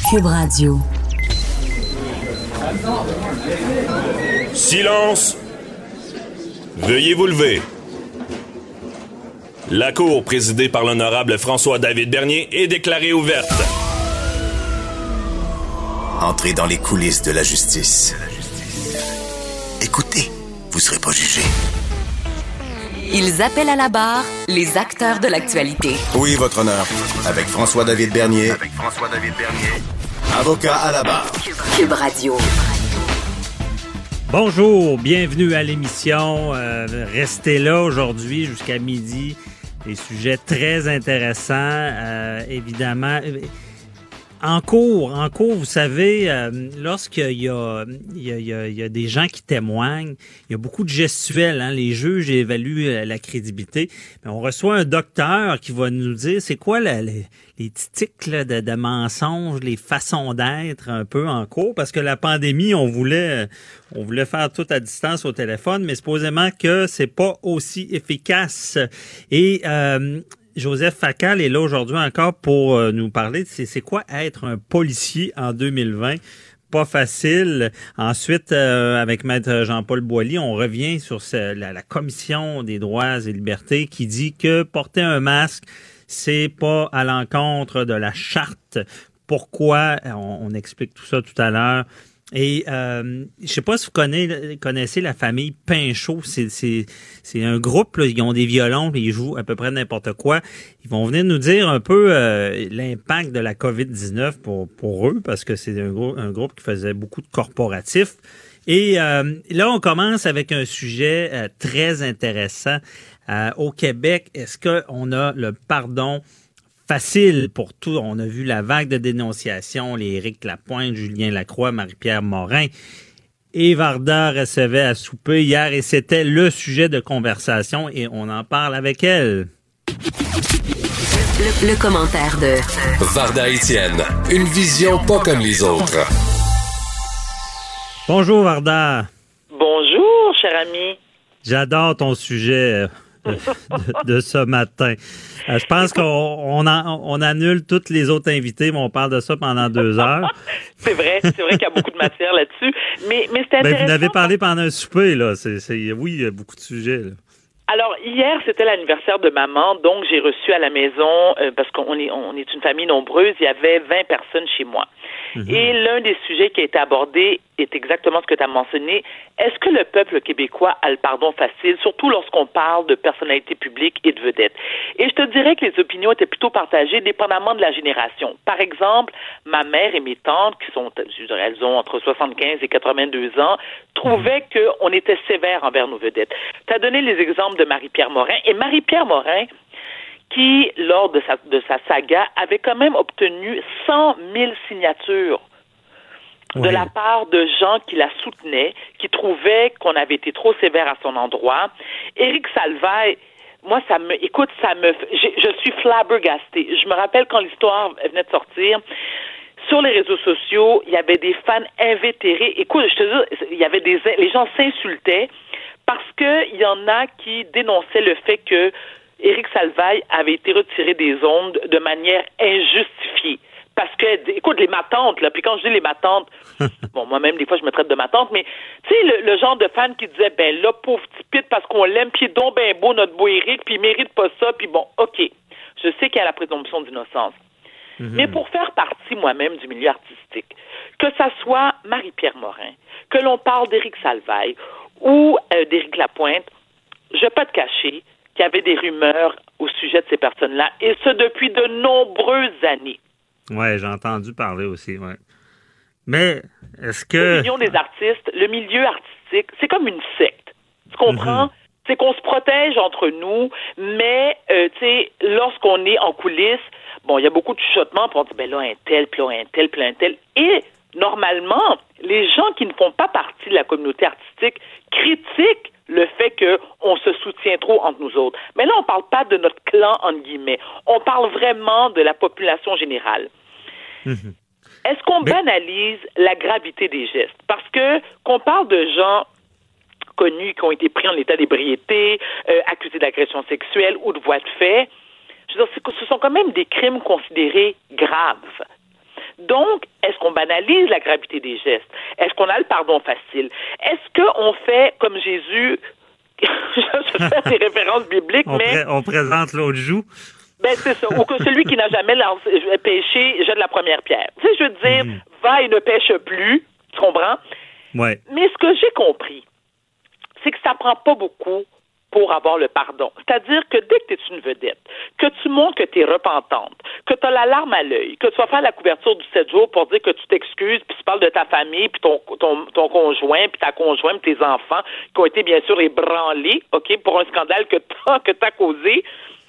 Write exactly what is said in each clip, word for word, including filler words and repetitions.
Cube Radio. Silence! Veuillez vous lever. La cour, présidée par l'honorable François-David Bernier, est déclarée ouverte. Entrez dans les coulisses de la justice. Écoutez, vous serez pas jugé. Ils appellent à la barre les acteurs de l'actualité. Oui, votre honneur. Avec François-David Bernier. Avec François-David Bernier. Avocat à la barre. Cube Radio. Bonjour, bienvenue à l'émission. Euh, restez là aujourd'hui jusqu'à midi. Des sujets très intéressants, euh, évidemment. En cours, en cours, vous savez, euh, lorsqu'il y a, il y, a, il y, a, il y a des gens qui témoignent, il y a beaucoup de gestuels. Hein, les juges évaluent la crédibilité. Mais on reçoit un docteur qui va nous dire c'est quoi la, les, les petits tics là, de, de mensonges, les façons d'être un peu en cours. Parce que la pandémie, on voulait, on voulait faire tout à distance au téléphone, mais supposément que c'est pas aussi efficace. Et euh, Joseph Facal est là aujourd'hui encore pour euh, nous parler de c'est, c'est quoi être un policier en deux mille vingt. Pas facile. Ensuite, euh, avec Maître Jean-Paul Boily, on revient sur ce, la, la Commission des droits et libertés qui dit que porter un masque, c'est pas à l'encontre de la charte. Pourquoi? On, on explique tout ça tout à l'heure. Et euh, je sais pas si vous connaissez, connaissez la famille Pinchot. C'est, c'est, c'est un groupe, là, ils ont des violons, ils jouent à peu près n'importe quoi. Ils vont venir nous dire un peu euh, l'impact de la covid dix-neuf pour, pour eux, parce que c'est un, gros, un groupe qui faisait beaucoup de corporatifs. Et euh, là, on commence avec un sujet euh, très intéressant. Euh, au Québec, est-ce qu'on a le pardon facile pour tout? On a vu la vague de dénonciations, les Éric Lapointe, Julien Lacroix, Marie-Pierre Morin. Et Varda recevait à souper hier et c'était le sujet de conversation et on en parle avec elle. Le, le commentaire de Varda Étienne, une vision pas comme les autres. Bonjour Varda. Bonjour, cher ami. J'adore ton sujet de, de, de ce matin. Euh, je pense qu'on on, en, on annule tous les autres invités, mais on parle de ça pendant deux heures. C'est vrai, c'est vrai qu'il y a beaucoup de matière là-dessus. Mais, mais c'est intéressant. Ben, vous n'avez parlé pendant un souper, là. C'est, c'est, oui, il y a beaucoup de sujets, là. Alors, hier, c'était l'anniversaire de maman, donc j'ai reçu à la maison, euh, parce qu'on est, on est une famille nombreuse, il y avait vingt personnes chez moi. Mm-hmm. Et l'un des sujets qui a été abordé est exactement ce que tu as mentionné. Est-ce que le peuple québécois a le pardon facile, surtout lorsqu'on parle de personnalités publiques et de vedettes? Et je te dirais que les opinions étaient plutôt partagées dépendamment de la génération. Par exemple, ma mère et mes tantes, qui sont, je dirais, elles ont entre soixante-quinze et quatre-vingt-deux ans, trouvaient mm-hmm. qu'on était sévère envers nos vedettes. Tu as donné les exemples de Marie-Pierre Morin. Et Marie-Pierre Morin, qui, lors de sa, de sa saga, avait quand même obtenu cent mille signatures oui. de la part de gens qui la soutenaient, qui trouvaient qu'on avait été trop sévère à son endroit. Éric Salvaille, moi, ça me... Écoute, ça me... Je, je suis flabbergastée. Je me rappelle quand l'histoire venait de sortir, sur les réseaux sociaux, il y avait des fans invétérés. Écoute, je te dis, il y avait des... Les gens s'insultaient parce qu'il y en a qui dénonçaient le fait que Éric Salvaille avait été retiré des ondes de manière injustifiée. Parce que, écoute, les matantes, là, puis quand je dis les matantes, bon, moi-même, des fois, je me traite de matante, mais, tu sais, le, le genre de fan qui disait, ben là, pauvre petit pit, parce qu'on l'aime, puis il est donc ben beau, notre beau Éric, puis il mérite pas ça, puis bon, OK. Je sais qu'il y a la présomption d'innocence. Mm-hmm. Mais pour faire partie, moi-même, du milieu artistique, que ça soit Marie-Pierre Morin, que l'on parle d'Éric Salvaille ou euh, d'Éric Lapointe, je vais pas te cacher qu'il y avait des rumeurs au sujet de ces personnes-là, et ce, depuis de nombreuses années. Oui, j'ai entendu parler aussi, oui. Mais, est-ce que... L'opinion des artistes, le milieu artistique, c'est comme une secte. Tu comprends? Mm-hmm. C'est qu'on se protège entre nous, mais, euh, tu sais, lorsqu'on est en coulisses, bon, il y a beaucoup de chuchotements, puis on dit, ben là, un tel, puis là, un tel, puis là, un tel. Et, normalement, les gens qui ne font pas partie de la communauté artistique critiquent le fait qu'on se soutient trop entre nous autres. Mais là, on parle pas de notre clan, entre guillemets. On parle vraiment de la population générale. Mmh. Est-ce qu'on Mais... banalise la gravité des gestes? Parce que qu'on parle de gens connus qui ont été pris en état d'ébriété, euh, accusés d'agression sexuelle ou de voies de fait, je veux dire, ce sont quand même des crimes considérés graves. Donc, est-ce qu'on banalise la gravité des gestes? Est-ce qu'on a le pardon facile? Est-ce qu'on fait comme Jésus, je fais des références bibliques, on mais... Pré- on présente l'autre joue. Ben, c'est ça. Ou que celui qui n'a jamais péché jette la première pierre. Tu sais, je veux dire, mmh. va et ne pêche plus, tu comprends? Ouais. Mais ce que j'ai compris, c'est que ça prend pas beaucoup pour avoir le pardon. C'est-à-dire que dès que tu es une vedette, que tu montres que tu es repentante, que tu as la larme à l'œil, que tu vas faire la couverture du sept jours pour dire que tu t'excuses, puis tu parles de ta famille, puis ton, ton, ton conjoint, puis ta conjointe, puis tes enfants, qui ont été bien sûr ébranlés, OK, pour un scandale que tu as que t'as causé,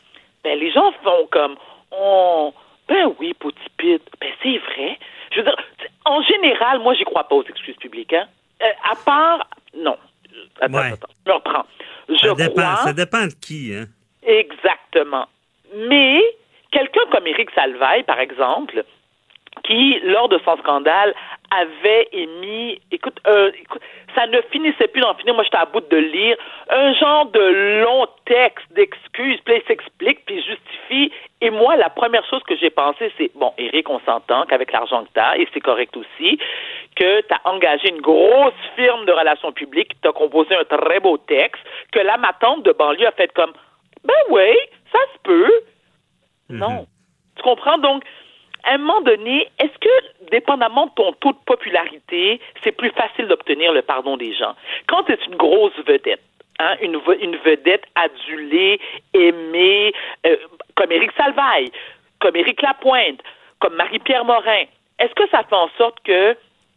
ben les gens font comme oh, ben oui, Poutipide, ben c'est vrai. Je veux dire, en général, moi, j'y crois pas aux excuses publiques, hein. Euh, à part, non. Attends, ouais. attends, je me reprends. Je ça, dépend, crois, ça dépend de qui, hein? Exactement. Mais quelqu'un comme Éric Salvaille, par exemple, qui, lors de son scandale, avait émis, écoute, euh, écoute, ça ne finissait plus d'en finir, moi j'étais à bout de lire, un genre de long texte d'excuses, puis il s'explique, puis il justifie, et moi, la première chose que j'ai pensé, c'est, bon, Éric, on s'entend qu'avec l'argent que t'as, et c'est correct aussi, que t'as engagé une grosse firme de relations publiques, t'as composé un très beau texte, que là, ma tante de banlieue a fait comme, ben oui, ça se peut. Mm-hmm. Non. Tu comprends? Donc, à un moment donné, est-ce que, dépendamment de ton taux de popularité, c'est plus facile d'obtenir le pardon des gens? Quand tu es une grosse vedette, hein, une, une vedette adulée, aimée, euh, comme Éric Salvaille, comme Éric Lapointe, comme Marie-Pierre Morin, est-ce que ça fait en sorte que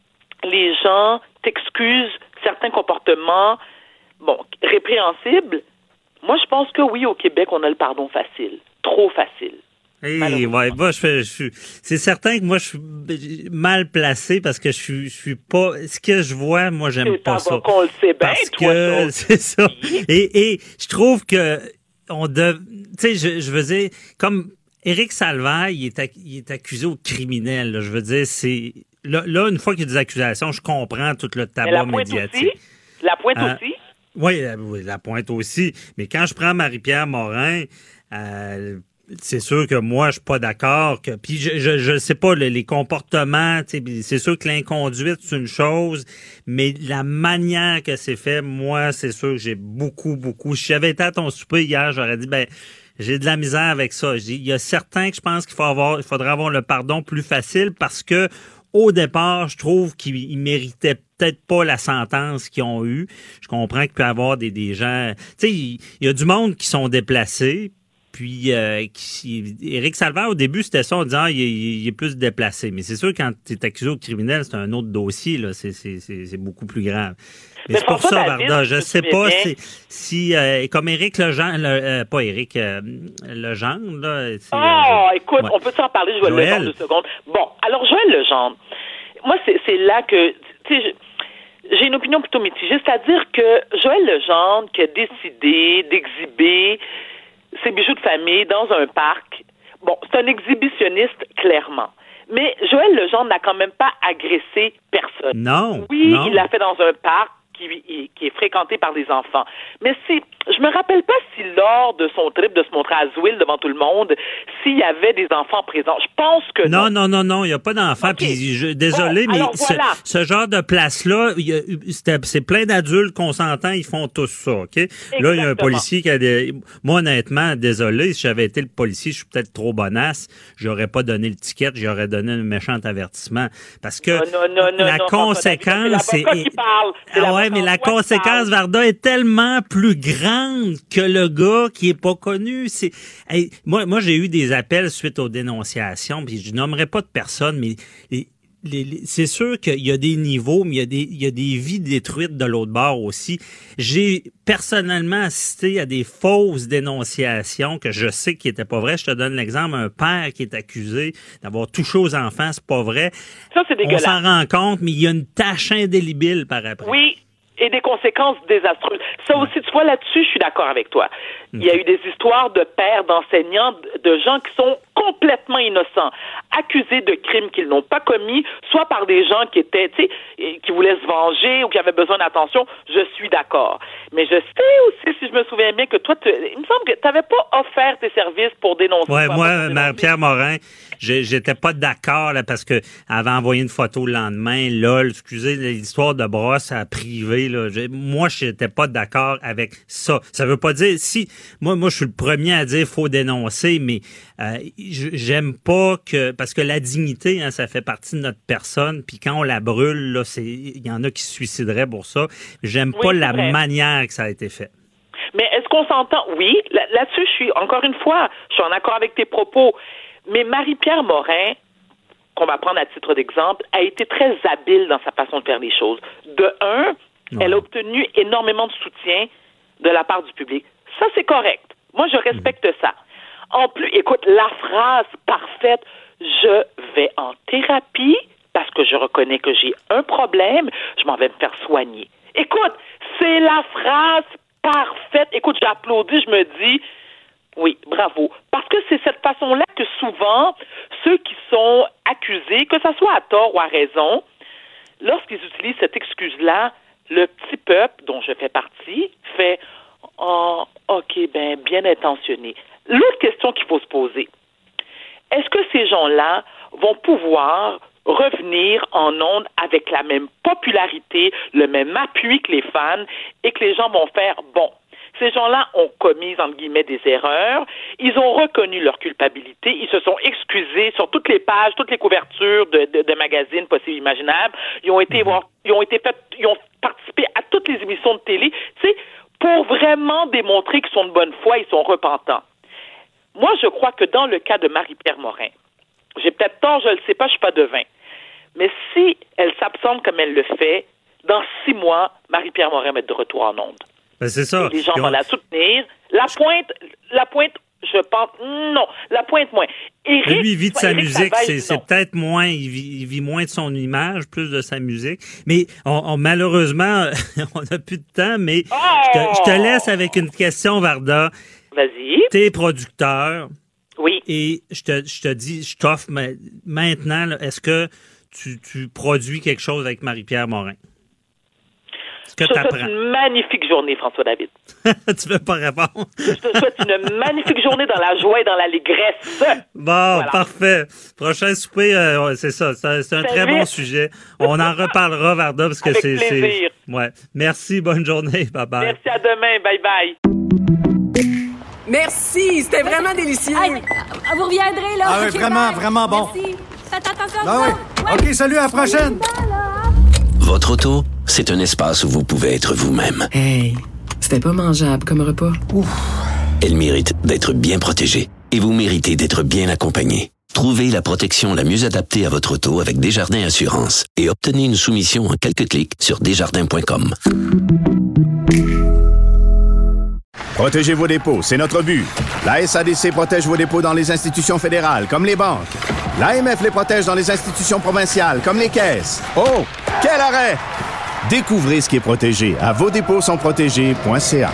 les gens t'excusent certains comportements, bon, répréhensibles? Moi, je pense que oui, au Québec, on a le pardon facile. Trop facile. Hey, ouais, moi, je fais, je suis, c'est certain que moi, je suis mal placé parce que je suis, je suis pas, ce que je vois, moi, j'aime pas ça. Qu'on le sait bien, parce toi, que, c'est ça. Et, et, je trouve que, on dev, tu sais, je, je veux dire, comme Éric Salvaille, il est, il est accusé au criminel, là, je veux dire, c'est, là, là, une fois qu'il y a des accusations, je comprends tout le tabac médiatique. Aussi? La pointe euh, aussi? Oui, la, oui, la pointe aussi. Mais quand je prends Marie-Pierre Morin, euh, c'est sûr que moi, je suis pas d'accord. Que puis je, je, je sais pas les, les comportements. C'est sûr que l'inconduite c'est une chose, mais la manière que c'est fait, moi, c'est sûr que j'ai beaucoup, beaucoup. Si j'avais été à ton souper hier, j'aurais dit ben j'ai de la misère avec ça. Je dis, il y a certains que je pense qu'il faut avoir, il faudrait avoir le pardon plus facile parce que au départ, je trouve qu'ils méritaient peut-être pas la sentence qu'ils ont eue. Je comprends qu'il peut y avoir des, des gens. Tu sais, il y a du monde qui sont déplacés. Puis, euh, qui, Éric Salvaire, au début, c'était ça, en disant il, il, il est plus déplacé. Mais c'est sûr, quand tu es accusé au criminel, c'est un autre dossier, là. C'est, c'est, c'est, c'est beaucoup plus grave. Mais, Mais c'est pour ça, Varda, je sais pas si, si euh, comme Éric Legendre, le, euh, pas Éric, euh, Legendre, là. Oh, euh, écoute, ouais. On peut s'en parler, je vais Joël. le faire deux secondes. Bon, alors, Joël Legendre, moi, c'est, c'est là que, tu sais, j'ai une opinion plutôt mitigée, c'est-à-dire que Joël Legendre, qui a décidé d'exhiber ses bijoux de famille dans un parc, bon, c'est un exhibitionniste, clairement. Mais Joël Legendre n'a quand même pas agressé personne. Non. Oui, non. il l'a fait dans un parc qui, qui est fréquenté par des enfants. Mais si, je me rappelle pas si lors de son trip de se montrer à Zouil devant tout le monde, s'il y avait des enfants présents. Je pense que non. Non, non, non, non, il n'y a pas d'enfants. Okay. Puis, je, désolé, bon, mais ce, voilà. ce genre de place-là, il y a, c'est plein d'adultes consentants, ils font tous ça, OK? Exactement. Là, il y a un policier qui a des... Moi, honnêtement, désolé, si j'avais été le policier, je suis peut-être trop bonasse, j'aurais pas donné le ticket, j'aurais donné un méchant avertissement. Parce que non, non, non, la non, conséquence... C'est l'avocat qui parle. C'est ah ouais, mais la conséquence, Varda, est tellement plus grande que le gars qui est pas connu. C'est hey, moi, moi j'ai eu des appels suite aux dénonciations, puis je nommerai pas de personne, mais les, les, les, c'est sûr qu'il y a des niveaux, mais il y a des, il y a des vies détruites de l'autre bord aussi. J'ai personnellement assisté à des fausses dénonciations que je sais qui étaient pas vraies. Je te donne l'exemple, un père qui est accusé d'avoir touché aux enfants, c'est pas vrai. Ça, c'est dégueulasse. On s'en rend compte, mais il y a une tâche indélébile par après. Oui. Et des conséquences désastreuses. Ça aussi, tu vois, là-dessus, je suis d'accord avec toi. Il y a eu des histoires de pères, d'enseignants, de gens qui sont complètement innocents, accusés de crimes qu'ils n'ont pas commis, soit par des gens qui étaient, tu sais, qui voulaient se venger ou qui avaient besoin d'attention. Je suis d'accord. Mais je sais aussi, si je me souviens bien, que toi, tu, il me semble que tu n'avais pas offert tes services pour dénoncer. Ouais, moi, Marie-Pierre Morin, j'ai, j'étais pas d'accord là, parce que elle avait envoyé une photo le lendemain. Lol, excusez, l'histoire de brosse à privé. Là, j'ai, moi, j'étais pas d'accord avec ça. Ça veut pas dire si. Moi, moi, je suis le premier à dire faut dénoncer, mais euh, j'aime pas que parce que la dignité, hein, ça fait partie de notre personne. Puis quand on la brûle, là, c'est il y en a qui se suicideraient pour ça. J'aime oui, pas la vrai. manière que ça a été fait. Mais est-ce qu'on s'entend? Oui, là, là-dessus, je suis encore une fois, je suis en accord avec tes propos. Mais Marie-Pierre Morin, qu'on va prendre à titre d'exemple, a été très habile dans sa façon de faire les choses. De un, ouais. Elle a obtenu énormément de soutien de la part du public. Ça, c'est correct. Moi, je respecte mmh. ça. En plus, écoute, la phrase parfaite, je vais en thérapie parce que je reconnais que j'ai un problème, je m'en vais me faire soigner. Écoute, c'est la phrase parfaite. Écoute, j'applaudis, je me dis, oui, bravo. Parce que c'est cette façon-là que souvent, ceux qui sont accusés, que ça soit à tort ou à raison, lorsqu'ils utilisent cette excuse-là, le petit peuple, dont je fais partie, fait « Oh, OK, ben, bien intentionné ». L'autre question qu'il faut se poser, est-ce que ces gens-là vont pouvoir revenir en ondes avec la même popularité, le même appui que les fans, et que les gens vont faire « Bon, ces gens-là ont commis, entre guillemets, des erreurs, ils ont reconnu leur culpabilité, ils se sont excusés sur toutes les pages, toutes les couvertures de, de, de magazines possibles et imaginables, ils ont été voir, ils ont été fait, ils ont participé à toutes les émissions de télé, tu sais, pour vraiment démontrer qu'ils sont de bonne foi, ils sont repentants. Moi, je crois que dans le cas de Marie-Pierre Morin, j'ai peut-être tort, je ne le sais pas, je ne suis pas devin, mais si elle s'absente comme elle le fait, dans six mois, Marie-Pierre Morin va être de retour en ondes. Ben c'est ça. Et les gens on... vont la soutenir. La pointe, la pointe, je pense, non, la pointe moins. Éric, mais lui, il vit de sa Éric musique, Salvaille, c'est, c'est peut-être moins, il vit, il vit moins de son image, plus de sa musique. Mais on, on, malheureusement, on n'a plus de temps, mais oh! je, te, je te laisse avec une question, Varda. Vas-y. T'es producteur. Oui. Et je te, je te dis, je t'offre maintenant, là, est-ce que tu, tu produis quelque chose avec Marie-Pierre Morin? Je te souhaite une magnifique journée, François-David. Tu veux pas répondre? Je te souhaite une magnifique journée dans la joie et dans l'allégresse. Bon, voilà. Parfait. Prochain souper, euh, c'est ça. C'est, c'est un très bon sujet. On en reparlera, Varda, parce que Avec c'est... plaisir. c'est... Ouais. Merci, bonne journée. Bye-bye. Merci, à demain. Bye-bye. Merci, c'était vraiment délicieux. Hey, vous reviendrez, là. Ah oui, okay, vraiment, bye. vraiment bon. Merci. Faites attention à ah vous. Oui. Ouais. OK, salut, à la prochaine. Votre auto, c'est un espace où vous pouvez être vous-même. Hey, c'était pas mangeable comme repas. Ouf. Elle mérite d'être bien protégée et vous méritez d'être bien accompagné. Trouvez la protection la mieux adaptée à votre auto avec Desjardins Assurance et obtenez une soumission en quelques clics sur desjardins point com. Protégez vos dépôts, c'est notre but. La S A D C protège vos dépôts dans les institutions fédérales, comme les banques. L'A M F les protège dans les institutions provinciales, comme les caisses. Oh, quel arrêt! Découvrez ce qui est protégé à vos dépôts sont protégés point c a.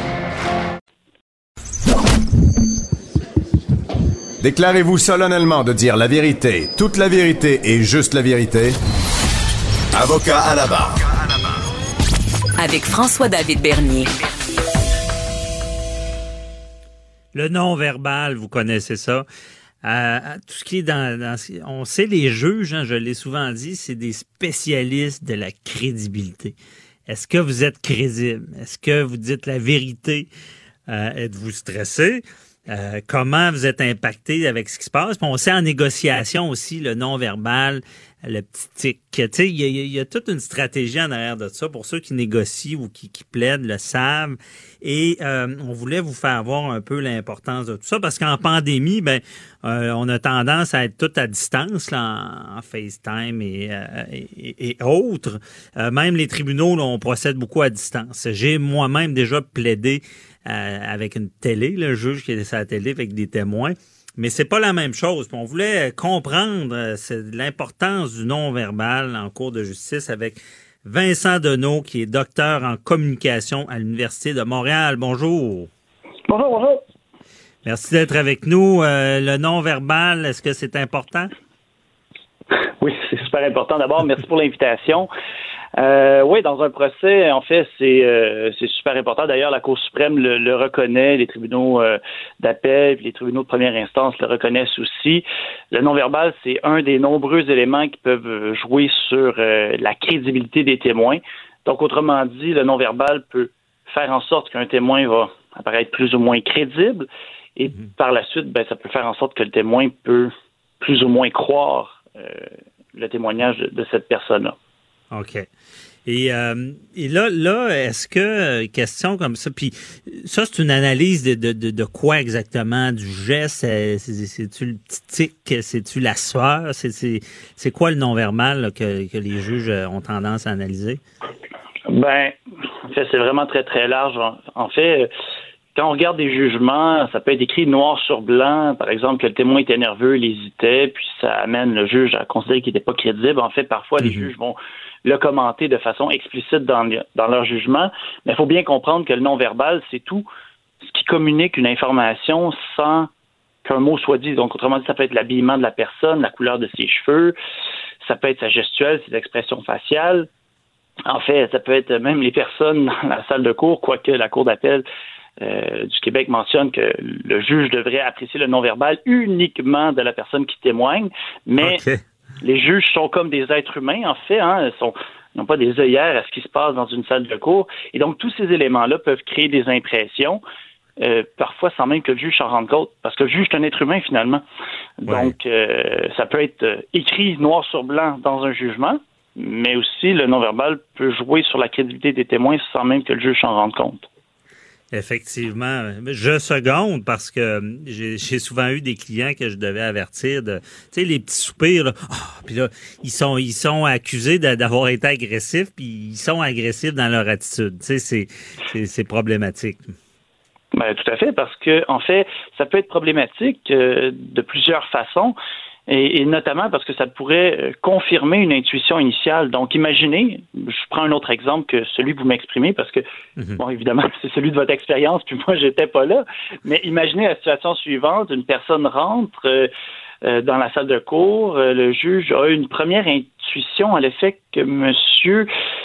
Déclarez-vous solennellement de dire la vérité, toute la vérité et juste la vérité. Avocat à la barre. Avec François-David Bernier. Le non-verbal, vous connaissez ça. Euh, tout ce qui est dans, dans... On sait, les juges, hein, je l'ai souvent dit, c'est des spécialistes de la crédibilité. Est-ce que vous êtes crédible? Est-ce que vous dites la vérité? Euh, êtes-vous stressé? Euh, comment vous êtes impacté avec ce qui se passe? Puis on sait en négociation aussi, le non-verbal, le petit tic. Tu sais, il y, y, y a toute une stratégie en arrière de ça pour ceux qui négocient ou qui, qui plaident, le savent. Et euh, on voulait vous faire voir un peu l'importance de tout ça parce qu'en pandémie, ben, euh, on a tendance à être tout à distance là, en, en FaceTime et, euh, et, et autres. Euh, même les tribunaux, là, on procède beaucoup à distance. J'ai moi-même déjà plaidé euh, avec une télé, le juge qui est sur la télé avec des témoins. Mais c'est pas la même chose. Puis on voulait comprendre euh, l'importance du non-verbal en cours de justice avec Vincent Deneau, qui est docteur en communication à l'Université de Montréal. Bonjour. Bonjour, bonjour. Merci d'être avec nous. Euh, le non-verbal, est-ce que c'est important? Oui, c'est super important. D'abord, merci pour l'invitation. Euh, oui, dans un procès, en fait, c'est euh, c'est super important. D'ailleurs, la Cour suprême le, le reconnaît, les tribunaux euh, d'appel, puis les tribunaux de première instance le reconnaissent aussi. Le non-verbal, c'est un des nombreux éléments qui peuvent jouer sur euh, la crédibilité des témoins. Donc, autrement dit, le non-verbal peut faire en sorte qu'un témoin va apparaître plus ou moins crédible, et mmh. par la suite, ben, ça peut faire en sorte que le témoin peut plus ou moins croire euh, le témoignage de, de cette personne-là. OK. Et, euh, et là, là, est-ce que, question comme ça, puis ça, c'est une analyse de, de, de, de quoi exactement? Du geste? C'est, c'est, c'est-tu le petit tic? C'est-tu la sueur? C'est, c'est, c'est quoi le non-verbal là, que, que les juges ont tendance à analyser? Ben, en fait, c'est vraiment très, très large. En fait, quand on regarde des jugements, ça peut être écrit noir sur blanc, par exemple, que le témoin était nerveux, il hésitait, puis ça amène le juge à considérer qu'il n'était pas crédible. En fait, parfois, mm-hmm. les juges vont le commenter de façon explicite dans, dans leur jugement, mais il faut bien comprendre que le non-verbal, c'est tout ce qui communique une information sans qu'un mot soit dit. Donc, autrement dit, ça peut être l'habillement de la personne, la couleur de ses cheveux, ça peut être sa gestuelle, ses expressions faciales. En fait, ça peut être même les personnes dans la salle de cour, quoique la Cour d'appel Euh, du Québec mentionne que le juge devrait apprécier le non-verbal uniquement de la personne qui témoigne, mais okay. les juges sont comme des êtres humains, en fait, hein, ils sont, ils n'ont pas des œillères à ce qui se passe dans une salle de cour, et donc tous ces éléments-là peuvent créer des impressions, euh, parfois sans même que le juge s'en rende compte, parce que le juge est un être humain, finalement. Donc, ouais. euh, ça peut être écrit noir sur blanc dans un jugement, mais aussi le non-verbal peut jouer sur la crédibilité des témoins sans même que le juge s'en rende compte. Effectivement. Je seconde parce que j'ai, j'ai souvent eu des clients que je devais avertir de, tu sais, les petits soupirs, là. Oh, puis là, ils sont, ils sont accusés de, d'avoir été agressifs, puis ils sont agressifs dans leur attitude. Tu sais, c'est, c'est, c'est problématique. Ben, tout à fait, parce que, en fait, ça peut être problématique euh, de plusieurs façons. Et, et notamment parce que ça pourrait confirmer une intuition initiale. Donc, imaginez, je prends un autre exemple que celui que vous m'exprimez, parce que, mm-hmm. bon, évidemment, c'est celui de votre expérience, puis moi, j'étais pas là. Mais imaginez la situation suivante, une personne rentre euh, euh, dans la salle de cour, euh, le juge a une première intuition à l'effet que monsieur,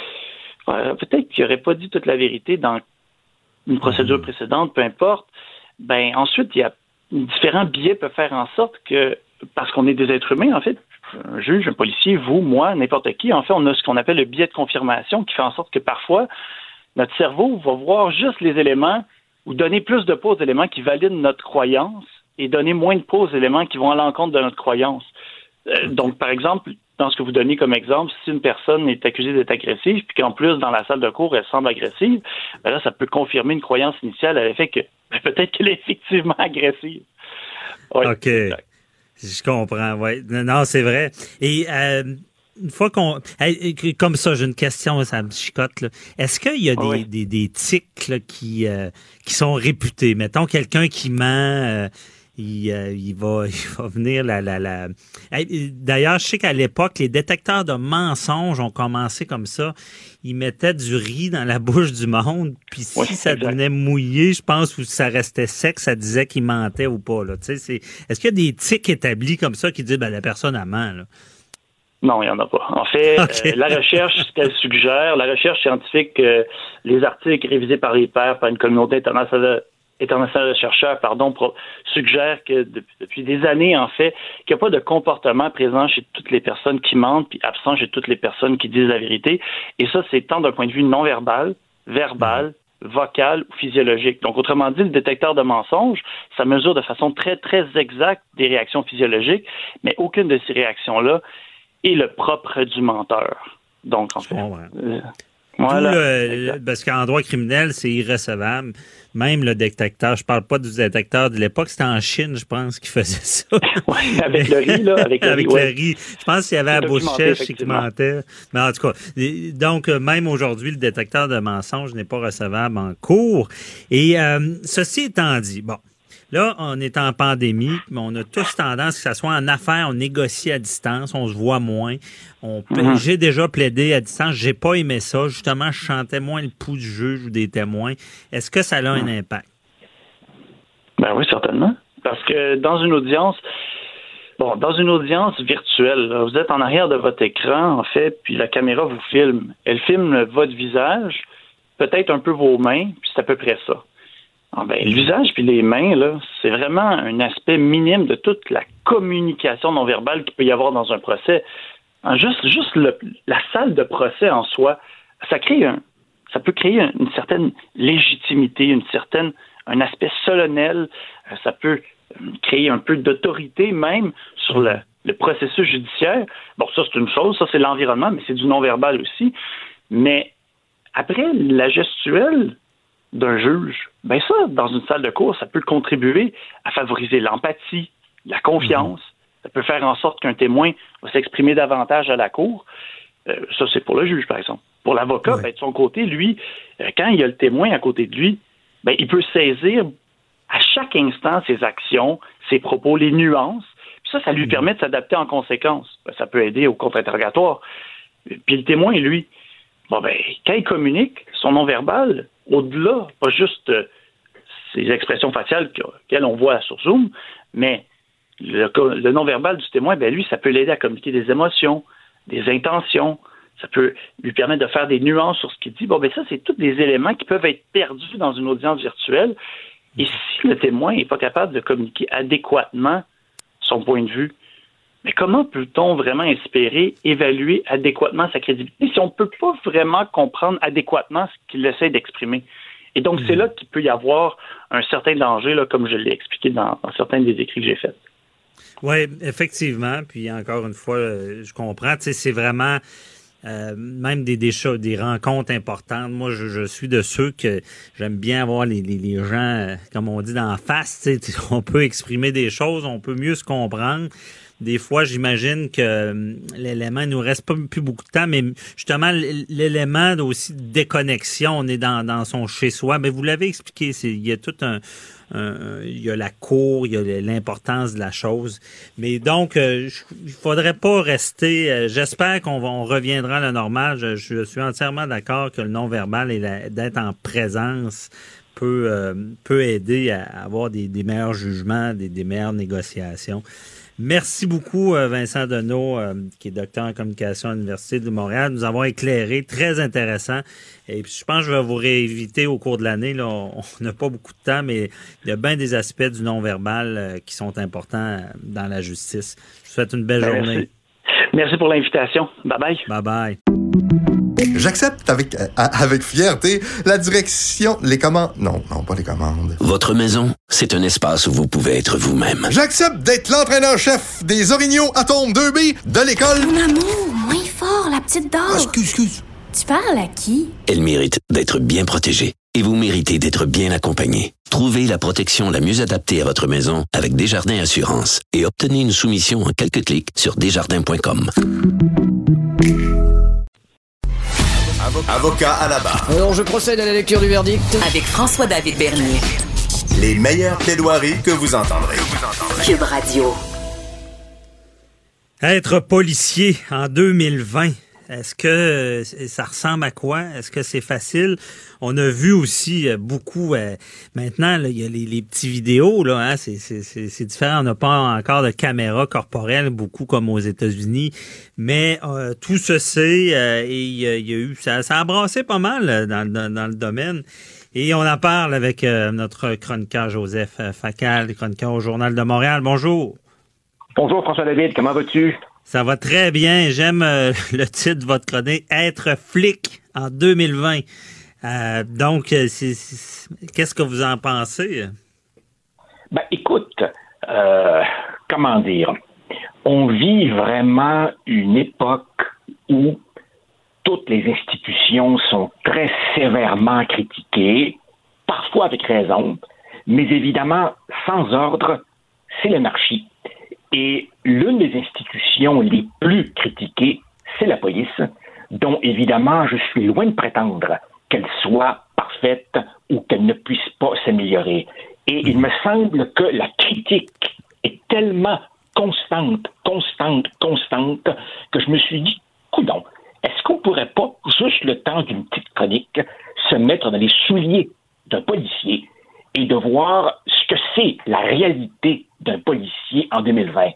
euh, peut-être qu'il n'aurait pas dit toute la vérité dans une procédure mm-hmm. précédente, peu importe. Ben, ensuite, il y a différents biais peuvent faire en sorte que parce qu'on est des êtres humains, en fait, un juge, un policier, vous, moi, n'importe qui, en fait, on a ce qu'on appelle le biais de confirmation qui fait en sorte que parfois, notre cerveau va voir juste les éléments ou donner plus de poids aux éléments qui valident notre croyance et donner moins de poids aux éléments qui vont à l'encontre de notre croyance. Euh, donc, par exemple, dans ce que vous donnez comme exemple, si une personne est accusée d'être agressive puis qu'en plus, dans la salle de cour, elle semble agressive, ben là, ça peut confirmer une croyance initiale à l'effet que ben, peut-être qu'elle est effectivement agressive. Ouais, OK. Exact. Je comprends, oui. Non, c'est vrai. Et euh, une fois qu'on... Comme ça, j'ai une question, ça me chicote. Là. Est-ce qu'il y a des, oui. des, des tics là, qui, euh, qui sont réputés? Mettons, quelqu'un qui ment... Euh, Il, euh, il va il va venir la la la. D'ailleurs, je sais qu'à l'époque, les détecteurs de mensonges ont commencé comme ça. Ils mettaient du riz dans la bouche du monde, puis si oui, ça exact. devenait mouillé, je pense, ou si ça restait sec, ça disait qu'il mentait ou pas. Là. Tu sais, c'est... Est-ce qu'il y a des tics établis comme ça qui disent ben la personne a ment, là? Non, il n'y en a pas. En fait, okay. euh, la recherche, ce qu'elle suggère, la recherche scientifique, euh, les articles révisés par les pairs, par une communauté internationale international de chercheurs, pardon, pro, suggère que depuis, depuis des années, en fait, qu'il n'y a pas de comportement présent chez toutes les personnes qui mentent, puis absent chez toutes les personnes qui disent la vérité. Et ça, c'est tant d'un point de vue non-verbal, verbal, vocal ou physiologique. Donc, autrement dit, le détecteur de mensonges, ça mesure de façon très, très exacte des réactions physiologiques, mais aucune de ces réactions-là est le propre du menteur. Donc, en fait... Oh, ouais. euh, Voilà. Le, parce qu'en droit criminel, c'est irrecevable. Même le détecteur, je parle pas du détecteur de l'époque, c'était en Chine, je pense, qui faisait ça. Oui, avec le riz, là. Avec le avec riz, le ouais. riz. Je pense qu'il y avait à bouche sèche qui mentait. Mais en tout cas, donc, même aujourd'hui, le détecteur de mensonges n'est pas recevable en cours. Et euh, ceci étant dit, bon, là, on est en pandémie, mais on a tous tendance, que ce soit en affaires, on négocie à distance, on se voit moins. On, mm-hmm. J'ai déjà plaidé à distance, j'ai pas aimé ça. Justement, je chantais moins le pouls du juge ou des témoins. Est-ce que ça a un impact? Ben oui, certainement. Parce que dans une audience, bon, dans une audience virtuelle, là, vous êtes en arrière de votre écran, en fait, puis la caméra vous filme. Elle filme votre visage, peut-être un peu vos mains, puis c'est à peu près ça. Ah ben, le visage puis les mains, là, c'est vraiment un aspect minime de toute la communication non verbale qu'il peut y avoir dans un procès. Juste, juste le, la salle de procès en soi, ça crée un, ça peut créer une certaine légitimité, une certaine, un aspect solennel. Ça peut créer un peu d'autorité même sur le, le processus judiciaire. Bon, ça c'est une chose, ça c'est l'environnement, mais c'est du non-verbal aussi. Mais après, la gestuelle d'un juge, ben ça, dans une salle de cour, ça peut contribuer à favoriser l'empathie, la confiance. Mmh. Ça peut faire en sorte qu'un témoin va s'exprimer davantage à la cour. Euh, ça, c'est pour le juge, par exemple. Pour l'avocat, ouais. ben, de son côté, lui, euh, quand il y a le témoin à côté de lui, ben, il peut saisir à chaque instant ses actions, ses propos, les nuances. Puis ça, ça lui mmh. permet de s'adapter en conséquence. Ben, ça peut aider au contre-interrogatoire. Puis le témoin, lui, bon, ben, quand il communique, son non-verbal, au-delà, pas juste euh, ces expressions faciales qu'elles on voit sur Zoom, mais le, le non-verbal du témoin, ben lui, ça peut l'aider à communiquer des émotions, des intentions, ça peut lui permettre de faire des nuances sur ce qu'il dit. Bon, ben ça, c'est tous des éléments qui peuvent être perdus dans une audience virtuelle. Et si le témoin n'est pas capable de communiquer adéquatement son point de vue, mais comment peut-on vraiment espérer évaluer adéquatement sa crédibilité si on ne peut pas vraiment comprendre adéquatement ce qu'il essaie d'exprimer? Et donc, mmh. c'est là qu'il peut y avoir un certain danger, là, comme je l'ai expliqué dans, dans certains des écrits que j'ai faits. Oui, effectivement. Puis encore une fois, je comprends. Tu sais, c'est vraiment euh, même des, des, choses, des rencontres importantes. Moi, je, je suis de ceux que j'aime bien avoir les, les, les gens, euh, comme on dit, d'en face. Tu sais, on peut exprimer des choses, on peut mieux se comprendre. Des fois, j'imagine que l'élément, il nous reste pas plus beaucoup de temps, mais justement, l'élément aussi de déconnexion, on est dans, dans son chez-soi. Mais vous l'avez expliqué, c'est, il y a tout un, un, il y a la cour, il y a l'importance de la chose. Mais donc, euh, il faudrait pas rester, euh, j'espère qu'on va, on reviendra à la normale. Je, je suis entièrement d'accord que le non-verbal et la, d'être en présence peut, euh, peut aider à avoir des, des meilleurs jugements, des, des meilleures négociations. Merci beaucoup, Vincent Deneau, euh, qui est docteur en communication à l'Université de Montréal, de nous avoir éclairé. Très intéressant. Et puis, je pense que je vais vous réinviter au cours de l'année. Là, on n'a pas beaucoup de temps, mais il y a bien des aspects du non-verbal euh, qui sont importants dans la justice. Je vous souhaite une belle ben, journée. Merci. Merci pour l'invitation. Bye-bye. Bye-bye. J'accepte avec, euh, avec fierté la direction, les commandes. Non, non, pas les commandes. Votre maison, c'est un espace où vous pouvez être vous-même. J'accepte d'être l'entraîneur-chef des Orignaux Atomes deux B de l'école. Mon amour, moins fort, la petite dame. Ah, excuse, excuse. Tu parles à qui? Elle mérite d'être bien protégée. Et vous méritez d'être bien accompagné. Trouvez la protection la mieux adaptée à votre maison avec Desjardins Assurance et obtenez une soumission en quelques clics sur desjardins point com. Avocat à la barre. Alors, je procède à la lecture du verdict. Avec François-David Bernier. Les meilleures plaidoiries que vous entendrez. Cube Radio. Être policier en deux mille vingt, est-ce que ça ressemble à quoi? Est-ce que c'est facile? On a vu aussi beaucoup, euh, maintenant, là, il y a les, les petits vidéos, là, hein, c'est, c'est, c'est, c'est différent. On n'a pas encore de caméra corporelle, beaucoup comme aux États-Unis, mais euh, tout se sait euh, et il y, y a eu, ça, ça a brassé pas mal dans, dans, dans le domaine. Et on en parle avec euh, notre chroniqueur Joseph Facal, chroniqueur au Journal de Montréal. Bonjour. Bonjour François-David, comment vas-tu? Ça va très bien. J'aime euh, le titre de votre chronique, « Être flic en deux mille vingt ». Euh, donc, c'est, c'est, qu'est-ce que vous en pensez? Ben, écoute, euh, comment dire, on vit vraiment une époque où toutes les institutions sont très sévèrement critiquées, parfois avec raison, mais évidemment, sans ordre, c'est l'anarchie. Et l'une des institutions les plus critiquées, c'est la police, dont évidemment je suis loin de prétendre qu'elle soit parfaite ou qu'elle ne puisse pas s'améliorer. Et il me semble que la critique est tellement constante, constante, constante, que je me suis dit, coudonc, est-ce qu'on pourrait pas, juste le temps d'une petite chronique, se mettre dans les souliers d'un policier et de voir ce que c'est la réalité d'un policier en deux mille vingt.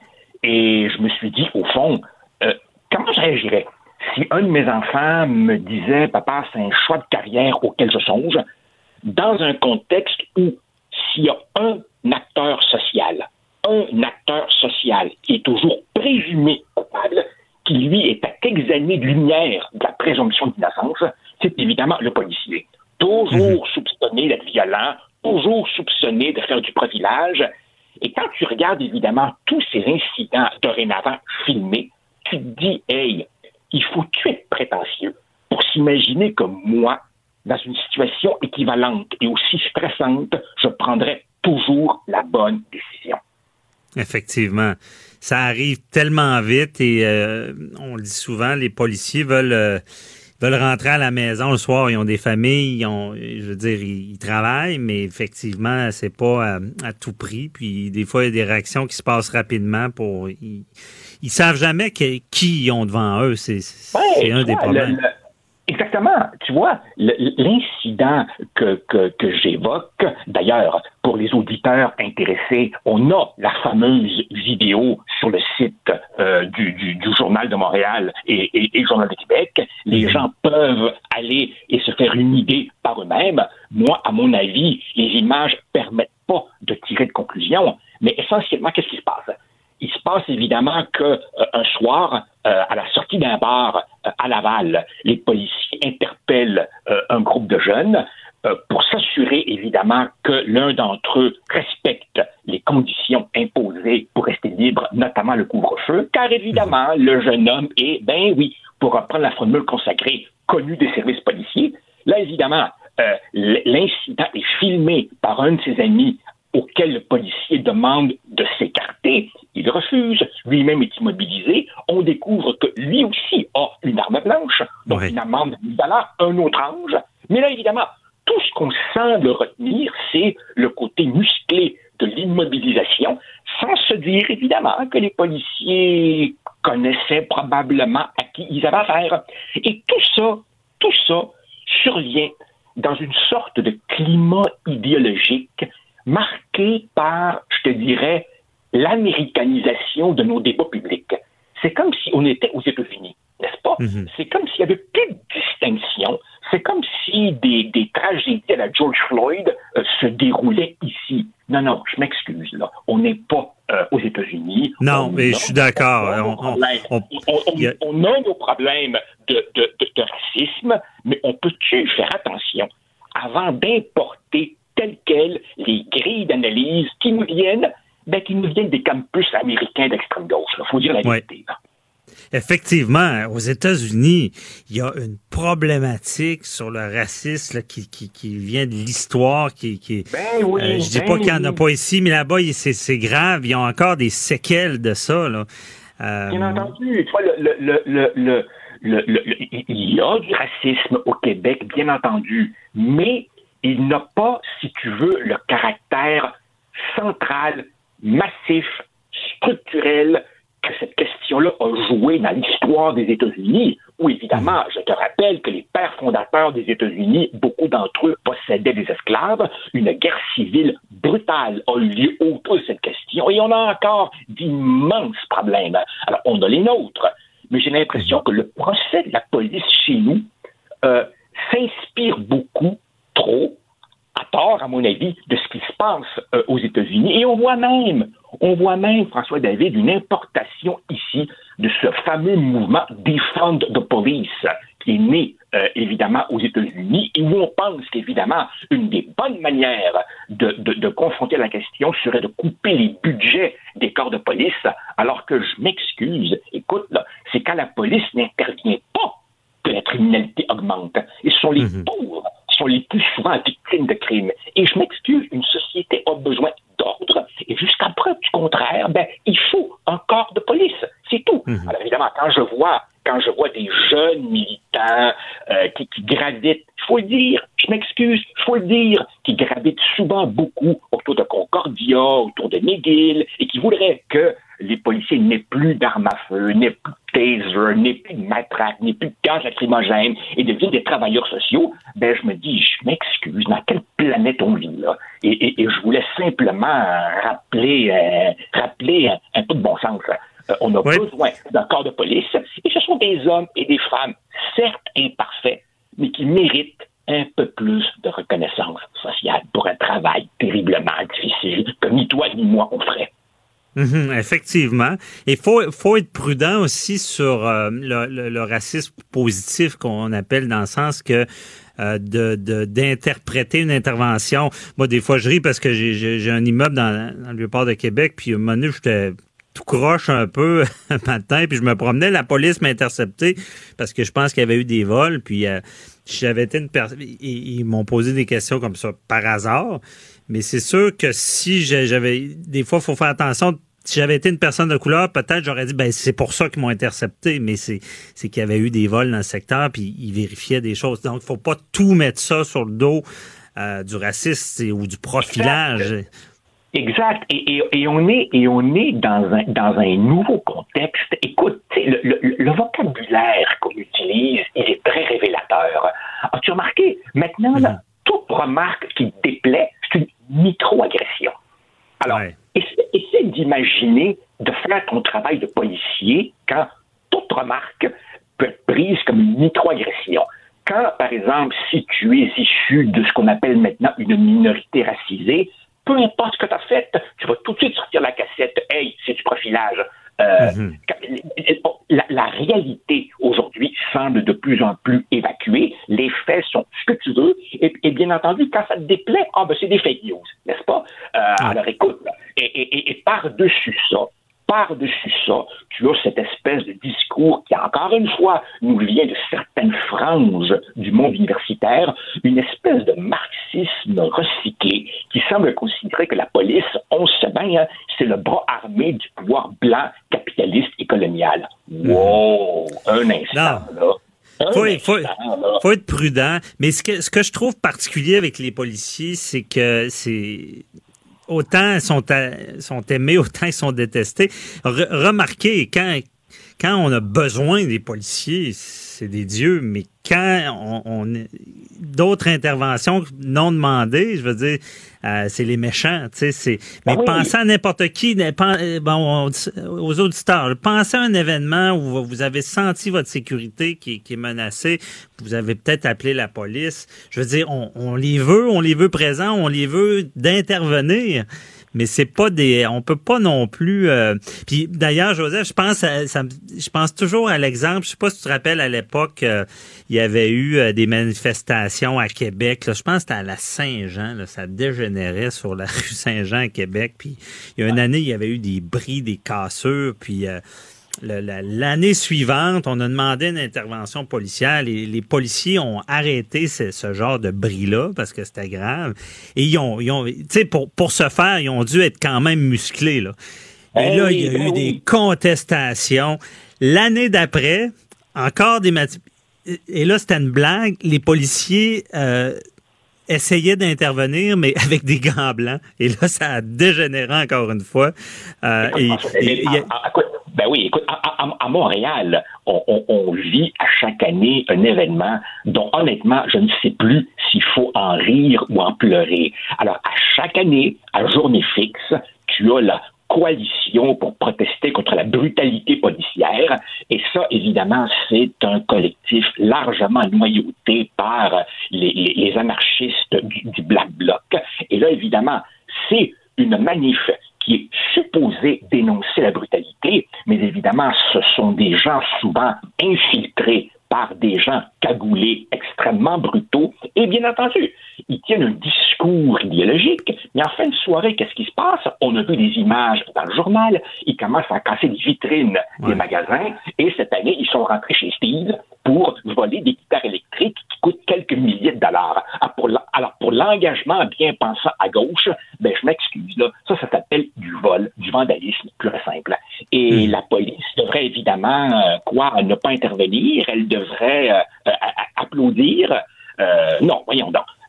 Et je me suis dit, au fond, euh, comment je réagirais si un de mes enfants me disait, papa, c'est un choix de carrière auquel je songe, dans un contexte où s'il y a un acteur social, un acteur social qui est toujours présumé coupable, qui lui est à quelques années de lumière de la présomption d'innocence, c'est évidemment le policier. Toujours mmh. soupçonné d'être violent, toujours soupçonné de faire du profilage. Et quand tu regardes évidemment tous ces incidents dorénavant filmés, tu te dis, hey, il faut-tu être prétentieux pour s'imaginer que moi, dans une situation équivalente et aussi stressante, je prendrais toujours la bonne décision. Effectivement. Ça arrive tellement vite et euh, on le dit souvent, les policiers veulent euh, veulent rentrer à la maison le soir, ils ont des familles, ils ont, je veux dire, ils, ils travaillent, mais effectivement, c'est pas à, à tout prix. Puis des fois, il y a des réactions qui se passent rapidement pour... Ils, ils savent jamais que, qui ils ont devant eux. C'est, c'est ouais, un des vois, problèmes. Le, le... Exactement. Tu vois, l'incident que, que, que j'évoque, d'ailleurs, pour les auditeurs intéressés, on a la fameuse vidéo sur le site euh, du, du, du Journal de Montréal et, et, et Journal de Québec. Les gens peuvent aller et se faire une idée par eux-mêmes. Moi, à mon avis, les images permettent pas de tirer de conclusion, mais essentiellement, qu'est-ce qui se passe? Il se passe évidemment que euh, un soir, euh, à la sortie d'un bar euh, à Laval, les policiers interpellent euh, un groupe de jeunes euh, pour s'assurer évidemment que l'un d'entre eux respecte les conditions imposées pour rester libre, notamment le couvre-feu, car évidemment, le jeune homme est, ben oui, pour reprendre la formule consacrée, connu des services policiers. Là, évidemment, euh, l'incident est filmé par un de ses amis auquel le policier demande de s'écarter. Il refuse, lui-même est immobilisé. On découvre que lui aussi a une arme blanche, donc oui. Une amende de mille dollars, un autre ange. Mais là, évidemment, tout ce qu'on semble retenir, c'est le côté musclé de l'immobilisation, sans se dire, évidemment, que les policiers connaissaient probablement à qui ils avaient affaire. Et tout ça, tout ça survient dans une sorte de climat idéologique marqué par, je te dirais, l'américanisation de nos débats publics. C'est comme si on était aux États-Unis, n'est-ce pas? Mm-hmm. C'est comme s'il n'y avait plus de distinction. C'est comme si des, des tragédies à la George Floyd euh, se déroulaient ici. Non, non, je m'excuse, là. On n'est pas euh, aux États-Unis. Non, on mais je suis d'accord. On, on, on, on, on, a... on a nos problèmes de, de, de, de racisme, mais on peut-tu faire attention avant d'importer telles quelles les grilles d'analyse qui nous viennent, ben, qui nous viennent des campus américains d'extrême gauche. Il faut dire la vérité. Ouais. Effectivement, aux États-Unis, il y a une problématique sur le racisme là, qui, qui, qui vient de l'histoire. Qui, qui, ben oui, euh, je dis ben pas qu'il n'y en a oui. pas ici, mais là-bas, c'est, c'est grave. Ils ont encore des séquelles de ça. Là. Euh... Bien entendu. Tu vois, le, le, le, le, le, le, le, le, il y a du racisme au Québec, bien entendu, mais il n'a pas, si tu veux, le caractère central, massif, structurel que cette question-là a joué dans l'histoire des États-Unis, où évidemment, je te rappelle que les pères fondateurs des États-Unis, beaucoup d'entre eux possédaient des esclaves. Une guerre civile brutale a eu lieu autour de cette question, et on a encore d'immenses problèmes. Alors, on a les nôtres, mais j'ai l'impression que le procès de la police chez nous euh, s'inspire beaucoup trop, à tort, à mon avis, de ce qui se passe euh, aux États-Unis. Et on voit même, on voit même, François David, une importation ici de ce fameux mouvement Defund the Police, qui est né, euh, évidemment, aux États-Unis, et où on pense qu'évidemment, une des bonnes manières de, de, de confronter la question serait de couper les budgets des corps de police, alors que, je m'excuse, écoute, là, c'est quand la police n'intervient pas que la criminalité augmente. Et ce sont les mmh. pauvres sont les plus souvent victimes de crimes. Et je m'excuse, une société a besoin d'ordre, et jusqu'à preuve du contraire, ben, il faut un corps de police. C'est tout. Mmh. Alors évidemment, quand je vois, quand je vois des jeunes militants euh, qui, qui gravitent, il faut le dire, je je m'excuse, il faut le dire, qui gravitent souvent beaucoup autour de Concordia, autour de McGill, et qui voudraient que les policiers n'aient plus d'armes à feu, n'aient plus de taser, n'aient plus de matraque, n'aient plus de gaz lacrymogène et deviennent des travailleurs sociaux, ben je me dis, je m'excuse, dans quelle planète on vit là? Et, et, et je voulais simplement rappeler, euh, rappeler un, un peu de bon sens. Euh, on a oui. besoin d'un corps de police, et ce sont des hommes et des femmes, certes imparfaits, mais qui méritent un peu plus de reconnaissance sociale pour un travail terriblement difficile que ni toi ni moi on ferait. Mmh, effectivement. Il faut, faut être prudent aussi sur euh, le, le, le racisme positif qu'on appelle dans le sens que euh, de, de d'interpréter une intervention. Moi, des fois, je ris parce que j'ai, j'ai, j'ai un immeuble dans, dans le Vieux-Port de Québec, puis à un moment donné, j'étais tout croche un peu un matin, puis je me promenais, la police m'a intercepté parce que je pense qu'il y avait eu des vols, puis euh, j'avais été une personne, ils, ils m'ont posé des questions comme ça par hasard, mais c'est sûr que si j'avais, des fois, il faut faire attention. Si j'avais été une personne de couleur, peut-être j'aurais dit ben c'est pour ça qu'ils m'ont intercepté, mais c'est c'est qu'il y avait eu des vols dans le secteur puis ils vérifiaient des choses. Donc il faut pas tout mettre ça sur le dos euh, du racisme ou du profilage. Exact. Exact. Et, et, et on est et on est dans un dans un nouveau contexte. Écoute, le, le, le vocabulaire qu'on utilise, il est très révélateur. As-tu remarqué? Maintenant, mm-hmm. là, toute remarque qui déplaît, c'est une microagression. Alors, ouais. essaie, essaie d'imaginer de faire ton travail de policier quand toute remarque peut être prise comme une microagression. Quand, par exemple, si tu es issu de ce qu'on appelle maintenant une minorité racisée, peu importe ce que tu as fait, tu vas tout de suite sortir la cassette. Hey, c'est du profilage. Euh, mm-hmm. la, la réalité aujourd'hui semble de plus en plus évacuée. Les faits sont ce que tu veux. Et, et bien entendu, quand ça te déplaît, ah ben c'est des fake news, n'est-ce pas? Euh, ah. Alors écoute, et, et, et par-dessus ça, par-dessus ça, tu as cette espèce de discours qui, encore une fois, nous vient de certaines franges du monde universitaire, une espèce de marxisme recyclé qui semble considérer que la police, on sait bien, hein, c'est le bras armé du pouvoir blanc, capitaliste et colonial. Wow! Un instant, non. là. Faut, faut, faut être prudent. Mais ce que, ce que je trouve particulier avec les policiers, c'est que c'est... Autant ils sont, à, sont aimés, autant ils sont détestés. Re- remarquez, quand, quand on a besoin des policiers, c'est des dieux, mais quand on, on d'autres interventions non demandées, je veux dire, euh, c'est les méchants, tu sais, c'est. Mais ah oui. Pensez à n'importe qui, bon, aux auditeurs, pensez à un événement où vous avez senti votre sécurité qui, qui est menacée, vous avez peut-être appelé la police. Je veux dire, on, on les veut, on les veut présents, on les veut d'intervenir. Mais c'est pas des, on peut pas non plus. Euh, puis d'ailleurs, Joseph, je pense, à, ça, je pense toujours à l'exemple. Je sais pas si tu te rappelles à l'époque, euh, il y avait eu euh, des manifestations à Québec. Là, je pense que c'était à la Saint-Jean. Là, ça dégénérait sur la rue Saint-Jean à Québec. Puis il y a une année, il y avait eu des bris, des cassures. Puis euh, le, la, l'année suivante, on a demandé une intervention policière. Les, les policiers ont arrêté ce, ce genre de bris-là parce que c'était grave. Et ils ont, ils ont tu sais, pour, pour ce faire, ils ont dû être quand même musclés, là. Et hey, là, il y a eu des contestations. L'année d'après, encore des... Mat- et là, c'était une blague. Les policiers... Euh, essayaient d'intervenir, mais avec des gants blancs. Et là, ça a dégénéré encore une fois. Euh, et, et, et, ben oui, écoute, à, à, à Montréal, on, on, on vit à chaque année un événement dont, honnêtement, je ne sais plus s'il faut en rire ou en pleurer. Alors, à chaque année, à journée fixe, tu as la coalition pour protester contre la brutalité policière. Et ça, évidemment, c'est un collectif largement noyauté par les, les, les anarchistes du, du Black Bloc. Et là, évidemment, c'est une manif qui est supposée dénoncer la brutalité, mais évidemment, ce sont des gens souvent infiltrés par des gens cagoulés extrêmement brutaux. Et bien entendu, ils tiennent un discours idéologique, mais en fin de soirée, qu'est-ce qui se passe? On a vu des images dans le journal, ils commencent à casser les vitrines ouais. des magasins, et cette année, ils sont rentrés chez Steve pour voler des guitares électriques qui coûtent quelques milliers de dollars. Alors pour, alors pour l'engagement bien pensant à gauche, ben je m'excuse, là, ça, ça s'appelle du vol, du vandalisme pur et simple. Et mmh. la police devrait évidemment, euh, quoi, ne pas intervenir, elle devrait euh, euh, applaudir. Euh, non, voyons donc.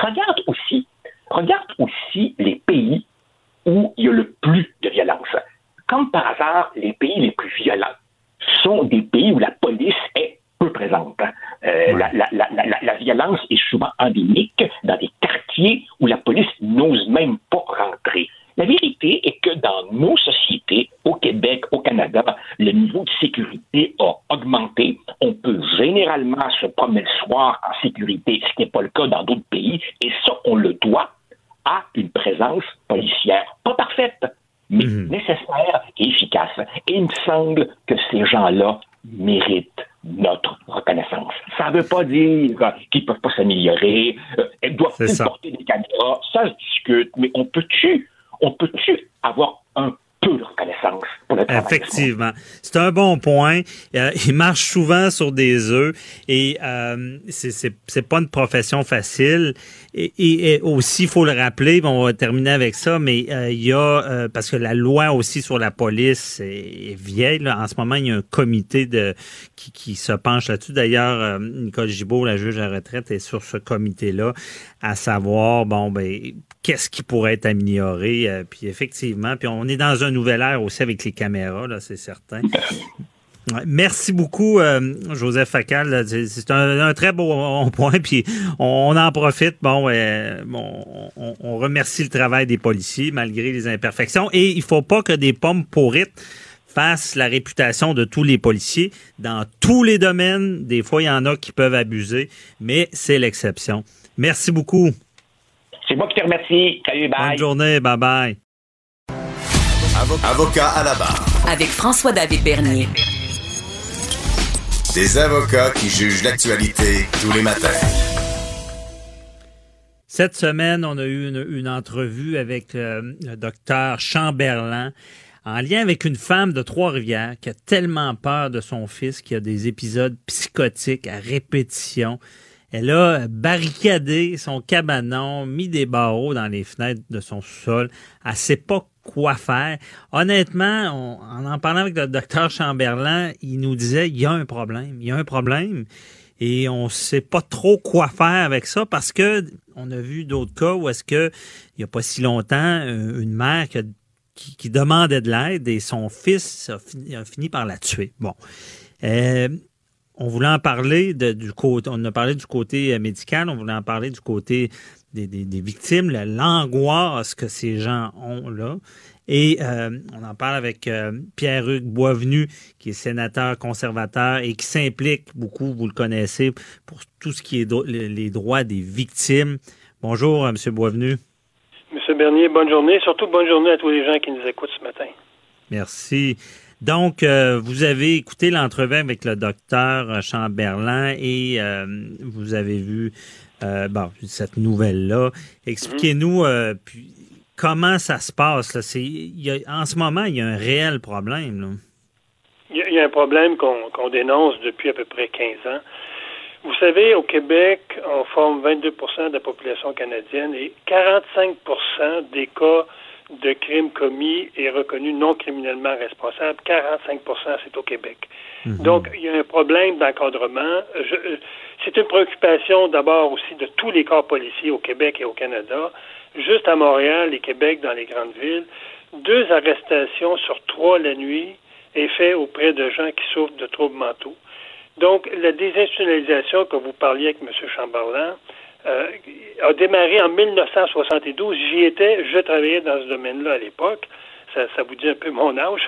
regarde aussi, regarde aussi les pays où il y a le plus de violence. Comme par hasard, les pays les plus violents sont des pays où la police est peu présente. Euh, ouais. la, la, la, la, la violence est souvent endémique dans des quartiers où la police n'ose même pas rentrer. La vérité est que dans nos sociétés, au Québec, au Canada, le niveau de sécurité a augmenté. On peut généralement se promener le soir en sécurité, ce qui n'est pas le cas dans d'autres pays, et ça, on le doit à une présence policière. Pas parfaite, mais mmh. nécessaire et efficace. Et il me semble que ces gens-là méritent notre reconnaissance. Ça ne veut pas dire qu'ils ne peuvent pas s'améliorer, euh, elles doivent plus porter des caméras, ça se discute, mais on peut-tu, on peut-tu avoir un peu de reconnaissance pour le travail? Effectivement. C'est un bon point. Euh, il marche souvent sur des œufs et euh, c'est, c'est, c'est pas une profession facile. Et, et, et aussi, il faut le rappeler, bon, on va terminer avec ça, mais euh, il y a, euh, parce que la loi aussi sur la police est, est vieille, là. En ce moment, il y a un comité de qui, qui se penche là-dessus. D'ailleurs, euh, Nicole Gibault, la juge à la retraite, est sur ce comité-là, à savoir, bon, ben, qu'est-ce qui pourrait être amélioré. Euh, puis effectivement, puis on est dans un nouvel ère aussi avec les caméras, là, c'est certain. Ouais, merci beaucoup, euh, Joseph Facal. C'est, c'est un, un très beau point, puis on, on en profite. Bon, euh, bon on, on remercie le travail des policiers malgré les imperfections. Et il faut pas que des pommes pourrites fassent la réputation de tous les policiers dans tous les domaines. Des fois, il y en a qui peuvent abuser, mais c'est l'exception. Merci beaucoup. C'est moi qui te remercie. Salut, bye. Bonne journée, bye bye. Avocat à la barre. Avec François-David Bernier. Des avocats qui jugent l'actualité tous les matins. Cette semaine, on a eu une, une entrevue avec euh, le docteur Chamberlain en lien avec une femme de Trois-Rivières qui a tellement peur de son fils qu'il a des épisodes psychotiques à répétition. Elle a barricadé son cabanon, mis des barreaux dans les fenêtres de son sous-sol. Elle ne sait pas quoi faire. Honnêtement, on, en en parlant avec le docteur Chamberlain, il nous disait il y a un problème, il y a un problème et on ne sait pas trop quoi faire avec ça parce que on a vu d'autres cas où est-ce que il n'y a pas si longtemps une mère qui, a, qui, qui demandait de l'aide et son fils a fini, a fini par la tuer. Bon. Euh, On voulait en parler de, du côté, on a parlé du côté médical, on voulait en parler du côté des, des, des victimes, la, l'angoisse que ces gens ont là. Et euh, on en parle avec euh, Pierre-Hugues Boisvenu, qui est sénateur conservateur et qui s'implique beaucoup, vous le connaissez, pour tout ce qui est do- les droits des victimes. Bonjour, M. Boisvenu. M. Bernier, bonne journée. Surtout bonne journée à tous les gens qui nous écoutent ce matin. Merci. Donc, euh, vous avez écouté l'entrevue avec le docteur Chamberlain et euh, vous avez vu euh, bon, cette nouvelle-là. Expliquez-nous euh, puis, comment ça se passe. Là. C'est, y a, en ce moment, il y a un réel problème. Là. Il, y a, il y a un problème qu'on, qu'on dénonce depuis à peu près quinze ans. Vous savez, au Québec, on forme vingt-deux pour cent de la population canadienne et quarante-cinq pour cent des cas de crimes commis et reconnus non criminellement responsables. quarante-cinq pour cent, c'est au Québec. Mm-hmm. Donc, il y a un problème d'encadrement. Je, c'est une préoccupation d'abord aussi de tous les corps policiers au Québec et au Canada. Juste à Montréal et Québec, dans les grandes villes, deux arrestations sur trois la nuit est faite auprès de gens qui souffrent de troubles mentaux. Donc, la désinstitutionnalisation que vous parliez avec M. Chamberlain, Euh, a démarré en dix-neuf cent soixante-douze. J'y étais, je travaillais dans ce domaine-là à l'époque. Ça, ça vous dit un peu mon âge.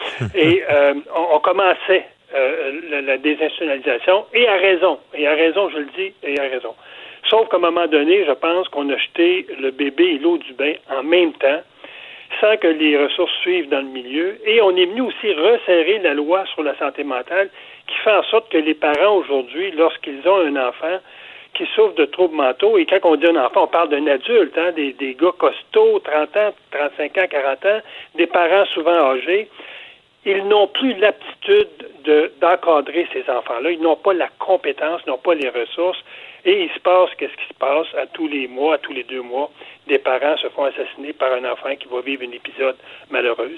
Et euh, on, on commençait euh, la, la désinstitutionnalisation, et à raison. Et à raison, je le dis, et à raison. Sauf qu'à un moment donné, je pense qu'on a jeté le bébé et l'eau du bain en même temps, sans que les ressources suivent dans le milieu. Et on est venu aussi resserrer la loi sur la santé mentale, qui fait en sorte que les parents aujourd'hui, lorsqu'ils ont un enfant qui souffrent de troubles mentaux, et quand on dit un enfant, on parle d'un adulte, hein, des, des gars costauds, trente ans, trente-cinq ans, quarante ans, des parents souvent âgés, ils n'ont plus l'aptitude de, d'encadrer ces enfants-là, ils n'ont pas la compétence, ils n'ont pas les ressources, et il se passe, qu'est-ce qui se passe à tous les mois, à tous les deux mois, des parents se font assassiner par un enfant qui va vivre un épisode malheureux.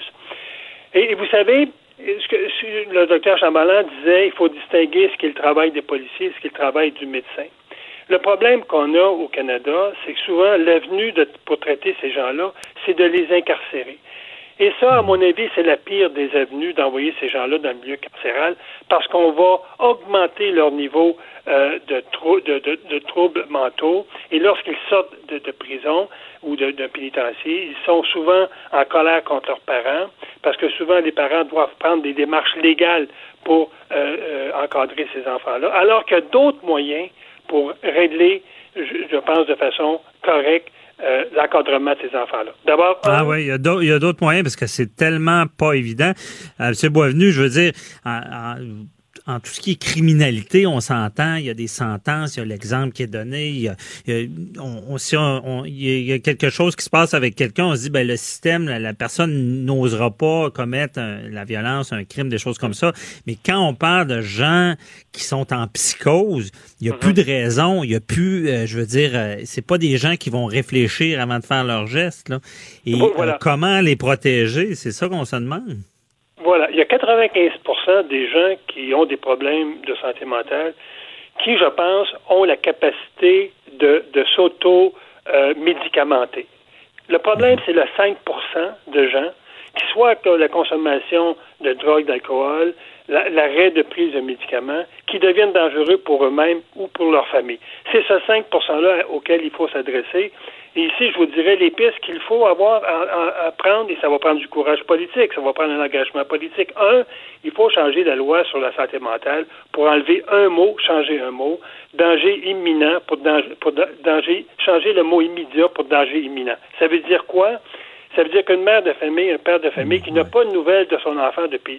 Et, et vous savez, ce que le docteur Chamberlain disait, il faut distinguer ce qui est le travail des policiers et ce qui est le travail du médecin. Le problème qu'on a au Canada, c'est que souvent, l'avenue de, pour traiter ces gens-là, c'est de les incarcérer. Et ça, à mon avis, c'est la pire des avenues d'envoyer ces gens-là dans le milieu carcéral parce qu'on va augmenter leur niveau euh, de, trou- de, de, de troubles mentaux. Et lorsqu'ils sortent de, de prison ou de, de pénitencier, ils sont souvent en colère contre leurs parents parce que souvent, les parents doivent prendre des démarches légales pour euh, euh, encadrer ces enfants-là, alors qu'il y a d'autres moyens pour régler, je, je pense, de façon correcte, Euh, l'encadrement de ces enfants-là. D'abord... Ah un... oui, il y a d'autres, il y a d'autres moyens parce que c'est tellement pas évident. Euh, M. Boisvenu, je veux dire, en, en, en tout ce qui est criminalité, on s'entend, il y a des sentences, il y a l'exemple qui est donné, il y a, il y a, on, on, si on, on, il y a quelque chose qui se passe avec quelqu'un, on se dit, ben le système, la, la personne n'osera pas commettre un, la violence, un crime, des choses comme ça. Mais quand on parle de gens qui sont en psychose, il n'y a mm-hmm. plus de raison, il n'y a plus, euh, je veux dire, euh, c'est pas des gens qui vont réfléchir avant de faire leurs gestes, là. Et voilà. euh, comment les protéger, c'est ça qu'on se demande. Voilà, il y a quatre-vingt-quinze pour cent des gens qui ont des problèmes de santé mentale qui, je pense, ont la capacité de, de s'auto-médicamenter. Euh, le problème, c'est le cinq pour cent de gens qui, soit que la consommation de drogue, d'alcool, la, l'arrêt de prise de médicaments, qui deviennent dangereux pour eux-mêmes ou pour leur famille. C'est ce cinq pour cent-là auquel il faut s'adresser. Et ici, je vous dirais les pistes qu'il faut avoir à, à, à prendre, et ça va prendre du courage politique, ça va prendre un engagement politique. Un, il faut changer la loi sur la santé mentale pour enlever un mot, changer un mot, danger imminent pour danger, pour danger, changer le mot immédiat pour danger imminent. Ça veut dire quoi? Ça veut dire qu'une mère de famille, un père de famille qui n'a pas de nouvelles de son enfant depuis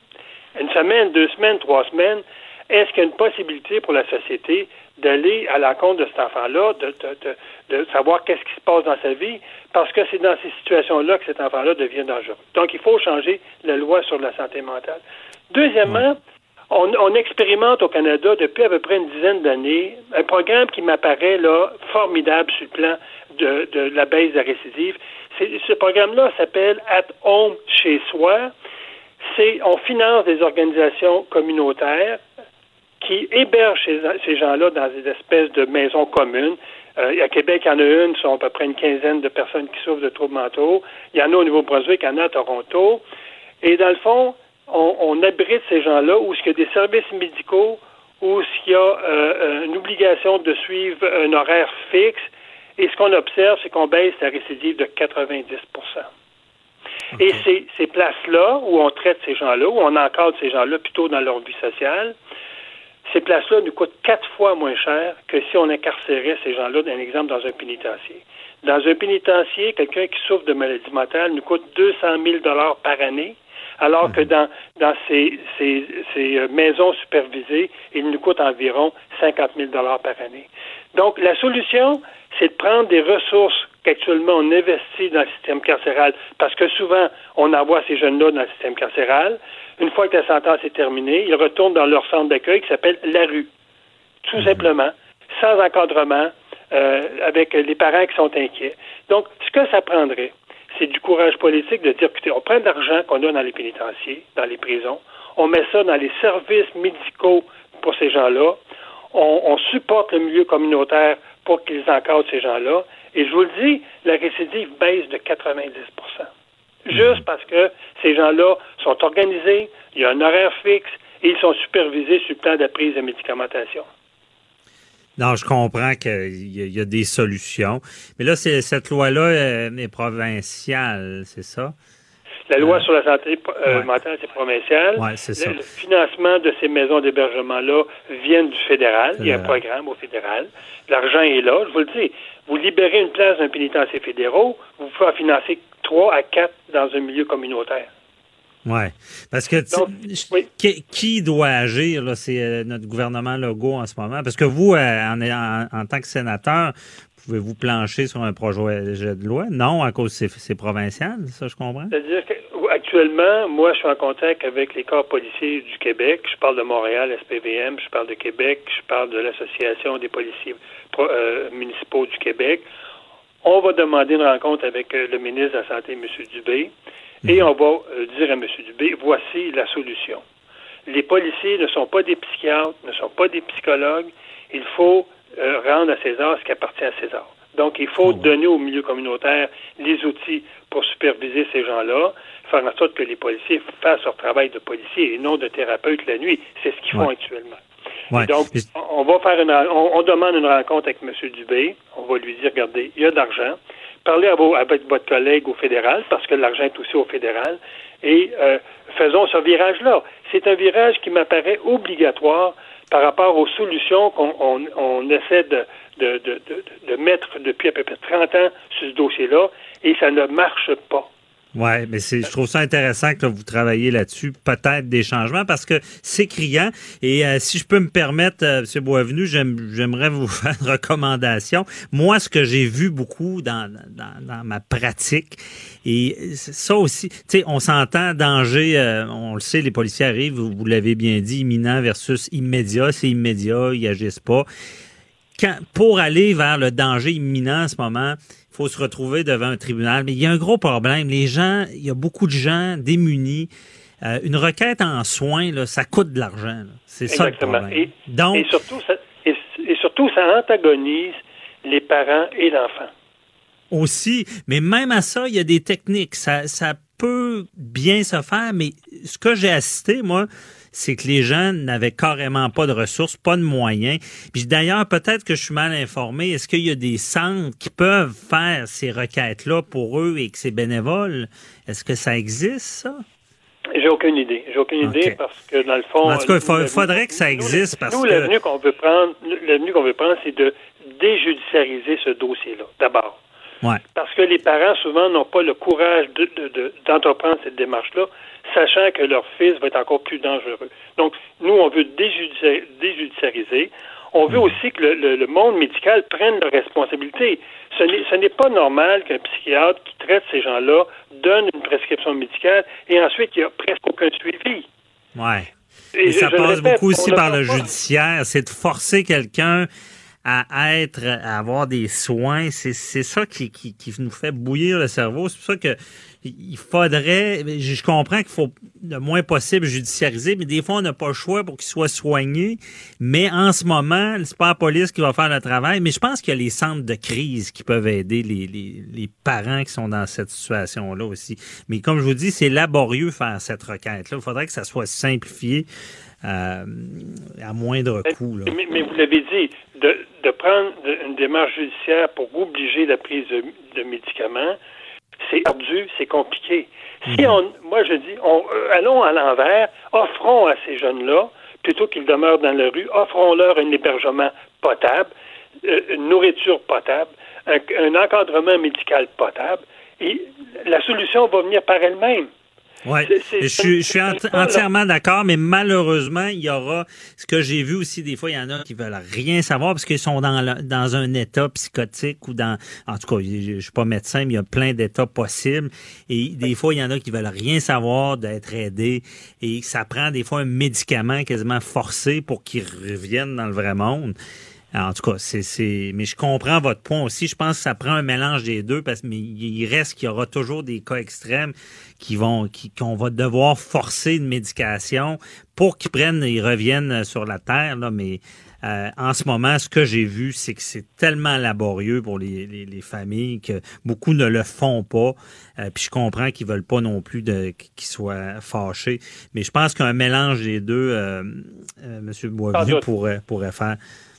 une semaine, deux semaines, trois semaines, est-ce qu'il y a une possibilité pour la société d'aller à l'encontre de cet enfant-là, de, de, de, de savoir qu'est-ce qui se passe dans sa vie, parce que c'est dans ces situations-là que cet enfant-là devient dangereux. Donc, il faut changer la loi sur la santé mentale. Deuxièmement, on, on expérimente au Canada depuis à peu près une dizaine d'années un programme qui m'apparaît là formidable sur le plan de, de la baisse de la récidive. C'est, ce programme-là s'appelle « At Home chez soi ». C'est, on finance des organisations communautaires qui hébergent ces, ces gens-là dans des espèces de maisons communes. Euh, à Québec, il y en a une, ce sont à peu près une quinzaine de personnes qui souffrent de troubles mentaux. Il y en a au Nouveau-Brunswick, il y en a à Toronto. Et dans le fond, on, on abrite ces gens-là où il y a des services médicaux, où il y a euh, une obligation de suivre un horaire fixe. Et ce qu'on observe, c'est qu'on baisse la récidive de quatre-vingt-dix pour cent. Okay. Et ces, ces places-là, où on traite ces gens-là, où on encadre ces gens-là plutôt dans leur vie sociale, ces places-là nous coûtent quatre fois moins cher que si on incarcérait ces gens-là, d'un exemple, dans un pénitencier. Dans un pénitencier, quelqu'un qui souffre de maladie mentale nous coûte deux cent mille dollars par année, alors que dans, dans ces, ces, ces maisons supervisées, il nous coûte environ cinquante mille dollars par année. Donc, la solution, c'est de prendre des ressources qu'actuellement on investit dans le système carcéral, parce que souvent, on envoie ces jeunes-là dans le système carcéral. Une fois que la sentence est terminée, ils retournent dans leur centre d'accueil qui s'appelle la rue. Tout simplement, sans encadrement, euh, avec les parents qui sont inquiets. Donc, ce que ça prendrait, c'est du courage politique de dire, écoutez, on prend de l'argent qu'on a dans les pénitenciers, dans les prisons, on met ça dans les services médicaux pour ces gens-là, on, on supporte le milieu communautaire pour qu'ils encadrent ces gens-là, et je vous le dis, la récidive baisse de quatre-vingt-dix pour cent. Juste parce que ces gens-là sont organisés, il y a un horaire fixe, et ils sont supervisés sur le plan de la prise de médicamentation. Non, je comprends qu'il y, y a des solutions. Mais là, c'est, cette loi-là euh, est provinciale, c'est ça? La loi euh, sur la santé euh, ouais. mentale, c'est provincial. Ouais, c'est ça. Le, le financement de ces maisons d'hébergement-là vient du fédéral. Il y a un programme au fédéral. L'argent est là. Je vous le dis, vous libérez une place d'un pénitencier fédéral, vous pouvez en financer trois à quatre dans un milieu communautaire. Oui, parce que Donc, oui. qui, qui doit agir, là, c'est euh, notre gouvernement Legault en ce moment? Parce que vous, euh, en, en, en tant que sénateur, pouvez-vous plancher sur un projet de loi? Non, à cause c'est, c'est provincial, ça je comprends? C'est-à-dire qu'actuellement, moi je suis en contact avec les corps policiers du Québec. Je parle de Montréal, S P V M, je parle de Québec, je parle de l'Association des policiers euh, municipaux du Québec. On va demander une rencontre avec euh, le ministre de la Santé, M. Dubé. Et on va euh, dire à M. Dubé, voici la solution. Les policiers ne sont pas des psychiatres, ne sont pas des psychologues. Il faut euh, rendre à César ce qui appartient à César. Donc, il faut oh. donner au milieu communautaire les outils pour superviser ces gens-là, faire en sorte que les policiers fassent leur travail de policier et non de thérapeute la nuit. C'est ce qu'ils ouais. font actuellement. Ouais. Donc, on va faire une, on, on demande une rencontre avec M. Dubé. On va lui dire, regardez, il y a de l'argent. Parlez à vos, avec votre collègue au fédéral, parce que l'argent est aussi au fédéral, et euh, faisons ce virage-là. C'est un virage qui m'apparaît obligatoire par rapport aux solutions qu'on on, on essaie de, de, de, de, de mettre depuis à peu près trente ans sur ce dossier-là, et ça ne marche pas. Oui, mais c'est, je trouve ça intéressant que là, vous travaillez là-dessus, peut-être des changements, parce que c'est criant. Et euh, si je peux me permettre, euh, M. Boisvenu, j'aime, j'aimerais vous faire une recommandation. Moi, ce que j'ai vu beaucoup dans, dans, dans ma pratique, et ça aussi, tu sais, on s'entend, danger, euh, on le sait, les policiers arrivent, vous, vous l'avez bien dit, imminent versus immédiat. C'est immédiat, ils agissent pas. Quand, pour aller vers le danger imminent en ce moment, il faut se retrouver devant un tribunal. Mais il y a un gros problème. Les gens, il y a beaucoup de gens démunis. Euh, une requête en soins, là, ça coûte de l'argent. Là. C'est Exactement. ça le problème. Et, Donc, et, surtout, ça, et, et surtout, ça antagonise les parents et l'enfant. Aussi, mais même à ça, il y a des techniques. Ça, ça peut bien se faire, mais ce que j'ai assisté, moi, c'est que les gens n'avaient carrément pas de ressources, pas de moyens. Puis d'ailleurs, peut-être que je suis mal informé. Est-ce qu'il y a des centres qui peuvent faire ces requêtes-là pour eux et que c'est bénévole? Est-ce que ça existe, ça? J'ai aucune idée. J'ai aucune okay. idée parce que, dans le fond... En tout cas, il faudrait que ça existe parce nous, que... L'avenue qu'on veut prendre, l'avenue qu'on veut prendre, c'est de déjudiciariser ce dossier-là, d'abord. Ouais. Parce que les parents, souvent, n'ont pas le courage de, de, de, d'entreprendre cette démarche-là, sachant que leur fils va être encore plus dangereux. Donc, nous, on veut déjudiciariser. déjudiciariser. On veut aussi que le, le, le monde médical prenne leurs responsabilités. Ce n'est, ce n'est pas normal qu'un psychiatre qui traite ces gens-là donne une prescription médicale et ensuite, il n'y a presque aucun suivi. Oui. Et, et ça passe répète, beaucoup aussi par le pas. judiciaire. C'est de forcer quelqu'un à être, à avoir des soins. C'est, c'est ça qui, qui, qui nous fait bouillir le cerveau. C'est pour ça que il faudrait, je comprends qu'il faut le moins possible judiciariser, mais des fois, on n'a pas le choix pour qu'il soit soigné. Mais en ce moment, c'est pas la police qui va faire le travail, mais je pense qu'il y a les centres de crise qui peuvent aider les, les, les parents qui sont dans cette situation-là aussi. Mais comme je vous dis, c'est laborieux faire cette requête-là. Il faudrait que ça soit simplifié euh, à moindre coût. Là. Mais, mais vous l'avez dit, de, de prendre une démarche judiciaire pour obliger la prise de, de médicaments, c'est ardu, c'est compliqué. Si on, moi je dis, on, euh, allons à l'envers, offrons à ces jeunes-là, plutôt qu'ils demeurent dans la rue, offrons-leur un hébergement potable, euh, une nourriture potable, un, un encadrement médical potable, et la solution va venir par elle-même. Oui, je suis, je suis ent- entièrement d'accord, mais malheureusement, il y aura, ce que j'ai vu aussi, des fois, il y en a qui veulent rien savoir parce qu'ils sont dans, le, dans un état psychotique ou dans, en tout cas, je, je suis pas médecin, mais il y a plein d'états possibles et des fois, il y en a qui veulent rien savoir d'être aidés et ça prend des fois un médicament quasiment forcé pour qu'ils reviennent dans le vrai monde. En tout cas, c'est, c'est, mais je comprends votre point aussi. Je pense que ça prend un mélange des deux parce que mais il reste qu'il y aura toujours des cas extrêmes qui vont, qui, qu'on va devoir forcer une médication pour qu'ils prennent, ils reviennent sur la terre, là. Mais, euh, en ce moment, ce que j'ai vu, c'est que c'est tellement laborieux pour les, les, les familles que beaucoup ne le font pas. Euh, puis je comprends qu'ils veulent pas non plus de, qu'ils soient fâchés. Mais je pense qu'un mélange des deux, euh, euh, M. Boisvenu pourrait, pourrait faire.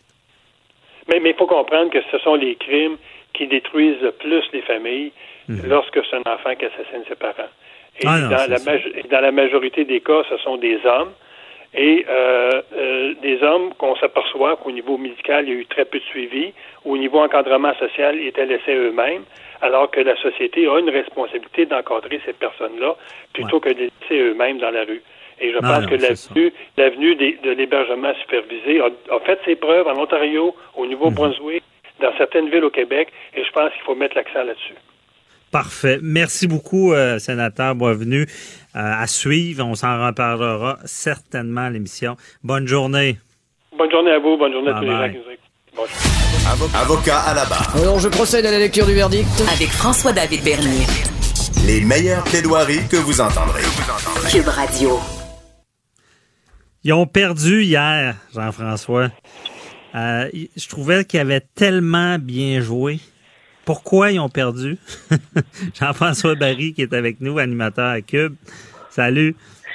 Mais il faut comprendre que ce sont les crimes qui détruisent le plus les familles mmh. lorsque c'est un enfant qui assassine ses parents. Et ah non, dans, la ma- dans la majorité des cas, ce sont des hommes. Et euh, euh, des hommes qu'on s'aperçoit qu'au niveau médical, il y a eu très peu de suivi. Au niveau encadrement social, ils étaient laissés eux-mêmes, alors que la société a une responsabilité d'encadrer ces personnes-là plutôt ouais. que de les laisser eux-mêmes dans la rue. Et je non, pense non, que l'avenue, l'avenue des, de l'hébergement supervisé a, a fait ses preuves en Ontario, au Nouveau-Brunswick, mmh. dans certaines villes au Québec, et je pense qu'il faut mettre l'accent là-dessus. Parfait. Merci beaucoup, euh, sénateur Boisvenu. Euh, à suivre, on s'en reparlera certainement à l'émission. Bonne journée. Bonne journée à vous, bonne journée bye à tous bye. Les gens qui nous écoutent. Avocat à la barre. Alors, je procède à la lecture du verdict. Avec François-David Bernier. Les meilleures plaidoiries que vous entendrez. Cube Radio. Ils ont perdu hier, Jean-François. Euh, je trouvais qu'ils avaient tellement bien joué. Pourquoi ils ont perdu? Jean-François Barry qui est avec nous, animateur à Cube. Salut.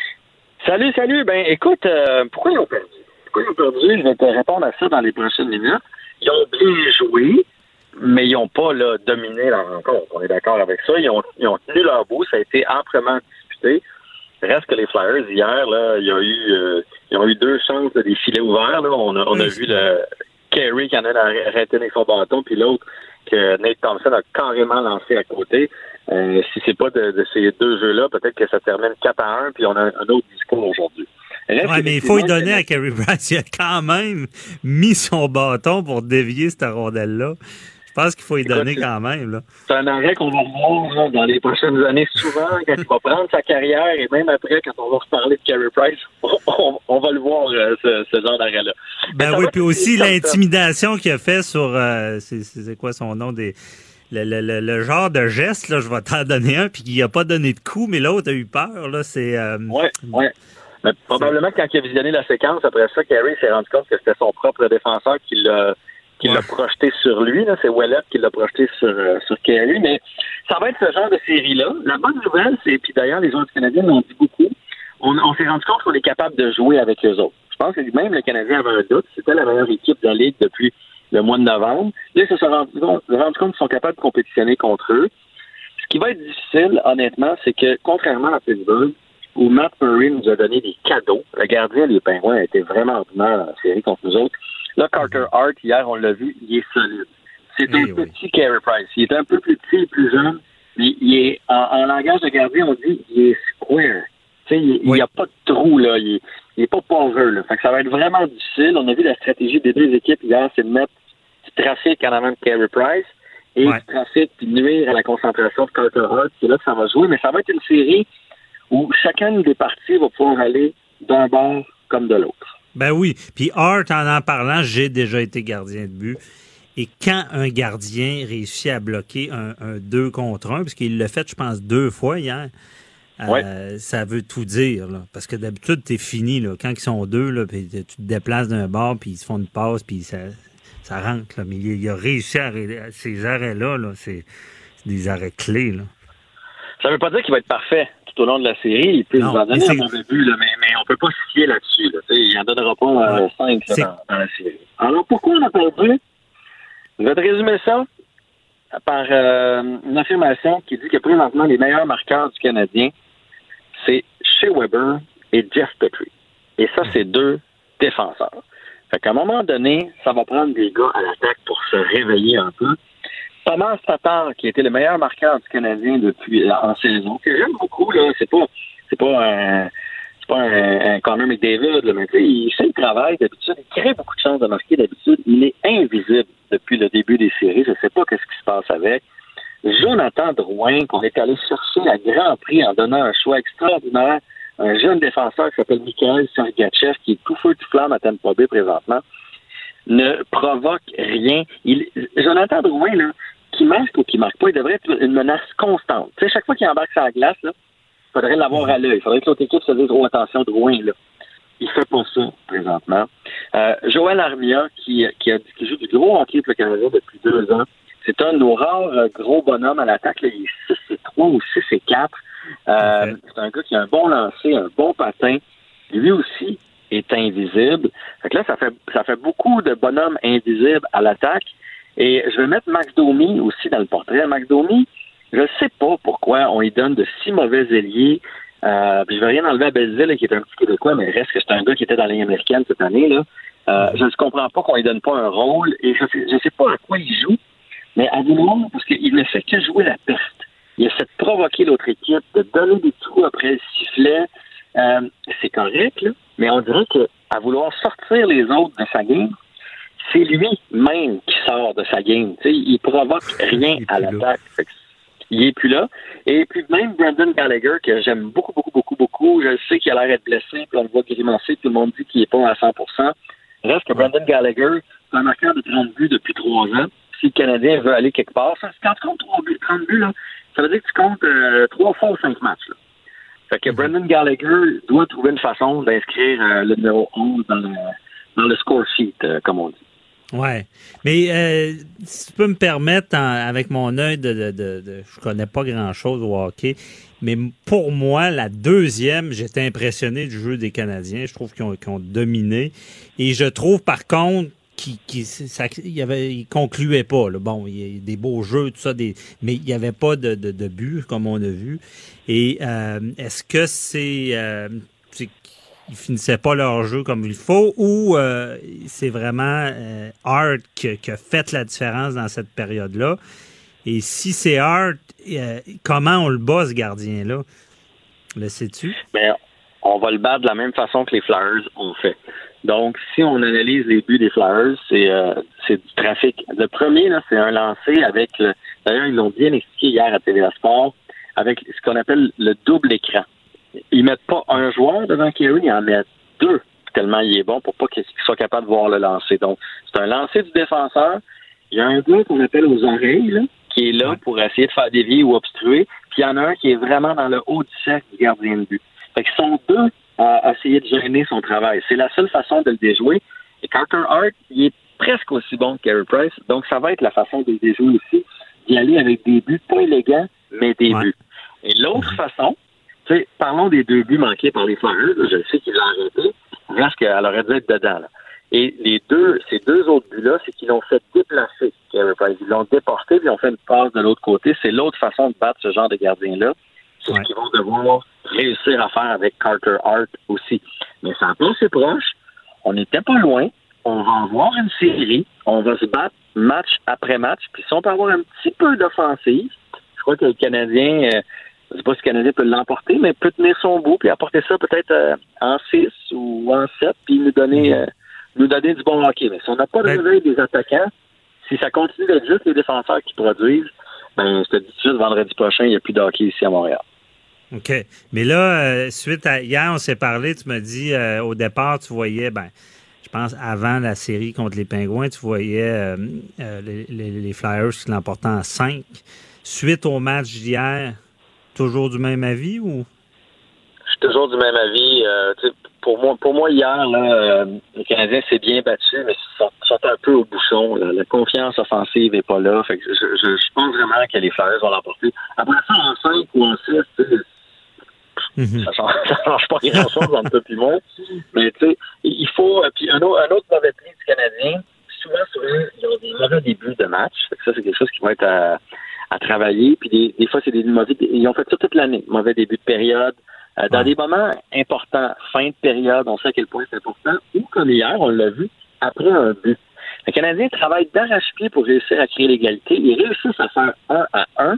Salut, salut. Ben, écoute, euh, pourquoi ils ont perdu? Pourquoi ils ont perdu? Je vais te répondre à ça dans les prochaines minutes. Ils ont bien joué, mais ils n'ont pas là, dominé la rencontre. On est d'accord avec ça. Ils ont, ils ont tenu leur bout. Ça a été amplement disputé. Reste que les Flyers, hier, là, il y a eu, euh, ils ont eu deux chances de des filets ouverts. Là. On a, on a vu le Carey qui en a arrêté avec son bâton, puis l'autre que Nate Thompson a carrément lancé à côté. Euh, si c'est pas de, de ces deux jeux-là, peut-être que ça termine quatre à un, puis on a un autre discours aujourd'hui. Oui, mais il faut y donner à Carey Price. Il a quand même mis son bâton pour dévier cette rondelle-là. Je pense qu'il faut y donner Écoute, quand même. Là. C'est un arrêt qu'on va revoir là, dans les prochaines années souvent, quand il va prendre sa carrière, et même après, quand on va reparler de Carey Price, on, on, on va le voir, euh, ce, ce genre d'arrêt-là. Ben oui, puis aussi l'intimidation qu'il a fait sur, euh, c'est, c'est quoi son nom, des... Le, le, le, le genre de geste, là, je vais t'en donner un, puis qu'il a pas donné de coup, mais l'autre a eu peur, là, c'est... Euh... Oui, oui. Mais probablement que quand il a visionné la séquence, après ça, Carey s'est rendu compte que c'était son propre défenseur qui l'a, qui ouais. l'a projeté sur lui. Là. C'est Ouellet qui l'a projeté sur, euh, sur Carey. Mais ça va être ce genre de série-là. La bonne nouvelle, c'est, puis d'ailleurs, les joueurs du Canadien l'ont dit beaucoup, on, on s'est rendu compte qu'on est capable de jouer avec eux autres. Je pense que même le Canadien avait un doute. C'était la meilleure équipe de la Ligue depuis le mois de novembre. Là, ils se sont rendus compte, rendu compte qu'ils sont capables de compétitionner contre eux. Ce qui va être difficile, honnêtement, c'est que, contrairement à Pittsburgh, où Matt Murray nous a donné des cadeaux. Le gardien des Pingouins a été vraiment ordinaire dans la série contre nous autres. Là, Carter Hart, hier, on l'a vu, il est solide. C'est oui, un oui. petit Carey Price. Il est un peu plus petit et plus jeune, mais il est, en, en langage de gardien, on dit il est square. Tu sais, il n'y oui. a pas de trou, là. Il est, il est pas pauvre, là. Fait que ça va être vraiment difficile. On a vu la stratégie des deux équipes hier, c'est de mettre du trafic en avant de Carey Price et ouais. du trafic puis nuire à la concentration de Carter Hart. C'est là que ça va jouer, mais ça va être une série où chacune des parties va pouvoir aller d'un bord comme de l'autre. Ben oui. Puis Hart, en en parlant, j'ai déjà été gardien de but. Et quand un gardien réussit à bloquer un, un deux contre un, parce qu'il l'a fait, je pense, deux fois hier, ouais. euh, ça veut tout dire. Là. Parce que d'habitude, t'es fini. Là. Quand ils sont deux, là, puis tu te déplaces d'un bord, puis ils se font une passe, puis ça, ça rentre. Là. Mais il, il a réussi à, à ces arrêts-là. Là, c'est, c'est des arrêts clés. Là. Ça veut pas dire qu'il va être parfait tout au long de la série. Il peut nous en donner un mauvais but, là, mais, mais on peut pas se fier là-dessus. Là. Il n'en donnera pas euh, cinq là, dans, dans la série. Alors, pourquoi on a perdu? Je vais te résumer ça par euh, une affirmation qui dit que présentement, les meilleurs marqueurs du Canadien, c'est Shea Weber et Jeff Petrie. Et ça, c'est deux défenseurs. Fait qu'à un moment donné, ça va prendre des gars à l'attaque pour se réveiller un peu. Thomas Tatar, qui était le meilleur marqueur du Canadien depuis en saison, que j'aime beaucoup, là, c'est pas c'est pas un c'est pas un, un Connor McDavid, là, mais il fait le travail d'habitude, il crée beaucoup de chances de marquer d'habitude, il est invisible depuis le début des séries, je sais pas qu'est-ce qui se passe avec. Jonathan Drouin, qu'on est allé chercher à grand prix en donnant un choix extraordinaire, un jeune défenseur qui s'appelle Mikhail Sergachev, qui est tout feu tout flamme à Tampa Bay présentement, ne provoque rien. Il, Jonathan Drouin, là, qui marque ou qui marque pas, il devrait être une menace constante. Tu sais, chaque fois qu'il embarque sur la glace, là, il faudrait l'avoir à l'œil. Il faudrait que l'autre équipe se dise trop attention, Drouin, là. Il fait pas ça, présentement. Euh, Joël Armia, qui, qui, a, qui joue du gros hockey pour le Canada depuis deux ans, c'est un de nos rares euh, gros bonhommes à l'attaque, là. Il est six et trois ou six et quatre. Euh, okay. C'est un gars qui a un bon lancer, un bon patin. Lui aussi est invisible. Fait que là, ça fait, ça fait beaucoup de bonhommes invisibles à l'attaque. Et je vais mettre Max Domi aussi dans le portrait. Max Domi, je ne sais pas pourquoi on lui donne de si mauvais ailiers. Euh, puis je ne vais rien enlever à Belzile, qui est un petit Québécois, mais reste que c'est un gars qui était dans la Ligue américaine cette année, là. Euh, je ne comprends pas qu'on lui donne pas un rôle. Et je ne sais, sais pas à quoi il joue, mais à vouloir, parce qu'il ne fait que jouer la perte. Il essaie de provoquer l'autre équipe, de donner des trous après le sifflet. Euh, c'est correct, là, mais on dirait qu'à vouloir sortir les autres de sa game, c'est lui-même qui sort de sa game. T'sais, il provoque rien à l'attaque. Il est plus là. Et puis même Brendan Gallagher, que j'aime beaucoup, beaucoup, beaucoup, beaucoup. Je sais qu'il a l'air d'être blessé, puis on le voit grimacer. Tout le monde dit qu'il n'est pas à cent pour cent. Reste que Brendan Gallagher, c'est un marqueur de trente buts depuis trois ans. Si le Canadien veut aller quelque part, ça, quand tu comptes trois buts, trente buts, là, ça veut dire que tu comptes euh, trois fois ou cinq matchs. Là. Fait que Brendan Gallagher doit trouver une façon d'inscrire euh, le numéro onze dans le, dans le score sheet, euh, comme on dit. Ouais, mais euh, si tu peux me permettre, en, avec mon œil de, de, de, de, je connais pas grand-chose au hockey, mais pour moi, la deuxième, j'étais impressionné du jeu des Canadiens. Je trouve qu'ils ont, qu'ils ont dominé. Et je trouve, par contre, qu'ils qu ne concluaient pas. Là. Bon, il y a des beaux jeux, tout ça, des, mais il n'y avait pas de, de, de but, comme on a vu. Et euh, est-ce que c'est... Euh, c'est ils finissaient pas leur jeu comme il faut, ou euh, c'est vraiment euh, Hart qui, qui a fait la différence dans cette période-là? Et si c'est Hart, euh, comment on le bat, ce gardien-là? Le sais-tu? Bien, on va le battre de la même façon que les Flyers ont fait. Donc, si on analyse les buts des Flyers, c'est euh, c'est du trafic. Le premier, là, c'est un lancé avec le... D'ailleurs, ils l'ont bien expliqué hier à T V A Sport, avec ce qu'on appelle le double écran. Ils mettent pas un joueur devant Carey, ils en mettent deux, tellement il est bon pour pas qu'il soit capable de voir le lancer. Donc, c'est un lancer du défenseur. Il y a un gars qu'on appelle aux oreilles, là, qui est là pour essayer de faire dévier ou obstruer. Puis il y en a un qui est vraiment dans le haut du cercle du gardien de but. Fait qu'ils sont deux à essayer de gêner son travail. C'est la seule façon de le déjouer. Et Carter Hart, il est presque aussi bon que Carey Price. Donc, ça va être la façon de le déjouer aussi, d'y aller avec des buts pas élégants, mais des ouais. buts. Et l'autre façon, tu sais, parlons des deux buts manqués par les Flyers. Je sais qu'il l'a arrêté. Reste qu'elle aurait dû être dedans. Là. Et les deux, ces deux autres buts-là, c'est qu'ils l'ont fait déplacer. Ils l'ont déporté, puis ils ont fait une passe de l'autre côté. C'est l'autre façon de battre ce genre de gardien-là. C'est ouais. ce qu'ils vont devoir réussir à faire avec Carter Hart aussi. Mais ça n'a pas assez proche. On n'était pas loin. On va en voir une série. On va se battre match après match. Puis si on peut avoir un petit peu d'offensive, je crois que le Canadien... Euh, je ne sais pas si le Canadien peut l'emporter, mais peut tenir son bout puis apporter ça peut-être euh, en six ou en sept puis nous donner euh, nous donner du bon hockey. Mais si on n'a pas de réveil des attaquants, si ça continue d'être juste les défenseurs qui produisent, ben je te dis tout de suite, vendredi prochain, il n'y a plus de hockey ici à Montréal. OK. Mais là, euh, suite à hier, on s'est parlé, tu m'as dit euh, au départ, tu voyais, ben, je pense avant la série contre les Pingouins, tu voyais euh, euh, les, les, les Flyers qui l'emportaient en cinq. Suite au match d'hier, toujours du même avis ou? Je suis toujours du même avis. Euh, pour moi, pour moi hier, là, euh, le Canadien s'est bien battu, mais ils sont, sont un peu au bouchon. Là. La confiance offensive n'est pas là. Fait que je, je, je pense vraiment que les Flyers vont l'emporter. Après ça, en cinq ou en six, mm-hmm. ça change, ça change pas grand-chose entre toi et moi. Mais tu sais, il faut. Puis un autre, un autre mauvais pli du Canadien, souvent, souvent, ils ont des mauvais débuts de match. Fait que ça, c'est quelque chose qui va être à, à travailler. Puis des, des fois, c'est des mauvais. Ils ont fait ça toute l'année. Mauvais début de période. Euh, dans ouais. des moments importants, fin de période, on sait à quel point c'est important. Ou comme hier, on l'a vu, après un but. Le Canadien travaille d'arrache-pied pour réussir à créer l'égalité. Ils réussissent à faire un à un.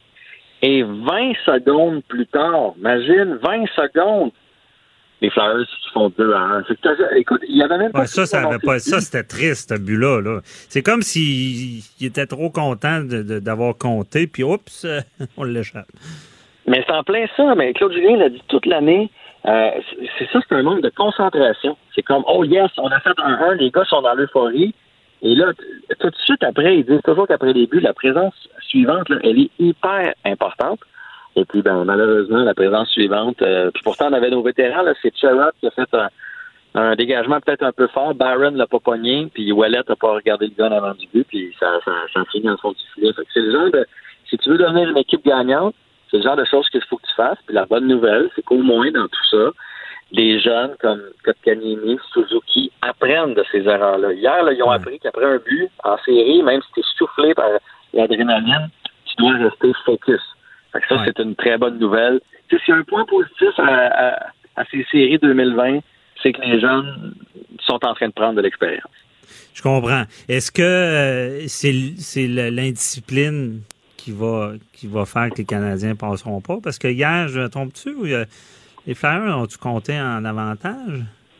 Et vingt secondes plus tard, imagine, vingt secondes, les Flyers qui font deux à un. Écoute, il y avait même pas... Ouais, ça, ça, avait pas ça, c'était triste, ce but-là. Là. C'est comme s'il il était trop content de, de, d'avoir compté, puis oups, on l'échappe. Mais c'est en plein ça. Mais Claude Julien l'a dit toute l'année. Euh, c'est ça, c'est un manque de concentration. C'est comme, oh yes, on a fait un un, les gars sont dans l'euphorie. Et là, tout de suite après, ils disent toujours qu'après les buts, la présence suivante, là, elle est hyper importante. Et puis, ben, malheureusement, la présence suivante, euh, puis pourtant, on avait nos vétérans, là, c'est Sherrod qui a fait un, un dégagement peut-être un peu fort. Byron l'a pas pogné, puis Ouellet n'a pas regardé le gun avant du but, puis ça, ça, ça a fini dans le fond du filet. Fait que c'est le genre de, si tu veux devenir une équipe gagnante, c'est le genre de choses qu'il faut que tu fasses. Puis la bonne nouvelle, c'est qu'au moins, dans tout ça, les jeunes comme Kotkaniemi, Suzuki apprennent de ces erreurs-là. Hier, là, ils ont appris qu'après un but en série, même si tu es soufflé par l'adrénaline, tu dois rester focus. Fait que ça, ouais. c'est une très bonne nouvelle. Tu sais, s'il y a un point positif à, à, à ces séries deux mille vingt, c'est que les jeunes sont en train de prendre de l'expérience. Je comprends. Est-ce que euh, c'est, c'est l'indiscipline qui va, qui va faire que les Canadiens ne passeront pas? Parce que hier, je me trompe-tu, ou euh, les Flyers ont-tu compté en avantage?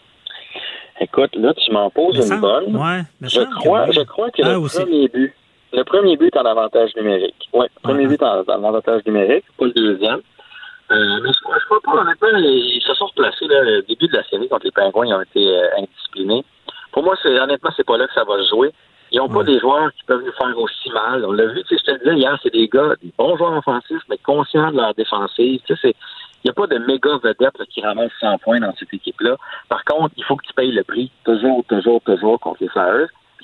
Écoute, là, tu m'en poses mais une bonne. Ouais, je, crois, je crois que ah, le aussi. premier but, le premier but est en avantage numérique. Oui, le premier but est en, en avantage numérique, pas le deuxième. Euh, mais je, je crois pas, honnêtement, ils se sont replacés, là, le début de la série contre les Pingouins, ils ont été euh, indisciplinés. Pour moi, c'est, honnêtement, c'est pas là que ça va se jouer. Ils n'ont pas ouais. des joueurs qui peuvent nous faire aussi mal. On l'a vu, tu sais, je te disais hier, c'est des gars, des bons joueurs offensifs, mais conscients de leur défensive. Tu sais, c'est, il n'y a pas de méga vedette là, qui ramasse cent points dans cette équipe-là. Par contre, il faut que tu payes le prix, toujours, toujours, toujours contre les Flyers.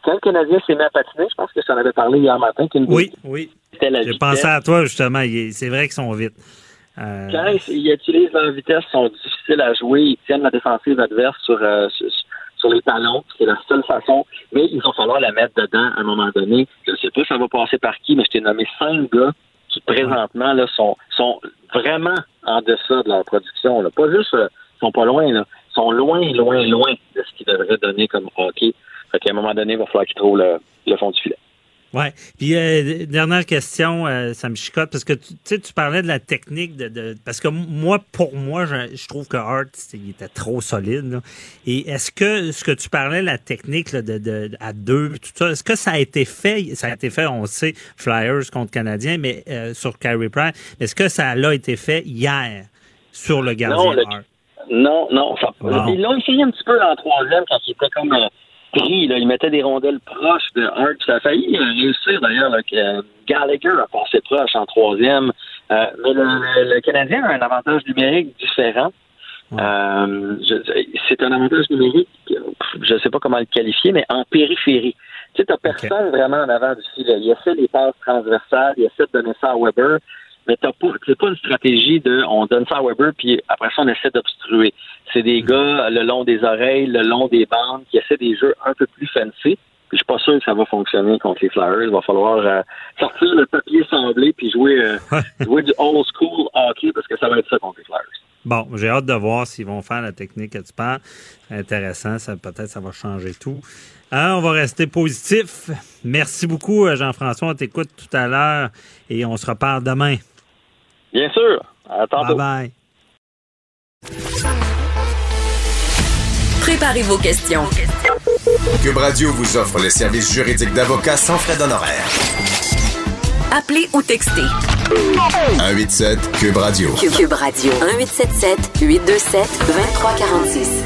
quand le Canadien s'est mis à patiner, je pense que ça en avait parlé hier matin. Oui, oui. J'ai pensé à toi, justement. C'est vrai qu'ils sont vite. Euh... Quand ils utilisent leur vitesse, ils sont difficiles à jouer. Ils tiennent la défensive adverse sur, euh, sur, sur les talons. C'est la seule façon. Mais il va falloir la mettre dedans à un moment donné. Je ne sais pas si ça va passer par qui, mais je t'ai nommé cinq gars qui, présentement, là, sont, sont vraiment en deçà de leur production. Là. Pas juste, euh, ils sont pas loin, là. Ils sont loin, loin, loin de ce qu'ils devraient donner comme hockey. Fait qu'à un moment donné, il va falloir qu'ils trouvent le, le fond du filet. Oui. Puis, euh, dernière question, euh, ça me chicote, parce que tu sais, tu parlais de la technique, de, de parce que moi, pour moi, je, je trouve que Hart, il était trop solide. Là. Et est-ce que ce que tu parlais, la technique là, de, de, à deux, tout ça, est-ce que ça a été fait? Ça a été fait, on sait, Flyers contre Canadiens, mais euh, sur Carey Price. Est-ce que ça a été fait hier sur le gardien non, le, Hart? Non, non. Ça, wow. Ils l'ont essayé un petit peu en troisième quand il était comme... Euh, Pris, là, il mettait des rondelles proches de Hart. Ça a failli réussir, d'ailleurs, là, que euh, Gallagher a passé proche en troisième. Euh, mais le, le, le Canadien a un avantage numérique différent. Ouais. Euh, je, c'est un avantage numérique, je ne sais pas comment le qualifier, mais en périphérie. Tu sais, tu n'as personne okay. vraiment en avant du filet. Il essaie les passes transversales, il essaie de donner ça à Weber, mais t'as pas, c'est pas une stratégie de on donne ça à Weber, puis après ça, on essaie d'obstruer. C'est des gars le long des oreilles, le long des bandes, qui essaient des jeux un peu plus fancy. Puis je suis pas sûr que ça va fonctionner contre les Flyers. Il va falloir euh, sortir le papier semblé puis jouer, euh, jouer du old school hockey parce que ça va être ça contre les Flyers. Bon, j'ai hâte de voir s'ils vont faire la technique que tu parles. C'est intéressant. Ça, peut-être ça va changer tout. Hein, on va rester positif. Merci beaucoup, Jean-François. On t'écoute tout à l'heure et on se reparle demain. Bien sûr. À tantôt. Bye-bye. Préparez vos questions. Cube Radio vous offre les services juridiques d'avocats sans frais d'honoraires. Appelez ou textez. un huit sept Cube Radio. Cube, Cube Radio. un huit sept sept huit deux sept deux trois quatre six.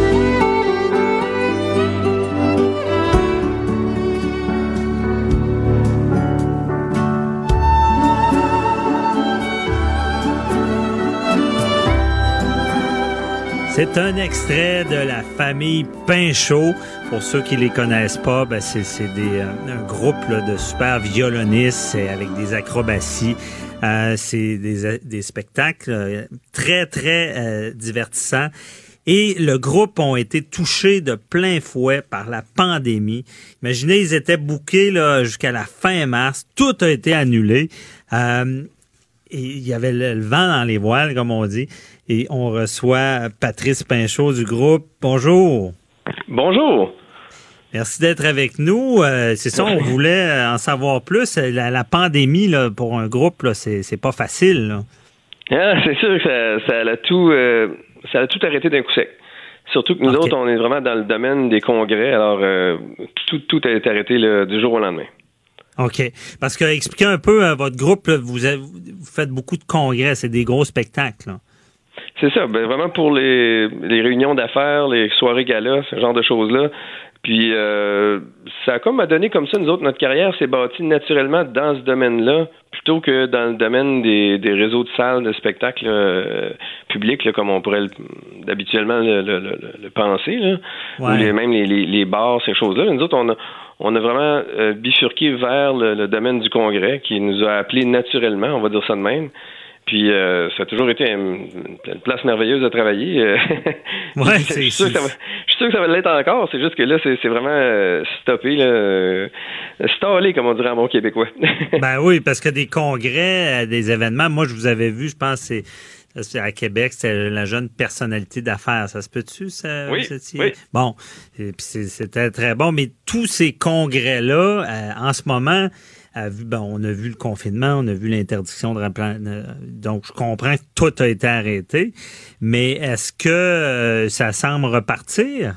C'est un extrait de la famille Pinchot. Pour ceux qui les connaissent pas, ben c'est, c'est des, un groupe là, de super violonistes avec des acrobaties. Euh, c'est des, des spectacles euh, très, très euh, divertissants. Et le groupe ont été touchés de plein fouet par la pandémie. Imaginez, ils étaient bookés là, jusqu'à la fin mars. Tout a été annulé. Euh, et il y avait le, le vent dans les voiles, comme on dit. Et on reçoit Patrice Pinchot du groupe. Bonjour. Bonjour. Merci d'être avec nous. Euh, c'est ça, on voulait en savoir plus. La, la pandémie, là, pour un groupe, là, c'est, c'est pas facile. Là. Ah, c'est sûr que ça, ça, a tout, euh, ça a tout arrêté d'un coup sec. Surtout que nous okay. autres, on est vraiment dans le domaine des congrès. Alors, euh, tout, tout a été arrêté là, du jour au lendemain. OK. Parce que, expliquez un peu, euh, votre groupe, là, vous, avez, vous faites beaucoup de congrès. C'est des gros spectacles, là. C'est ça, ben vraiment pour les, les réunions d'affaires, les soirées galas, ce genre de choses-là. Puis euh, ça a comme à donné comme ça, nous autres, notre carrière s'est bâtie naturellement dans ce domaine-là, plutôt que dans le domaine des, des réseaux de salles de spectacles euh, publics, là, comme on pourrait le, habituellement le, le, le, le penser, là, ouais. ou les, même les, les, les bars, ces choses-là. Nous autres, on a, on a vraiment euh, bifurqué vers le, le domaine du congrès, qui nous a appelés naturellement, on va dire ça de même. Puis euh, ça a toujours été une, une place merveilleuse à travailler. Ouais, je, suis sûr que ça va, je suis sûr que ça va l'être encore. C'est juste que là, c'est, c'est vraiment euh, stoppé, là, euh, stallé, comme on dirait en bon québécois. Ben oui, parce que des congrès, des événements, moi, je vous avais vu, je pense, c'est, c'est à Québec, c'est la jeune personnalité d'affaires. Ça se peut-tu, ça? Oui, oui. Bon, et puis c'est, c'était très bon. Mais tous ces congrès-là, euh, en ce moment... A vu, ben, on a vu le confinement, on a vu l'interdiction de remplacement. Donc, je comprends que tout a été arrêté. Mais est-ce que euh, ça semble repartir?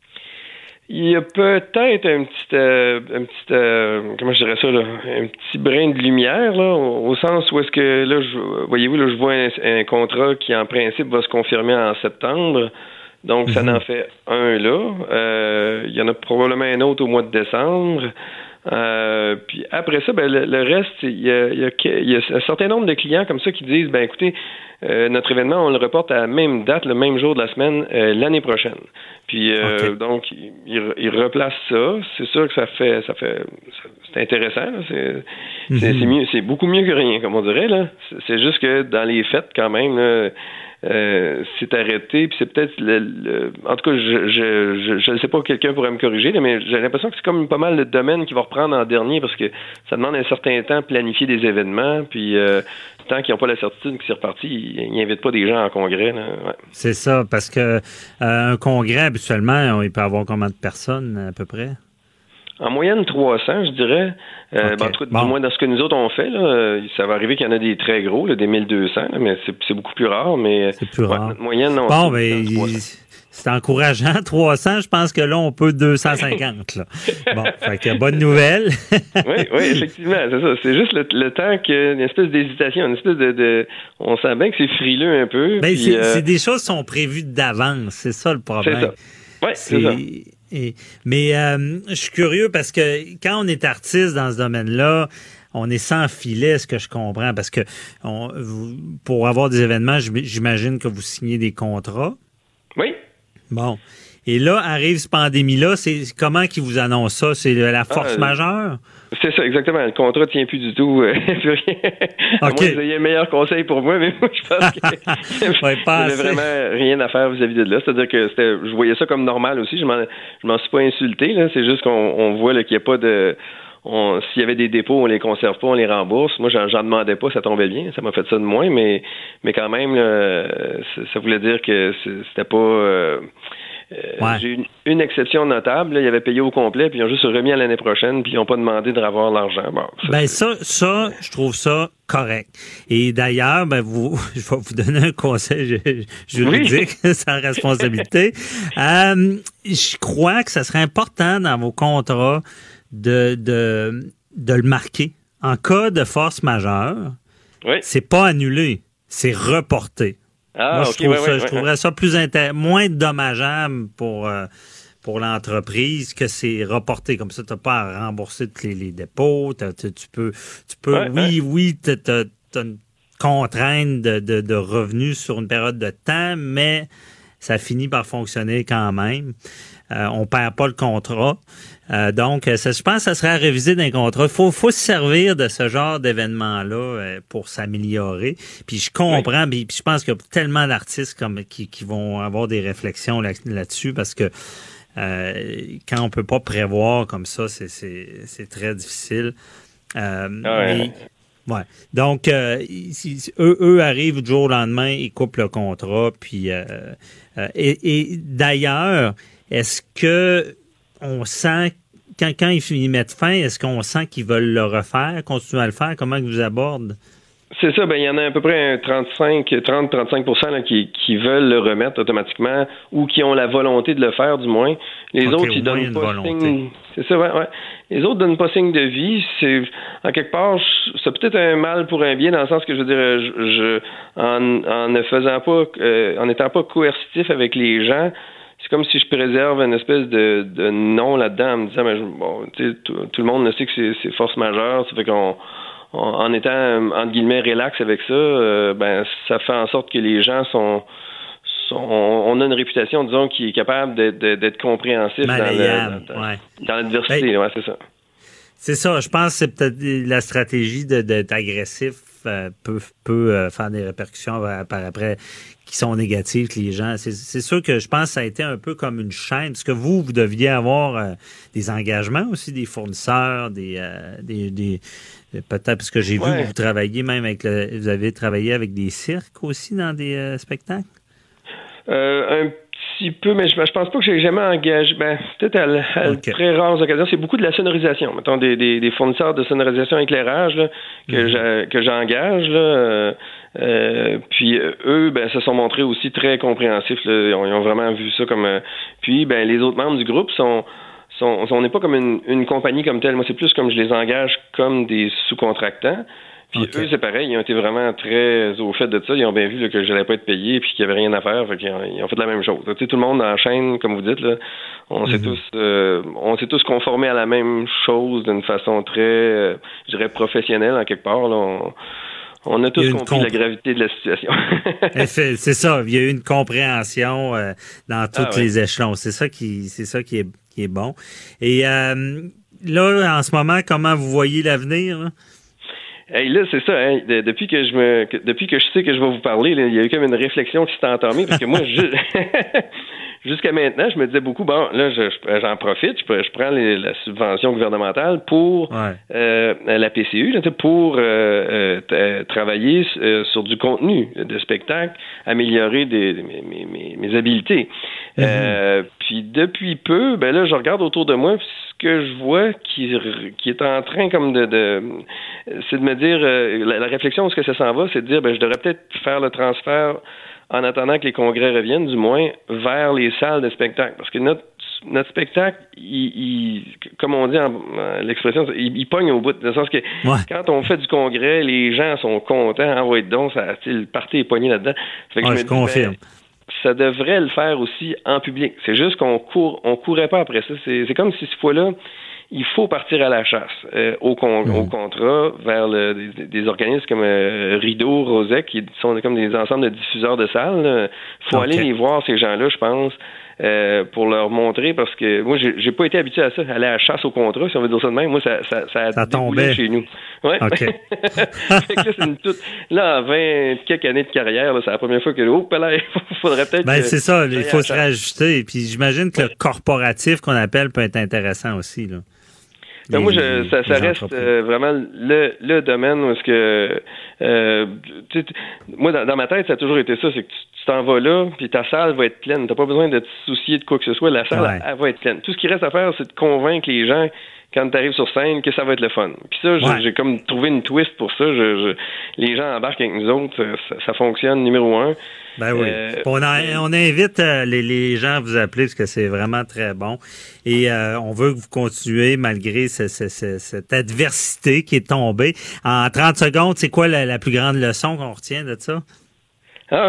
Il y a peut-être un petit, euh, un petit euh, comment je dirais ça, là, un petit brin de lumière, là, au, au sens où est-ce que, là, je, voyez-vous, là, je vois un, un contrat qui, en principe, va se confirmer en septembre. Donc, mm-hmm. ça en fait un là. Euh, il y en a probablement un autre au mois de décembre. Euh, puis après ça, ben, le, le reste, il y a, il y a, il y a un certain nombre de clients comme ça qui disent, ben écoutez, euh, notre événement, on le reporte à la même date, le même jour de la semaine, euh, l'année prochaine. Puis euh, okay. donc, il, il replace ça. C'est sûr que ça fait, ça fait, c'est intéressant. Là. C'est, mm-hmm. c'est, c'est mieux, c'est beaucoup mieux que rien, comme on dirait. Là. C'est, c'est juste que dans les faits, quand même, là, euh, c'est arrêté. Puis c'est peut-être, le, le, en tout cas, je, je, je, je ne sais pas, quelqu'un pourrait me corriger, là, mais j'ai l'impression que c'est comme pas mal le domaine qui va reprendre en dernier parce que ça demande un certain temps de planifier des événements. Puis euh, tant qu'ils n'ont pas la certitude que c'est reparti, ils n'invitent pas des gens en congrès. Là. Ouais. C'est ça, parce que euh, un congrès, habituellement, il peut avoir combien de personnes à peu près? En moyenne, trois cents, je dirais. Euh, okay. ben, en tout cas, bon. Du moins, dans ce que nous autres on fait, là, ça va arriver qu'il y en a des très gros, là, des mille deux cents, là, mais c'est, c'est beaucoup plus rare. Mais, c'est plus ouais, rare. Notre moyenne, on bon, mais c'est encourageant. trois cents, je pense que là, on peut deux cent cinquante. Là. Bon, fait que bonne nouvelle. oui, oui, effectivement, c'est ça. C'est juste le, le temps qu'il y a une espèce d'hésitation, une espèce de... de on sent bien que c'est frileux un peu. Ben, puis, c'est, euh... c'est des choses qui sont prévues d'avance. C'est ça le problème. C'est ça. Oui, c'est, c'est ça. Et, mais euh, je suis curieux parce que quand on est artiste dans ce domaine-là, on est sans filet, ce que je comprends, parce que on, vous, pour avoir des événements, j'imagine que vous signez des contrats. Oui. Bon. Et là, arrive cette pandémie-là, c'est comment qu'ils vous annoncent ça? C'est la force ah, majeure? C'est ça, exactement. Le contrat ne tient plus du tout. Euh, plus rien. À okay. moins que vous ayez un meilleur conseil pour moi, mais moi, je pense que ouais, il n'y avait vraiment rien à faire vis-à-vis de là. C'est-à-dire que c'était, je voyais ça comme normal aussi. Je m'en, je m'en suis pas insulté. Là. C'est juste qu'on on voit là, qu'il n'y a pas de... On, s'il y avait des dépôts, on les conserve pas, on les rembourse. Moi, j'en, j'en demandais pas, ça tombait bien. Ça m'a fait ça de moins, mais, mais quand même, là, ça voulait dire que c'était pas... Euh, Euh, ouais. J'ai eu une, une exception notable. Là, ils avaient payé au complet, puis ils ont juste remis à l'année prochaine, puis ils n'ont pas demandé de revoir l'argent. Bon, ça, ben ça, ça, je trouve ça correct. Et d'ailleurs, ben vous, je vais vous donner un conseil juridique oui. sans responsabilité. euh, je crois que ça serait important dans vos contrats de de de le marquer. En cas de force majeure, oui. c'est pas annulé, c'est reporté. Ah, Moi, je, okay, trouve ouais, ça, ouais, je ouais, trouverais ouais. ça plus intér- moins dommageable pour, euh, pour l'entreprise que c'est reporté. Comme ça, tu n'as pas à rembourser tous les, les dépôts. Tu peux, tu peux ouais, oui, ouais. oui, tu as une contrainte de, de, de revenus sur une période de temps, mais ça finit par fonctionner quand même. Euh, on ne perd pas le contrat. Euh, donc, ça, je pense que ça serait à réviser d'un contrat. Il faut, faut se servir de ce genre d'événement-là euh, pour s'améliorer. Puis je comprends, oui. puis je pense qu'il y a tellement d'artistes comme qui, qui vont avoir des réflexions là, là-dessus parce que euh, quand on peut pas prévoir comme ça, c'est, c'est, c'est très difficile. Euh, ah ouais. mais, ouais. Donc, euh, ils, eux, eux arrivent du jour au lendemain, ils coupent le contrat. Puis, euh, euh, et, et d'ailleurs, est-ce que on sent, quand, quand ils mettent fin, est-ce qu'on sent qu'ils veulent le refaire, continuer à le faire? Comment ils vous abordent? C'est ça, ben il y en a à peu près un trente-cinq, trente à trente-cinq pour cent là, qui, qui veulent le remettre automatiquement ou qui ont la volonté de le faire, du moins. Les okay, autres, ils donnent pas signe. C'est ça, ouais, ouais. Les autres donnent pas signe de vie. C'est, en quelque part, c'est peut-être un mal pour un bien, dans le sens que je veux dire, je, je en, en ne faisant pas, euh, en n'étant pas coercitif avec les gens, c'est comme si je préserve une espèce de, de nom là-dedans en me disant, ben, bon, tu sais, tout, tout le monde le sait que c'est, c'est force majeure, ça fait qu'on, on, en étant, entre guillemets, relax avec ça, euh, ben, ça fait en sorte que les gens sont, sont on a une réputation, disons, qui est capable d'être, d'être compréhensif dans, le, dans, ouais. dans l'adversité, ben, ouais, c'est ça. C'est ça, je pense que c'est peut-être la stratégie de, d'être agressif euh, peut, peut euh, faire des répercussions euh, par après qui sont négatives, que les gens... C'est, c'est sûr que je pense que ça a été un peu comme une chaîne, parce que vous, vous deviez avoir euh, des engagements aussi, des fournisseurs, des... Euh, des, des peut-être, parce que j'ai vu ouais. que vous travaillez même avec le... Vous avez travaillé avec des cirques aussi dans des euh, spectacles? Euh, un petit peu, mais je, je pense pas que j'ai jamais engagé. Ben, peut-être à, à okay. très rares occasions. C'est beaucoup de la sonorisation. Mettons des, des, des fournisseurs de sonorisation éclairage là, que, mm-hmm. j'a, que j'engage. Là, euh, euh, puis euh, eux, ben, se sont montrés aussi très compréhensifs. Là, ils, ont, ils ont vraiment vu ça comme. Euh, puis, ben, les autres membres du groupe sont. sont on n'est pas comme une, une compagnie comme telle. Moi, c'est plus comme je les engage comme des sous-contractants. Puis okay. eux, c'est pareil, ils ont été vraiment très au fait de ça. Ils ont bien vu là, que je n'allais pas être payé et qu'il n'y avait rien à faire. Fait qu'ils ont, ils ont fait la même chose. Tu sais, tout le monde enchaîne, comme vous dites, là, on mm-hmm. s'est tous euh, on s'est tous conformés à la même chose d'une façon très, euh, je dirais, professionnelle en quelque part. Là. On, On a tous a compris comp- la gravité de la situation. c'est, c'est ça. Il y a eu une compréhension euh, dans tous ah, les ouais. échelons. C'est ça qui, c'est ça qui est, qui est bon. Et euh, là, en ce moment, comment vous voyez l'avenir? Là? Hey, là, c'est ça, hein, de, depuis que je me que, depuis que je sais que je vais vous parler, là, il y a eu comme une réflexion qui s'est entamée, parce que moi, je, jusqu'à maintenant, je me disais beaucoup, bon, là, je, je, j'en profite, je, je prends les, la subvention gouvernementale pour ouais. euh, la P C U, là, pour euh, euh, travailler euh, sur du contenu de spectacle, améliorer des, des, mes, mes, mes habiletés. Mm-hmm. Euh, puis depuis peu, ben là, je regarde autour de moi, ce que je vois qui, qui est en train comme de, de c'est de me dire, euh, la, la réflexion où ce que ça s'en va, c'est de dire, ben je devrais peut-être faire le transfert en attendant que les congrès reviennent, du moins, vers les salles de spectacle. Parce que notre, notre spectacle, il, il, comme on dit en, en l'expression, il, il pogne au bout. Dans le sens que ouais. quand on fait du congrès, les gens sont contents. Ah ouais, donc, ça, le party est pogné là-dedans. Fait que ouais, je je me confirme. Dis, ben, ça devrait le faire aussi en public. C'est juste qu'on court, on courait pas après ça. C'est, c'est comme si cette fois-là, il faut partir à la chasse euh, au, con, mmh. au contrat vers le, des, des organismes comme euh, Rideau, Rosec, qui sont comme des ensembles de diffuseurs de salles. Il faut okay. aller les voir, ces gens-là, je pense, euh, pour leur montrer, parce que moi, j'ai, j'ai pas été habitué à ça, aller à la chasse au contrat, si on veut dire ça de même. Moi, ça, ça, ça a ça déboulé chez nous. Ouais. Okay. Fait que là, c'est une toute... Là, en vingt quelques années de carrière, là, c'est la première fois que, oh, là, il faudrait peut-être... Ben, c'est ça, il faut se réajuster. Et puis, j'imagine que ouais. le corporatif qu'on appelle peut être intéressant aussi, là. Ben moi, je, ça, ça reste euh, vraiment le, le domaine où est-ce que euh, tu, tu, moi, dans, dans ma tête, ça a toujours été ça, c'est que tu, tu t'en vas là, puis ta salle va être pleine. T'as pas besoin de te soucier de quoi que ce soit. La salle, ouais. elle, elle va être pleine. Tout ce qui reste à faire, c'est de convaincre les gens, quand tu arrives sur scène, que ça va être le fun. Puis ça, ouais. j'ai, j'ai comme trouvé une twist pour ça. Je, je, les gens embarquent avec nous autres. Ça, ça fonctionne, numéro un. Ben oui. Euh, on, a, on invite euh, les, les gens à vous appeler parce que c'est vraiment très bon. Et euh, on veut que vous continuez malgré ce, ce, ce, cette adversité qui est tombée. En trente secondes, c'est quoi la, la plus grande leçon qu'on retient de ça? Ah,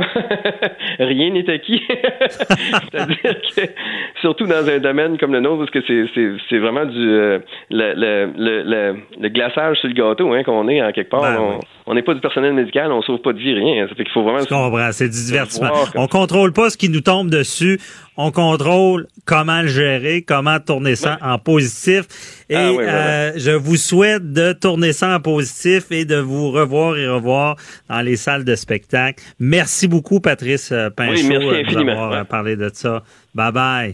rien n'est acquis. C'est-à-dire que, surtout dans un domaine comme le nôtre, parce que c'est, c'est, c'est vraiment du euh, le, le, le, le, le glaçage sur le gâteau hein, qu'on est en quelque part. Ben, on n'est oui. pas du personnel médical, on sauve pas de vie, rien. Ça fait qu'il faut vraiment... Je comprends, c'est du divertissement. On contrôle pas ce qui nous tombe dessus. On contrôle comment le gérer, comment tourner ça ouais. en positif. Et ah, oui, euh, oui. je vous souhaite de tourner ça en positif et de vous revoir et revoir dans les salles de spectacle. Merci beaucoup, Patrice Pinchot, oui, merci de nous avoir ouais. parlé de ça. Bye-bye.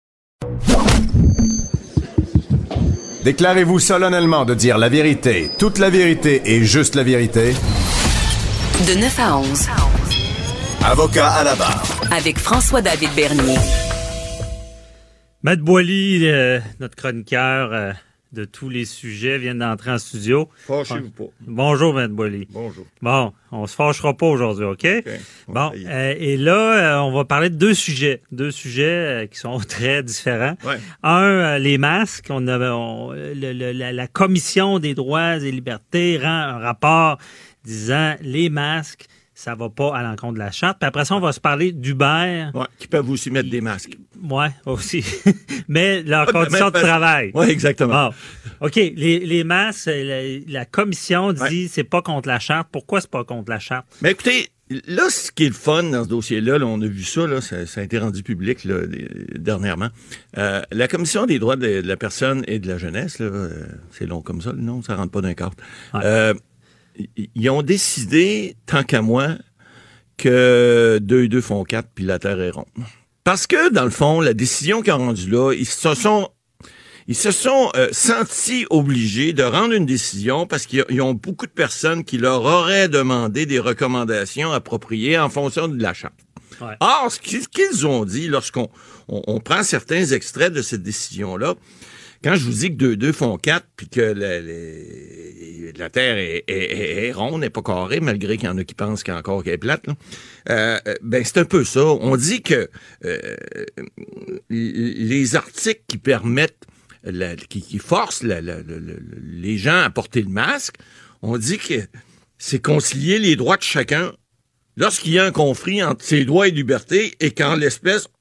Déclarez-vous solennellement de dire la vérité, toute la vérité et juste la vérité. De neuf à onze. Avocat à la barre. Avec François-David Bernier. Maître Boily, euh, notre chroniqueur euh, de tous les sujets, vient d'entrer en studio. Fâchez-vous pas. Bonjour, Maître Boily. Bonjour. Bon, on se fâchera pas aujourd'hui, OK? okay. Bon, euh, et là, euh, on va parler de deux sujets. Deux sujets euh, qui sont très différents. Ouais. Un, euh, les masques. On a, on, le, le, la, la Commission des droits et libertés rend un rapport disant les masques, ça va pas à l'encontre de la charte. Puis après ça, on va se parler d'Uber. Ouais, qui peuvent aussi mettre des masques. Oui, aussi. Mais leurs conditions de travail. Oui, exactement. Bon. OK, les, les masques, la, la commission dit ouais. c'est pas contre la charte. Pourquoi c'est pas contre la charte? Mais écoutez, là, ce qui est le fun dans ce dossier-là, là, on a vu ça, là, ça, ça a été rendu public là, dernièrement. Euh, la Commission des droits de, de la personne et de la jeunesse, là, euh, c'est long comme ça, le nom, ça rentre pas d'un cadre. Ouais. Euh, ils ont décidé, tant qu'à moi, que deux et deux font quatre, puis la Terre est ronde. Parce que, dans le fond, la décision qu'ils ont rendue là, ils se sont, ils se sont euh, sentis obligés de rendre une décision parce qu'ils ont beaucoup de personnes qui leur auraient demandé des recommandations appropriées en fonction de la charte. Ouais. Or, ce qu'ils ont dit lorsqu'on on, on prend certains extraits de cette décision-là, quand je vous dis que deux deux font quatre, puis que la, la, la Terre est, est, est, est ronde, n'est pas carrée, malgré qu'il y en a qui pensent qu'il y a encore qu'elle est plate, là, euh, ben c'est un peu ça. On dit que euh, les articles qui permettent, la, qui, qui forcent la, la, la, la, les gens à porter le masque, on dit que c'est concilier les droits de chacun lorsqu'il y a un conflit entre ses droits et libertés et qu'en l'espèce,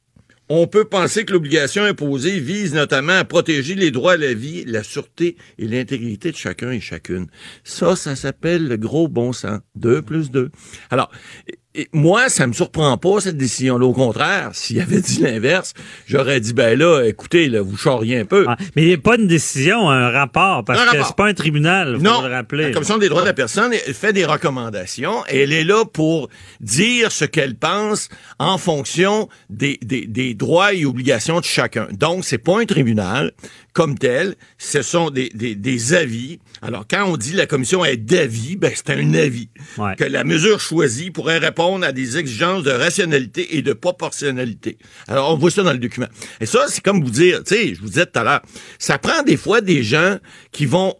on peut penser que l'obligation imposée vise notamment à protéger les droits à la vie, la sûreté et l'intégrité de chacun et chacune. Ça, ça s'appelle le gros bon sens. Deux plus deux. Alors, et moi, ça me surprend pas, cette décision-là. Au contraire, s'il avait dit l'inverse, j'aurais dit, ben là, écoutez, là, vous charriez un peu. Ah, mais il n'y a pas une décision, un rapport, parce un que rapport. c'est pas un tribunal, il faut non, le rappeler. La Commission des droits de la personne elle fait des recommandations et elle est là pour dire ce qu'elle pense en fonction des, des, des droits et obligations de chacun. Donc, c'est pas un tribunal comme tel, ce sont des, des, des avis. Alors, quand on dit la commission est d'avis, ben c'est un avis. Ouais. Que la mesure choisie pourrait répondre à des exigences de rationalité et de proportionnalité. Alors, on voit ça dans le document. Et ça, c'est comme vous dire, tu sais, je vous disais tout à l'heure, ça prend des fois des gens qui vont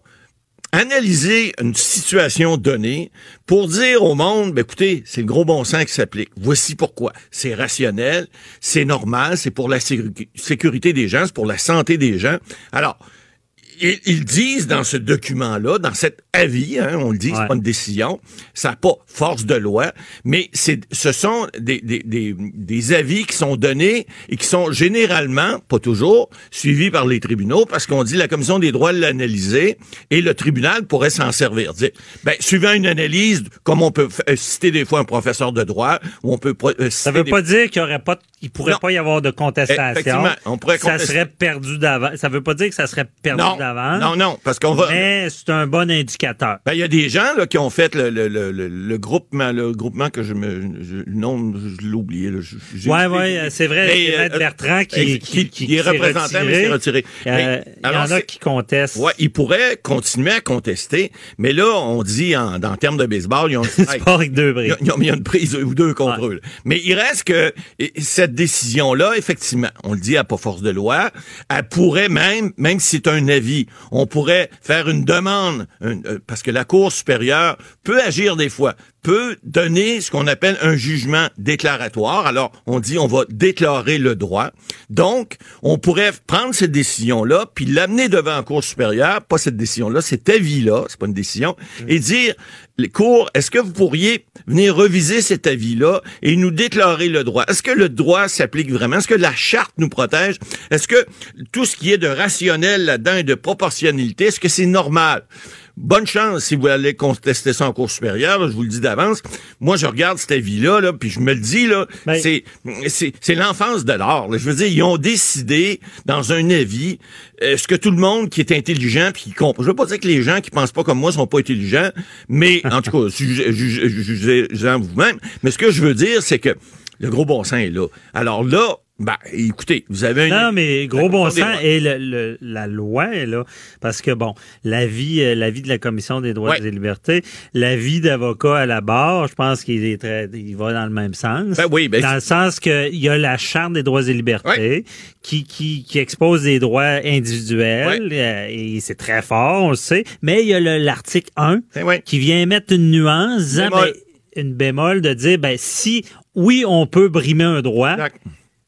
analyser une situation donnée pour dire au monde, ben écoutez, c'est le gros bon sens qui s'applique. Voici pourquoi. C'est rationnel, c'est normal, c'est pour la sécu- sécurité des gens, c'est pour la santé des gens. Alors, ils, ils disent dans ce document-là, dans cet avis, hein, on le dit, ouais. c'est pas une décision, ça n'a pas force de loi, mais c'est, ce sont des, des, des, des avis qui sont donnés et qui sont généralement, pas toujours, suivis par les tribunaux parce qu'on dit la commission des droits l'a analysé et le tribunal pourrait s'en servir. Dire, ben, suivant une analyse, comme on peut f- citer des fois un professeur de droit, ou on peut pro- euh, ça veut des... pas dire qu'il y aurait pas, il pourrait non. pas y avoir de contestation. Effectivement, on pourrait ça contester. serait perdu d'avance. Ça veut pas dire que ça serait perdu non. d'avance. Non, non, parce qu'on va. Mais c'est un bon indicateur. Ben, il y a des gens là qui ont fait le, le, le, le, le groupement, le groupement que je me, je, le nom, je l'ai oublié. Là, j'ai ouais, ouais, c'est vrai. Mais, c'est Maître euh, Bertrand qui, qui, qui, qui est représentant, mais c'est retiré. Euh, il y en a qui contestent. Ouais, ils pourraient continuer à contester, mais là, on dit en, en termes de baseball, ils ont une sport avec deux brises. Ils ont mis une prise ou deux contre ouais. eux. Là. Mais il reste que cette décision-là, effectivement, on le dit à pas force de loi, elle pourrait même, même si c'est un avis, on pourrait faire une demande, une, euh, parce que la Cour supérieure peut agir des fois, peut donner ce qu'on appelle un jugement déclaratoire. Alors, on dit on va déclarer le droit. Donc, on pourrait prendre cette décision-là, puis l'amener devant la Cour supérieure, pas cette décision-là, cet avis-là, c'est pas une décision, mmh. et dire, les cours, est-ce que vous pourriez venir reviser cet avis-là et nous déclarer le droit? Est-ce que le droit s'applique vraiment? Est-ce que la charte nous protège? Est-ce que tout ce qui est de rationnel là-dedans et de proportionnalité, est-ce que c'est normal? Bonne chance si vous allez contester ça en cour supérieure, là, je vous le dis d'avance. Moi, je regarde cet avis-là, là, puis je me le dis, là, ben, c'est, c'est, c'est l'enfance de l'art. Là. Je veux dire, ils ont décidé, dans un avis, est-ce que tout le monde qui est intelligent puis qui comprend... Je veux pas dire que les gens qui pensent pas comme moi sont pas intelligents, mais, en tout cas, jugez-en vous-même. Mais ce que je veux dire, c'est que le gros bon sens est là. Alors là, ben, écoutez, vous avez un... Non, mais gros bon sens et le, le, la loi est là. Parce que, bon, l'avis, euh, l'avis de la Commission des droits ouais. et libertés, l'avis d'avocat à la barre, je pense qu'il est très, il va dans le même sens. Ben oui, ben dans le sens qu'il y a la Charte des droits et libertés ouais. qui, qui, qui expose des droits individuels, ouais. euh, et c'est très fort, on le sait. Mais il y a le, l'article un ouais. qui vient mettre une nuance, bémol. Ben, une bémol de dire, ben, si, oui, on peut brimer un droit, exact.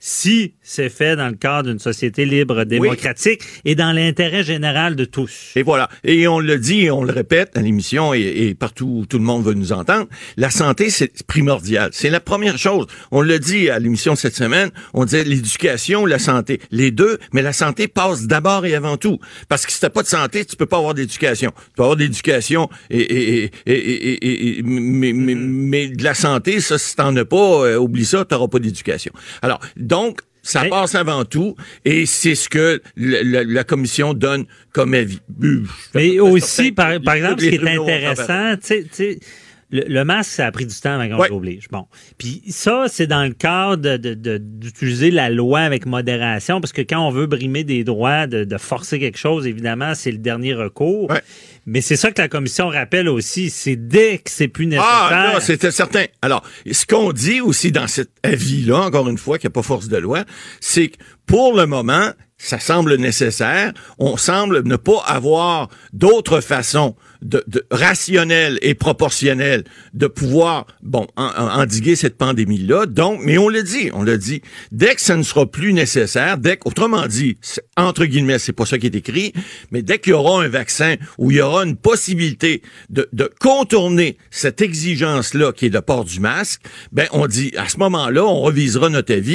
Si c'est fait dans le cadre d'une société libre, démocratique oui. et dans l'intérêt général de tous. Et voilà. Et on le dit et on le répète à l'émission et, et partout où tout le monde veut nous entendre, la santé, c'est primordial. C'est la première chose. On le dit à l'émission de cette semaine, on disait l'éducation, la santé. Les deux, mais la santé passe d'abord et avant tout. Parce que si t'as pas de santé, tu peux pas avoir d'éducation. Tu peux avoir d'éducation et, et, et, et, et, et mais, mais, mais de la santé, ça, si t'en as pas, euh, oublie ça, t'auras pas d'éducation. Alors, donc, ça mais, passe avant tout, et c'est ce que la, la, la commission donne comme avis. Mais aussi, par, par exemple, ce qui est intéressant, tu sais, le, le masque, ça a pris du temps avant qu'on ouais. l'oblige. Bon. Puis ça, c'est dans le cadre de, de, de, d'utiliser la loi avec modération, parce que quand on veut brimer des droits, de, de forcer quelque chose, évidemment, c'est le dernier recours. Ouais. Mais c'est ça que la commission rappelle aussi, c'est dès que c'est plus nécessaire. Ah, là, c'était certain. Alors, ce qu'on dit aussi dans cet avis-là, encore une fois, qu'il n'y a pas force de loi, c'est que pour le moment, ça semble nécessaire. On semble ne pas avoir d'autre façon de, de rationnelle et proportionnelle de pouvoir, bon, en, en, endiguer cette pandémie-là. Donc, mais on le dit, on le dit, dès que ça ne sera plus nécessaire, dès que, autrement dit, entre guillemets, c'est pas ça qui est écrit, mais dès qu'il y aura un vaccin où il y aura une possibilité de, de contourner cette exigence-là qui est le port du masque, ben, on dit, à ce moment-là, on revisera notre avis et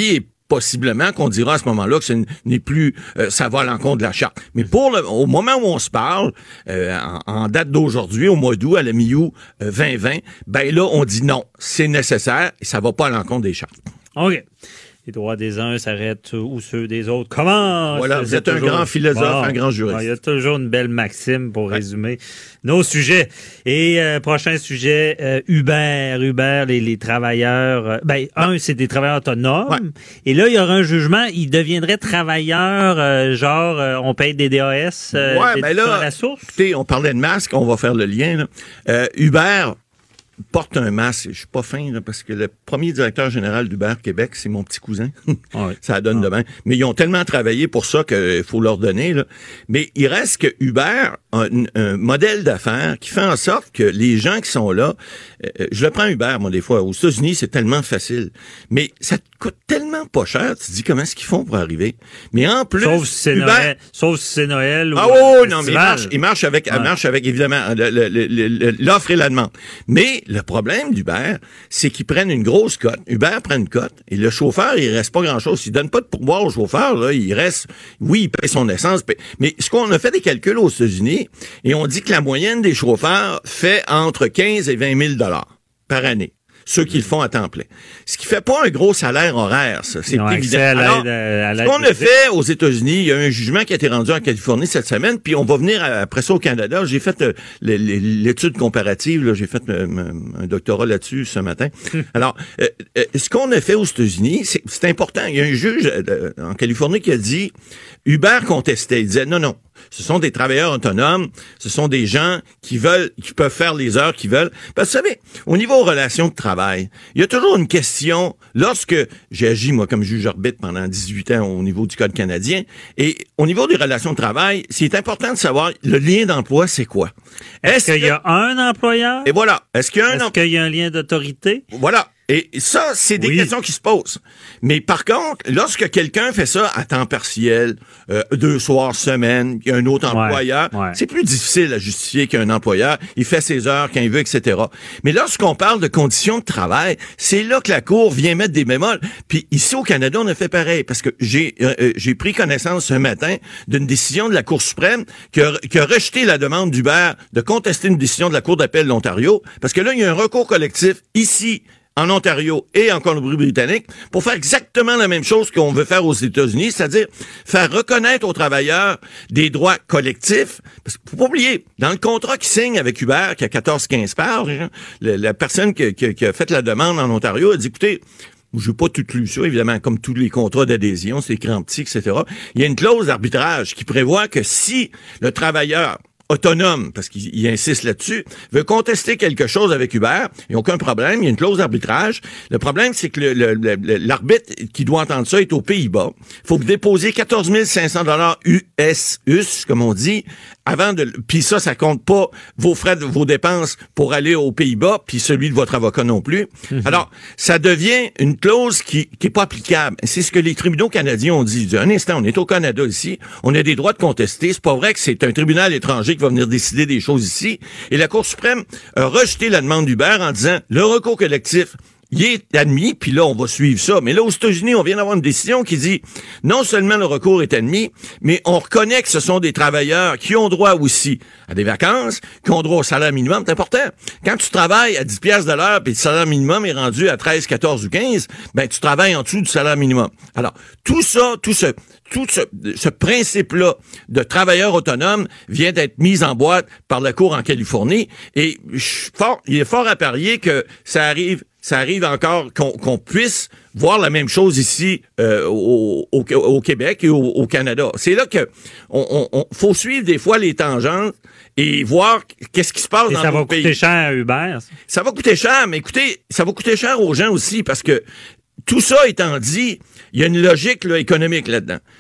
possiblement qu'on dira à ce moment-là que ce n'est plus, euh, ça va à l'encontre de la charte. Mais pour le, au moment où on se parle, euh, en, en date d'aujourd'hui, au mois d'août, à la mi-août euh, vingt vingt, ben là, on dit non, c'est nécessaire et ça va pas à l'encontre des chartes. OK. Les droits des uns s'arrêtent où ceux des autres. Comment? Voilà, vous êtes un toujours... grand philosophe, bon, un grand juriste. Il y a toujours une belle maxime pour ouais. résumer nos sujets. Et euh, prochain sujet, euh, Uber. Uber, les, les travailleurs... Euh, ben, un, c'est des travailleurs autonomes. Ouais. Et là, il y aura un jugement. Ils deviendraient travailleurs, euh, genre, euh, on paye des D A S euh, ouais, ben là, à la source. Écoutez, on parlait de masque, on va faire le lien. Là. Euh, Uber... porte un masque. Je suis pas fin, là, parce que le premier directeur général d'Uber Québec, c'est mon petit cousin. Ouais. Ça donne ah. de même. Mais ils ont tellement travaillé pour ça qu'il faut leur donner, là. Mais il reste que Uber a un, un modèle d'affaires qui fait en sorte que les gens qui sont là, euh, je le prends Uber, moi, des fois. Aux États-Unis, c'est tellement facile. Mais ça te coûte tellement pas cher. Tu te dis comment est-ce qu'ils font pour arriver. Mais en plus, sauf si c'est Uber... Noël. Sauf si c'est Noël. Ah ou oh, non, mais il marche, il marche avec, ouais. marche avec, évidemment, le, le, le, l'offre et la demande. Mais le problème d'Uber, c'est qu'ils prennent une grosse cote. Uber prend une cote et le chauffeur, il reste pas grand-chose. Il donne pas de pourboire au chauffeur, là. Il reste, oui, il paye son essence. Paye. Mais ce qu'on a fait des calculs aux États-Unis et on dit que la moyenne des chauffeurs fait entre quinze et vingt mille dollars par année. Ceux qui le font à temps plein. Ce qui fait pas un gros salaire horaire, ça. C'est évident. Alors, ce qu'on a fait aux États-Unis, il y a un jugement qui a été rendu en Californie cette semaine, puis on va venir après ça au Canada. J'ai fait euh, l'étude comparative, là, j'ai fait euh, un doctorat là-dessus ce matin. Alors, euh, euh, ce qu'on a fait aux États-Unis, c'est, c'est important. Il y a un juge euh, en Californie qui a dit, Uber contestait. Il disait, non, non. Ce sont des travailleurs autonomes, ce sont des gens qui veulent, qui peuvent faire les heures qu'ils veulent. Parce que vous savez, au niveau relations de travail, il y a toujours une question, lorsque j'ai agi, moi, comme juge arbitre pendant dix-huit ans au niveau du Code canadien, et au niveau des relations de travail, c'est important de savoir le lien d'emploi, c'est quoi? Est-ce, Est-ce qu'il que... y a un employeur? Et voilà. Est-ce qu'il y a un Est-ce qu'il y a un lien d'autorité? Voilà. Et ça, c'est des oui. questions qui se posent. Mais par contre, lorsque quelqu'un fait ça à temps partiel, euh, deux soirs semaine, il y a un autre employeur, ouais, ouais. c'est plus difficile à justifier qu'un employeur. Il fait ses heures quand il veut, et cetera. Mais lorsqu'on parle de conditions de travail, c'est là que la Cour vient mettre des bémols. Puis ici, au Canada, on a fait pareil. Parce que j'ai euh, j'ai pris connaissance ce matin d'une décision de la Cour suprême qui a, qui a rejeté la demande d'Uber de contester une décision de la Cour d'appel de l'Ontario. Parce que là, il y a un recours collectif ici, en Ontario et en Colombie-Britannique, pour faire exactement la même chose qu'on veut faire aux États-Unis, c'est-à-dire faire reconnaître aux travailleurs des droits collectifs. Parce qu'il faut pas oublier, dans le contrat qu'ils signent avec Uber, qui a quatorze quinze pages, hein, la, la personne qui, qui, qui a fait la demande en Ontario a dit, écoutez, je n'ai pas tout lu ça, évidemment, comme tous les contrats d'adhésion, c'est écrit en petit, et cetera. Il y a une clause d'arbitrage qui prévoit que si le travailleur autonome, parce qu'il insiste là-dessus, veut contester quelque chose avec Uber, il n'y a aucun problème, il y a une clause d'arbitrage. Le problème, c'est que le, le, le, l'arbitre qui doit entendre ça est aux Pays-Bas. Il faut déposer quatorze mille cinq cents dollars U S, U S, comme on dit, avant de... Puis ça, ça compte pas vos frais, vos dépenses pour aller aux Pays-Bas, puis celui de votre avocat non plus. Mm-hmm. Alors, ça devient une clause qui qui est pas applicable. C'est ce que les tribunaux canadiens ont dit. Un instant, on est au Canada ici, on a des droits de contester. C'est pas vrai que c'est un tribunal étranger qui va venir décider des choses ici. Et la Cour suprême a rejeté la demande d'Uber en disant, le recours collectif, il est admis, puis là, on va suivre ça. Mais là, aux États-Unis, on vient d'avoir une décision qui dit, non seulement le recours est admis, mais on reconnaît que ce sont des travailleurs qui ont droit aussi à des vacances, qui ont droit au salaire minimum. C'est important. Quand tu travailles à dix piastres de l'heure, puis le salaire minimum est rendu à treize, quatorze ou quinze, ben, tu travailles en dessous du salaire minimum. Alors, tout ça, tout ce, tout ce, ce principe-là de travailleur autonome vient d'être mis en boîte par la Cour en Californie, et je suis fort, il est fort à parier que ça arrive ça arrive encore qu'on, qu'on puisse voir la même chose ici euh, au, au, au Québec et au, au Canada. C'est là que on, on, on faut suivre des fois les tangentes et voir qu'est-ce qui se passe et dans nos pays. Ça va coûter cher à Uber. Ça. ça va coûter cher, mais écoutez, ça va coûter cher aux gens aussi parce que tout ça étant dit, il y a une logique là, économique là-dedans.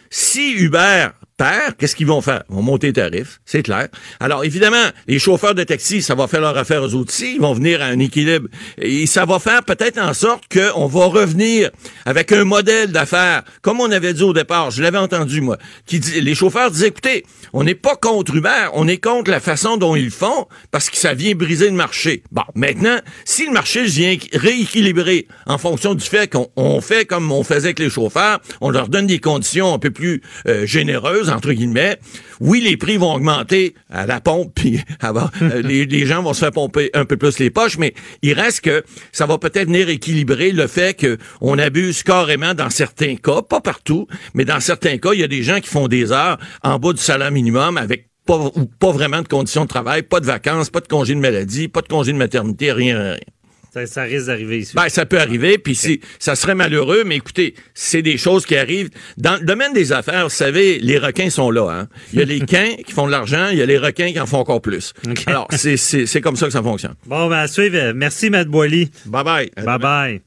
Si Uber perd, qu'est-ce qu'ils vont faire? Ils vont monter les tarifs, c'est clair. Alors, évidemment, les chauffeurs de taxi, ça va faire leur affaire aux autres aussi. Ils vont venir à un équilibre. Et ça va faire peut-être en sorte qu'on va revenir avec un modèle d'affaires, comme on avait dit au départ, je l'avais entendu, moi, qui dit, les chauffeurs disaient, écoutez, on n'est pas contre Uber, on est contre la façon dont ils le font, parce que ça vient briser le marché. Bon, maintenant, si le marché vient rééquilibrer en fonction du fait qu'on on fait comme on faisait avec les chauffeurs, on leur donne des conditions un peu plus euh, généreuses, entre guillemets, oui, les prix vont augmenter à la pompe, puis avoir, euh, les, les gens vont se faire pomper un peu plus les poches, mais il reste que ça va peut-être venir équilibrer le fait qu'on abuse carrément dans certains cas, pas partout, mais dans certains cas, il y a des gens qui font des heures en bas du salaire minimum avec pas, ou pas vraiment de conditions de travail, pas de vacances, pas de congé de maladie, pas de congé de maternité, rien, rien. Ça, ça risque d'arriver ici. Ben, ça peut arriver, puis okay. ça serait malheureux, mais écoutez, c'est des choses qui arrivent. Dans le domaine des affaires, vous savez, les requins sont là. Hein? Il y a les quins qui font de l'argent, il y a les requins qui en font encore plus. Okay. Alors, c'est, c'est, c'est comme ça que ça fonctionne. Bon, ben à suivre. Merci, Matt Boily. Bye-bye. Bye-bye.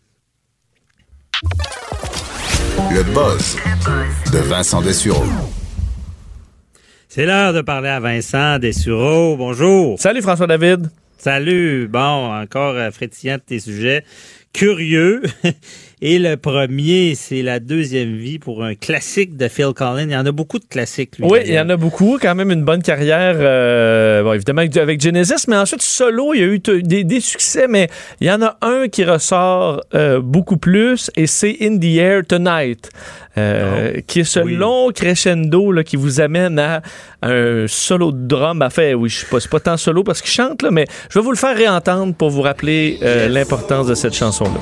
Le buzz de Vincent Dessureau. C'est l'heure de parler à Vincent Dessureau. Bonjour. Salut, François-David. Salut. Bon, encore euh, frétillant de tes sujets. Curieux. Et le premier, c'est La deuxième vie pour un classique de Phil Collins. Il y en a beaucoup de classiques, lui. Oui, il y en a beaucoup. Quand même une bonne carrière, euh, bon, évidemment, avec Genesis, mais ensuite, solo, il y a eu t- des, des succès, mais il y en a un qui ressort euh, beaucoup plus, et c'est In the Air Tonight, euh, oh, qui est ce oui. long crescendo là, qui vous amène à un solo de drum. En fait, oui, je sais pas, c'est pas tant solo parce qu'il chante, là, mais je vais vous le faire réentendre pour vous rappeler euh, yes. l'importance de cette chanson-là.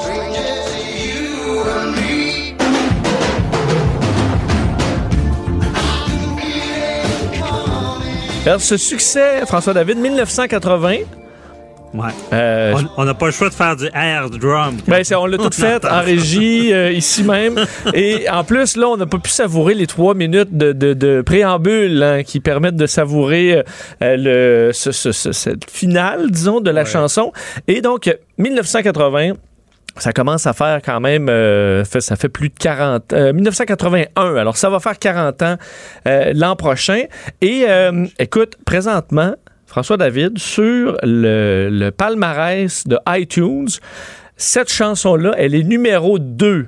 Alors, ce succès, François-David, dix-neuf cent quatre-vingts. Ouais. Euh, on n'a pas le choix de faire du air drum. Ben, c'est, on l'a tout fait en régie, euh, ici même. Et en plus, là, on n'a pas pu savourer les trois minutes de, de, de préambule hein, qui permettent de savourer euh, le, ce, ce, ce, cette finale, disons, de la ouais. chanson. Et donc, dix-neuf cent quatre-vingts. Ça commence à faire quand même, euh, fait, ça fait plus de quarante... Euh, dix-neuf cent quatre-vingt-un, alors ça va faire quarante ans euh, l'an prochain. Et euh, écoute, présentement, François David, sur le, le palmarès de iTunes, cette chanson-là, elle est numéro deux.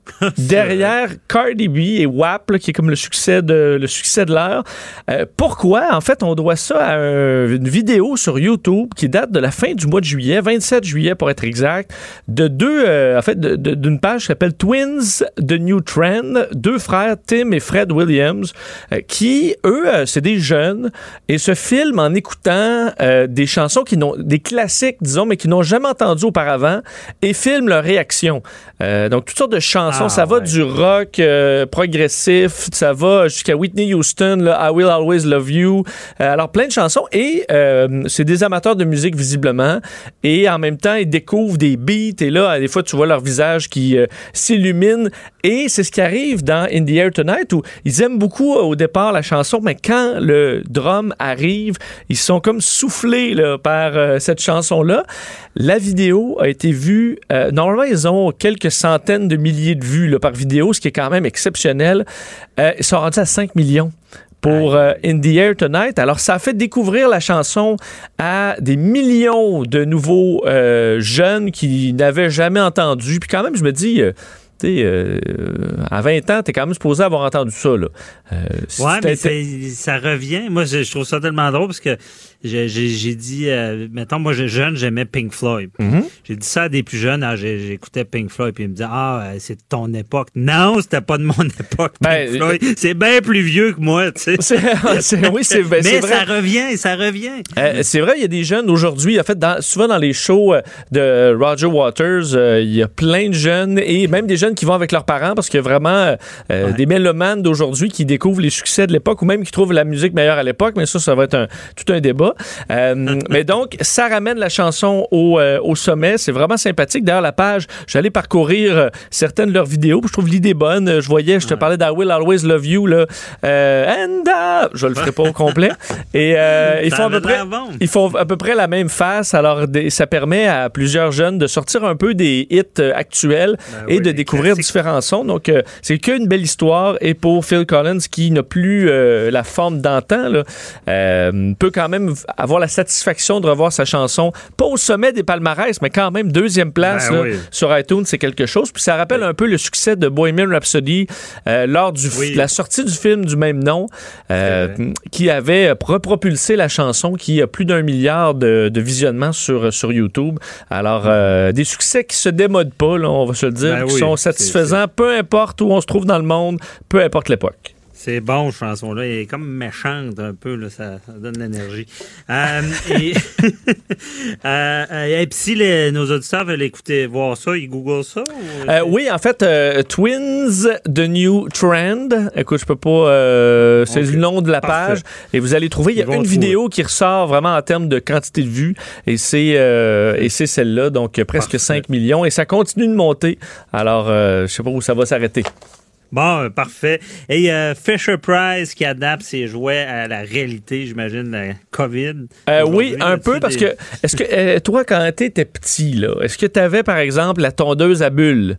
Derrière Cardi B et W A P, là, qui est comme le succès de, le succès de l'heure. Euh, pourquoi? En fait, on doit ça à un, une vidéo sur YouTube qui date de la fin du mois de juillet, vingt-sept juillet pour être exact, de deux, euh, en fait, de, de, d'une page qui s'appelle Twins The New Trend, deux frères, Tim et Fred Williams, euh, qui, eux, euh, c'est des jeunes et se filment en écoutant euh, des chansons qui n'ont, des classiques, disons, mais qui n'ont jamais entendu auparavant et filment leur réaction. Euh, donc, toutes sortes de chansons. Ah, ça va ouais. du rock euh, progressif, ça va jusqu'à Whitney Houston, là, I Will Always Love You. Euh, alors, plein de chansons. Et euh, c'est des amateurs de musique, visiblement. Et en même temps, ils découvrent des beats. Et là, des fois, tu vois leur visage qui euh, s'illumine. Et c'est ce qui arrive dans In the Air Tonight, où ils aiment beaucoup euh, au départ la chanson, mais quand le drum arrive, ils sont comme soufflés là, par euh, cette chanson-là. La vidéo a été vue... Euh, normalement, ils ont quelques centaines de milliers de vues là, par vidéo, ce qui est quand même exceptionnel. Euh, ils sont rendus à cinq millions pour euh, In the Air Tonight. Alors, ça a fait découvrir la chanson à des millions de nouveaux euh, jeunes qui n'avaient jamais entendu. Puis quand même, je me dis... Euh, Euh, à vingt ans, t'es quand même supposé avoir entendu ça. Là. Euh, si ouais, mais ça revient. Moi, je, je trouve ça tellement drôle parce que j'ai, j'ai, j'ai dit, euh, mettons, moi, jeune, j'aimais Pink Floyd. Mm-hmm. J'ai dit ça à des plus jeunes. Ah, j'ai, j'écoutais Pink Floyd, puis ils me disaient, ah, c'est de ton époque. Non, c'était pas de mon époque, Pink ben, Floyd. Euh, c'est bien plus vieux que moi, tu sais. C'est, c'est, oui, c'est, ben, mais c'est vrai. ça revient, ça revient. Euh, c'est vrai, il y a des jeunes aujourd'hui, en fait, dans, souvent dans les shows de Roger Waters, euh, il y a plein de jeunes et même des jeunes qui vont avec leurs parents parce qu'il y a vraiment euh, ouais. des mélomanes d'aujourd'hui qui découvrent les succès de l'époque ou même qui trouvent la musique meilleure à l'époque, mais ça, ça va être un, tout un débat. Euh, mais donc, ça ramène la chanson au, euh, au sommet. C'est vraiment sympathique. D'ailleurs, la page, j'allais parcourir euh, certaines de leurs vidéos. Je trouve l'idée bonne. Je voyais, je te ouais. parlais d'I Will Always Love You. Là, euh, and uh, je le ferai pas au complet. Et euh, ils, font à peu près, bon. ils font à peu près la même face. Alors, des, ça permet à plusieurs jeunes de sortir un peu des hits euh, actuels ben et oui, de découvrir découvrir différents sons. Donc, euh, c'est qu'une belle histoire. Et pour Phil Collins, qui n'a plus euh, la forme d'antan, là, euh, peut quand même avoir la satisfaction de revoir sa chanson, pas au sommet des palmarès, mais quand même deuxième place ben là, oui. sur iTunes, c'est quelque chose. Puis ça rappelle oui. un peu le succès de Bohemian Rhapsody euh, lors de oui. la sortie du film du même nom, euh, qui avait propulsé la chanson, qui a plus d'un milliard de, de visionnements sur, sur YouTube. Alors, euh, des succès qui se démodent pas, là, on va se le dire, ben qui oui, sont satisfaisants, c'est, c'est... peu importe où on se trouve dans le monde, peu importe l'époque. C'est bon, cette chanson-là. Elle est comme méchante un peu, là, ça, ça donne de l'énergie. Euh, et euh, et puis si les, nos auditeurs veulent écouter, voir ça, ils googlent ça? Ou... Euh, oui, en fait, euh, Twins, The New Trend. Écoute, je peux pas... Euh, c'est okay. le nom de la page. Parfait. Et vous allez trouver, il y a une vidéo trouver. qui ressort vraiment en termes de quantité de vues. Et c'est, euh, et c'est celle-là, donc presque Parfait. cinq millions. Et ça continue de monter. Alors, euh, je sais pas où ça va s'arrêter. Bon, euh, parfait. Et euh, Fisher-Price qui adapte ses jouets à la réalité, j'imagine, la COVID. Euh, oui, un peu, parce des... que, est-ce que euh, toi, quand tu étais petit, là, est-ce que tu avais, par exemple, la tondeuse à bulles?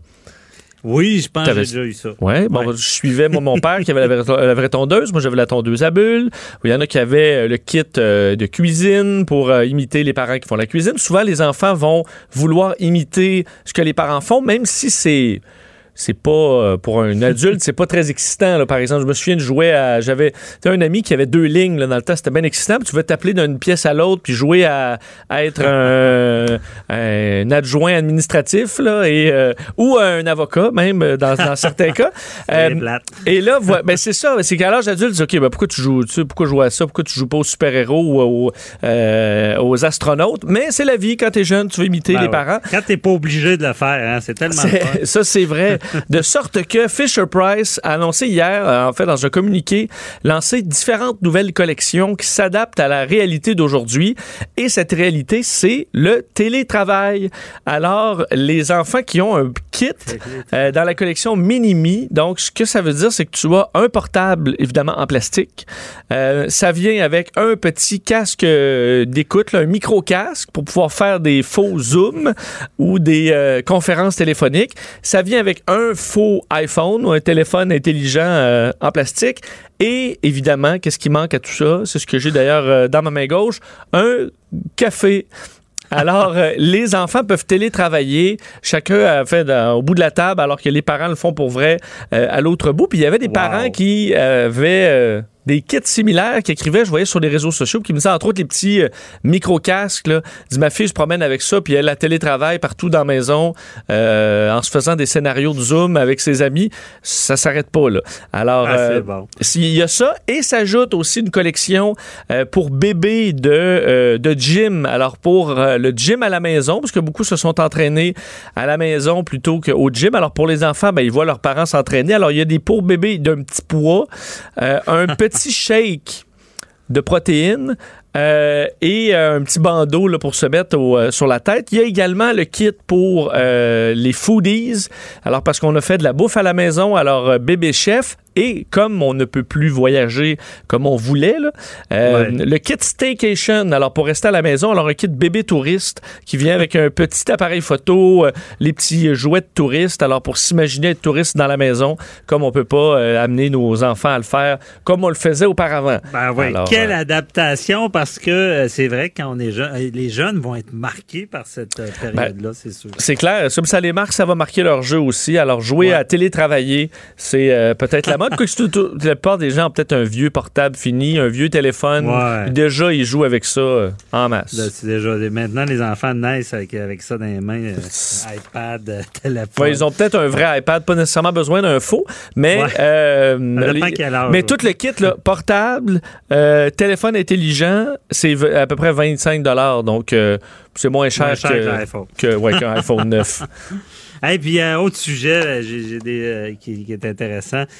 Oui, je pense que j'ai déjà eu ça. Ouais, bon, ouais. Je suivais moi, mon père qui avait la vraie, la vraie tondeuse. Moi, j'avais la tondeuse à bulles. Il y en a qui avaient le kit euh, de cuisine pour euh, imiter les parents qui font la cuisine. Souvent, les enfants vont vouloir imiter ce que les parents font, même si c'est... c'est pas euh, pour un adulte, c'est pas très excitant là. Par exemple, je me souviens de jouer à j'avais un ami qui avait deux lignes là, dans le temps, c'était bien excitant, puis tu veux t'appeler d'une pièce à l'autre puis jouer à, à être un, un adjoint administratif là et euh, ou un avocat même dans, dans certains cas. Euh, et là voilà, ben c'est ça, c'est qu'à l'âge adulte, tu dis, OK, ben pourquoi tu joues tu sais, pourquoi jouer à ça, pourquoi tu joues pas aux super-héros ou aux, euh, aux astronautes, mais c'est la vie, quand t'es jeune, tu veux imiter ben les ouais. parents. Quand t'es pas obligé de le faire, hein, c'est tellement c'est, fun. Ça c'est vrai. De sorte que Fisher-Price a annoncé hier, en fait, dans un communiqué, lancé différentes nouvelles collections qui s'adaptent à la réalité d'aujourd'hui. Et cette réalité, c'est le télétravail. Alors, les enfants qui ont un kit euh, dans la collection Mini-Me, donc, ce que ça veut dire, c'est que tu as un portable, évidemment, en plastique. Euh, ça vient avec un petit casque euh, d'écoute, là, un micro-casque pour pouvoir faire des faux Zoom ou des euh, conférences téléphoniques. Ça vient avec un faux iPhone ou un téléphone intelligent euh, en plastique. Et évidemment, qu'est-ce qui manque à tout ça? C'est ce que j'ai d'ailleurs euh, dans ma main gauche. Un café. Alors, euh, les enfants peuvent télétravailler. Chacun a fait dans, au bout de la table, alors que les parents le font pour vrai euh, à l'autre bout. Puis il y avait des wow. parents qui euh, avaient... Euh, des kits similaires qui écrivaient, je voyais sur les réseaux sociaux, qui me disaient entre autres les petits euh, micro-casques. Là. Dis, ma fille se promène avec ça, puis elle a télétravail partout dans la maison euh, en se faisant des scénarios de Zoom avec ses amis. Ça s'arrête pas, là. Alors, ah, euh, bon. il y a ça, et s'ajoute aussi une collection euh, pour bébés de, euh, de gym. Alors, pour euh, le gym à la maison, parce que beaucoup se sont entraînés à la maison plutôt qu'au gym. Alors, pour les enfants, ben, ils voient leurs parents s'entraîner. Alors, il y a des pour bébés d'un petit poids, euh, un petit petit shake de protéines euh, et euh, un petit bandeau là, pour se mettre au, euh, sur la tête. Il y a également le kit pour euh, les foodies. Alors, parce qu'on a fait de la bouffe à la maison, alors euh, bébé chef. Et comme on ne peut plus voyager comme on voulait, là, euh, ouais. le kit Staycation, alors pour rester à la maison, alors un kit bébé touriste qui vient avec un petit appareil photo, euh, les petits jouets de touristes, alors pour s'imaginer être touriste dans la maison, comme on peut pas euh, amener nos enfants à le faire comme on le faisait auparavant. Ben oui, alors, quelle euh, adaptation, parce que euh, c'est vrai que quand on est jeune, les jeunes vont être marqués par cette euh, période-là, ben, c'est sûr. C'est clair, comme ça les marque, ça va marquer leur jeu aussi. Alors jouer ouais. à télétravailler, c'est euh, peut-être la que tout, tout, la plupart des gens ont peut-être un vieux portable fini, un vieux téléphone. Ouais. Déjà, ils jouent avec ça euh, en masse. Là, c'est déjà, maintenant, les enfants naissent avec, avec ça dans les mains. Euh, iPad, euh, téléphone. Ouais, ils ont peut-être un vrai iPad, pas nécessairement besoin d'un faux, mais, ouais. euh, les, âge, mais tout le kit, là, portable, euh, téléphone intelligent, c'est à peu près vingt-cinq dollars. Donc, euh, c'est moins cher, moins cher que, qu'un iPhone. Que, ouais, qu'un iPhone neuf. Et hey, puis, euh, autre sujet j'ai, j'ai des, euh, qui, qui est intéressant.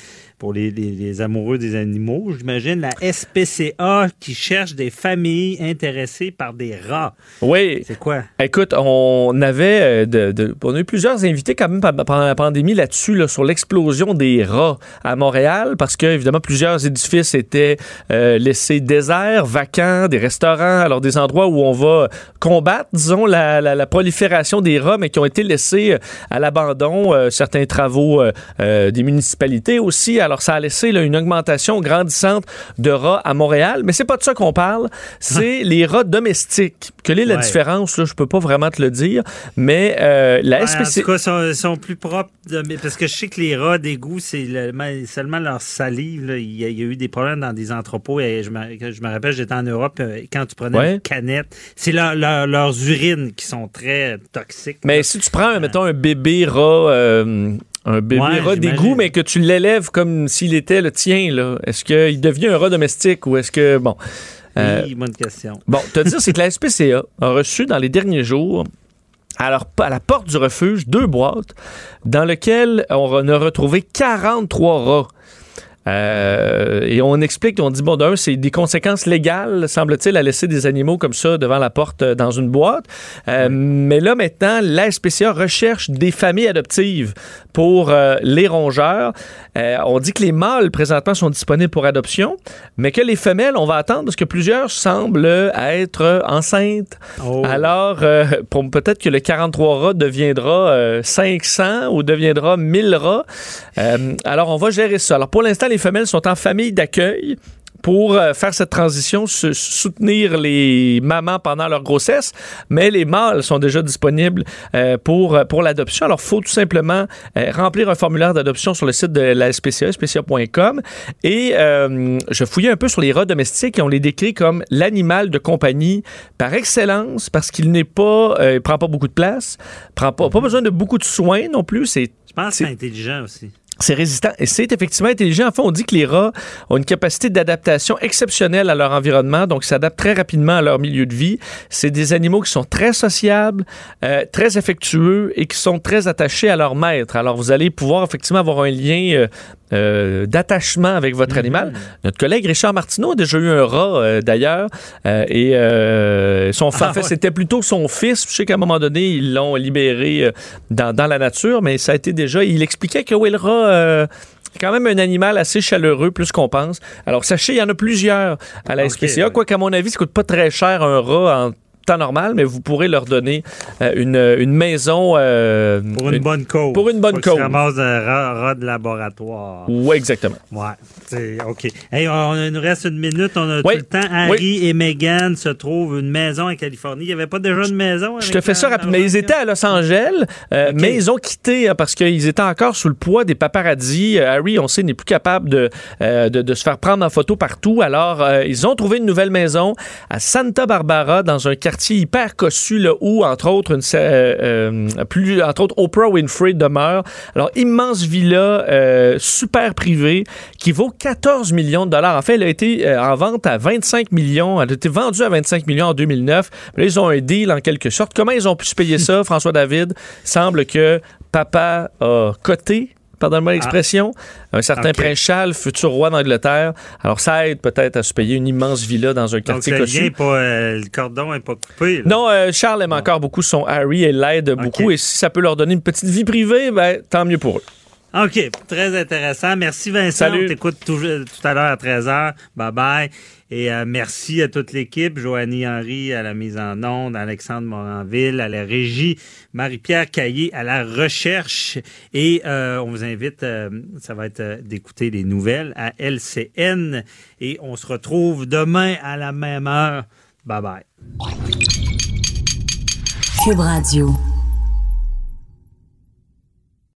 pour les, les, les amoureux des animaux, j'imagine, la S P C A qui cherche des familles intéressées par des rats. Oui. C'est quoi? Écoute, on avait, de, de, on a eu plusieurs invités quand même pendant la pandémie là-dessus, là, sur l'explosion des rats à Montréal, parce que, évidemment, plusieurs édifices étaient euh, laissés déserts, vacants, des restaurants, alors des endroits où on va combattre, disons, la, la, la prolifération des rats, mais qui ont été laissés à l'abandon, euh, certains travaux euh, euh, des municipalités aussi. Alors, ça a laissé là, une augmentation grandissante de rats à Montréal. Mais c'est pas de ça qu'on parle. C'est ah. les rats domestiques. Quelle est la ouais. différence? Là, je peux pas vraiment te le dire. Mais euh, la ouais, S P C... En tout cas, sont, sont plus propres. De... Parce que je sais que les rats d'égout, c'est le... seulement leur salive. Là. Il, y a, il y a eu des problèmes dans des entrepôts. Et je, me... je me rappelle, j'étais en Europe, quand tu prenais ouais. une canette, c'est leur, leur, leurs urines qui sont très toxiques. Mais là. si tu prends, mettons, un bébé rat... Euh... Un bébé ouais, rat d'égout, mais que tu l'élèves comme s'il était le tien, là. Est-ce qu'il devient un rat domestique ou est-ce que... Bon. Euh, oui, bonne question. Bon, te dire, c'est que la S P C A a reçu dans les derniers jours, alors, à la porte du refuge, deux boîtes dans lesquelles on a retrouvé quarante-trois rats. Euh, et on explique, on dit, bon, d'un, c'est des conséquences légales, semble-t-il, à laisser des animaux comme ça devant la porte dans une boîte. Euh, oui. Mais là, maintenant, la S P C A recherche des familles adoptives pour euh, les rongeurs. Euh, on dit que les mâles, présentement, sont disponibles pour adoption, mais que les femelles, on va attendre parce que plusieurs semblent être enceintes. Oh. Alors, euh, pour, peut-être que le quarante-trois rats deviendra euh, cinq cents ou deviendra mille rats. Euh, alors, on va gérer ça. Alors, pour l'instant, les femelles sont en famille d'accueil pour euh, faire cette transition, se, soutenir les mamans pendant leur grossesse, mais les mâles sont déjà disponibles euh, pour, pour l'adoption. Alors, il faut tout simplement euh, remplir un formulaire d'adoption sur le site de la S P C A, S P C A point com, et euh, je fouillais un peu sur les rats domestiques et on les décrit comme l'animal de compagnie par excellence parce qu'il n'est pas, euh, il prend pas beaucoup de place, prend pas, pas besoin de beaucoup de soins non plus. C'est, je pense que c'est intelligent aussi. C'est résistant et c'est effectivement intelligent. Enfin, on dit que les rats ont une capacité d'adaptation exceptionnelle à leur environnement, donc ils s'adaptent très rapidement à leur milieu de vie. C'est des animaux qui sont très sociables, euh, très affectueux et qui sont très attachés à leur maître. Alors, vous allez pouvoir effectivement avoir un lien euh, euh, d'attachement avec votre mm-hmm. animal. Notre collègue Richard Martineau a déjà eu un rat, euh, d'ailleurs, euh, et euh, son ah, en fait, ouais. c'était plutôt son fils. Je sais qu'à un moment donné, ils l'ont libéré euh, dans, dans la nature, mais ça a été déjà... Il expliquait que oui, le rat... Euh, quand même un animal assez chaleureux, plus qu'on pense. Alors, sachez, il y en a plusieurs à la okay, S P C A, ouais. quoi qu'à mon avis, ça coûte pas très cher un rat en temps normal, mais vous pourrez leur donner euh, une, une maison... Euh, pour une, une bonne cause. Pour une bonne cause. Ils ramassent un rat, rat de laboratoire. Oui, exactement. Ouais, c'est OK. Hey, on, il nous reste une minute, on a oui. tout le temps. Harry oui. et Meghan se trouvent une maison en Californie. Il n'y avait pas déjà une maison? Je te fais ça rapidement. Ils étaient à Los Angeles, euh, okay. mais ils ont quitté hein, parce qu'ils étaient encore sous le poids des paparazzis. Euh, Harry, on sait, n'est plus capable de, euh, de, de se faire prendre en photo partout. Alors, euh, ils ont trouvé une nouvelle maison à Santa Barbara, dans un quartier hyper cossu, là, où, entre autres, une, euh, euh, plus, entre autres, Oprah Winfrey demeure. Alors, immense villa, euh, super privée, qui vaut quatorze millions de dollars. En fait, elle a été euh, en vente à vingt-cinq millions. Elle a été vendue à vingt-cinq millions en deux mille neuf. Mais là, ils ont un deal, en quelque sorte. Comment ils ont pu se payer ça, François David? Il semble que papa a coté, pardonne-moi l'expression, ah. un certain okay. prince Charles, futur roi d'Angleterre. Alors, ça aide peut-être à se payer une immense villa dans un quartier Donc, cossu. Pas, euh, le cordon n'est pas coupé. Là. Non, euh, Charles aime non. encore beaucoup son Harry et l'aide okay. beaucoup. Et si ça peut leur donner une petite vie privée, ben, tant mieux pour eux. OK, très intéressant. Merci Vincent. Salut. On t'écoute tout, tout à l'heure à treize heures. Bye-bye. Et euh, merci à toute l'équipe. Joanie Henry à la mise en onde, Alexandre Moranville à la régie, Marie-Pierre Caillé à la recherche. Et euh, on vous invite, euh, ça va être euh, d'écouter les nouvelles à L C N. Et on se retrouve demain à la même heure. Bye-bye. Cube Radio.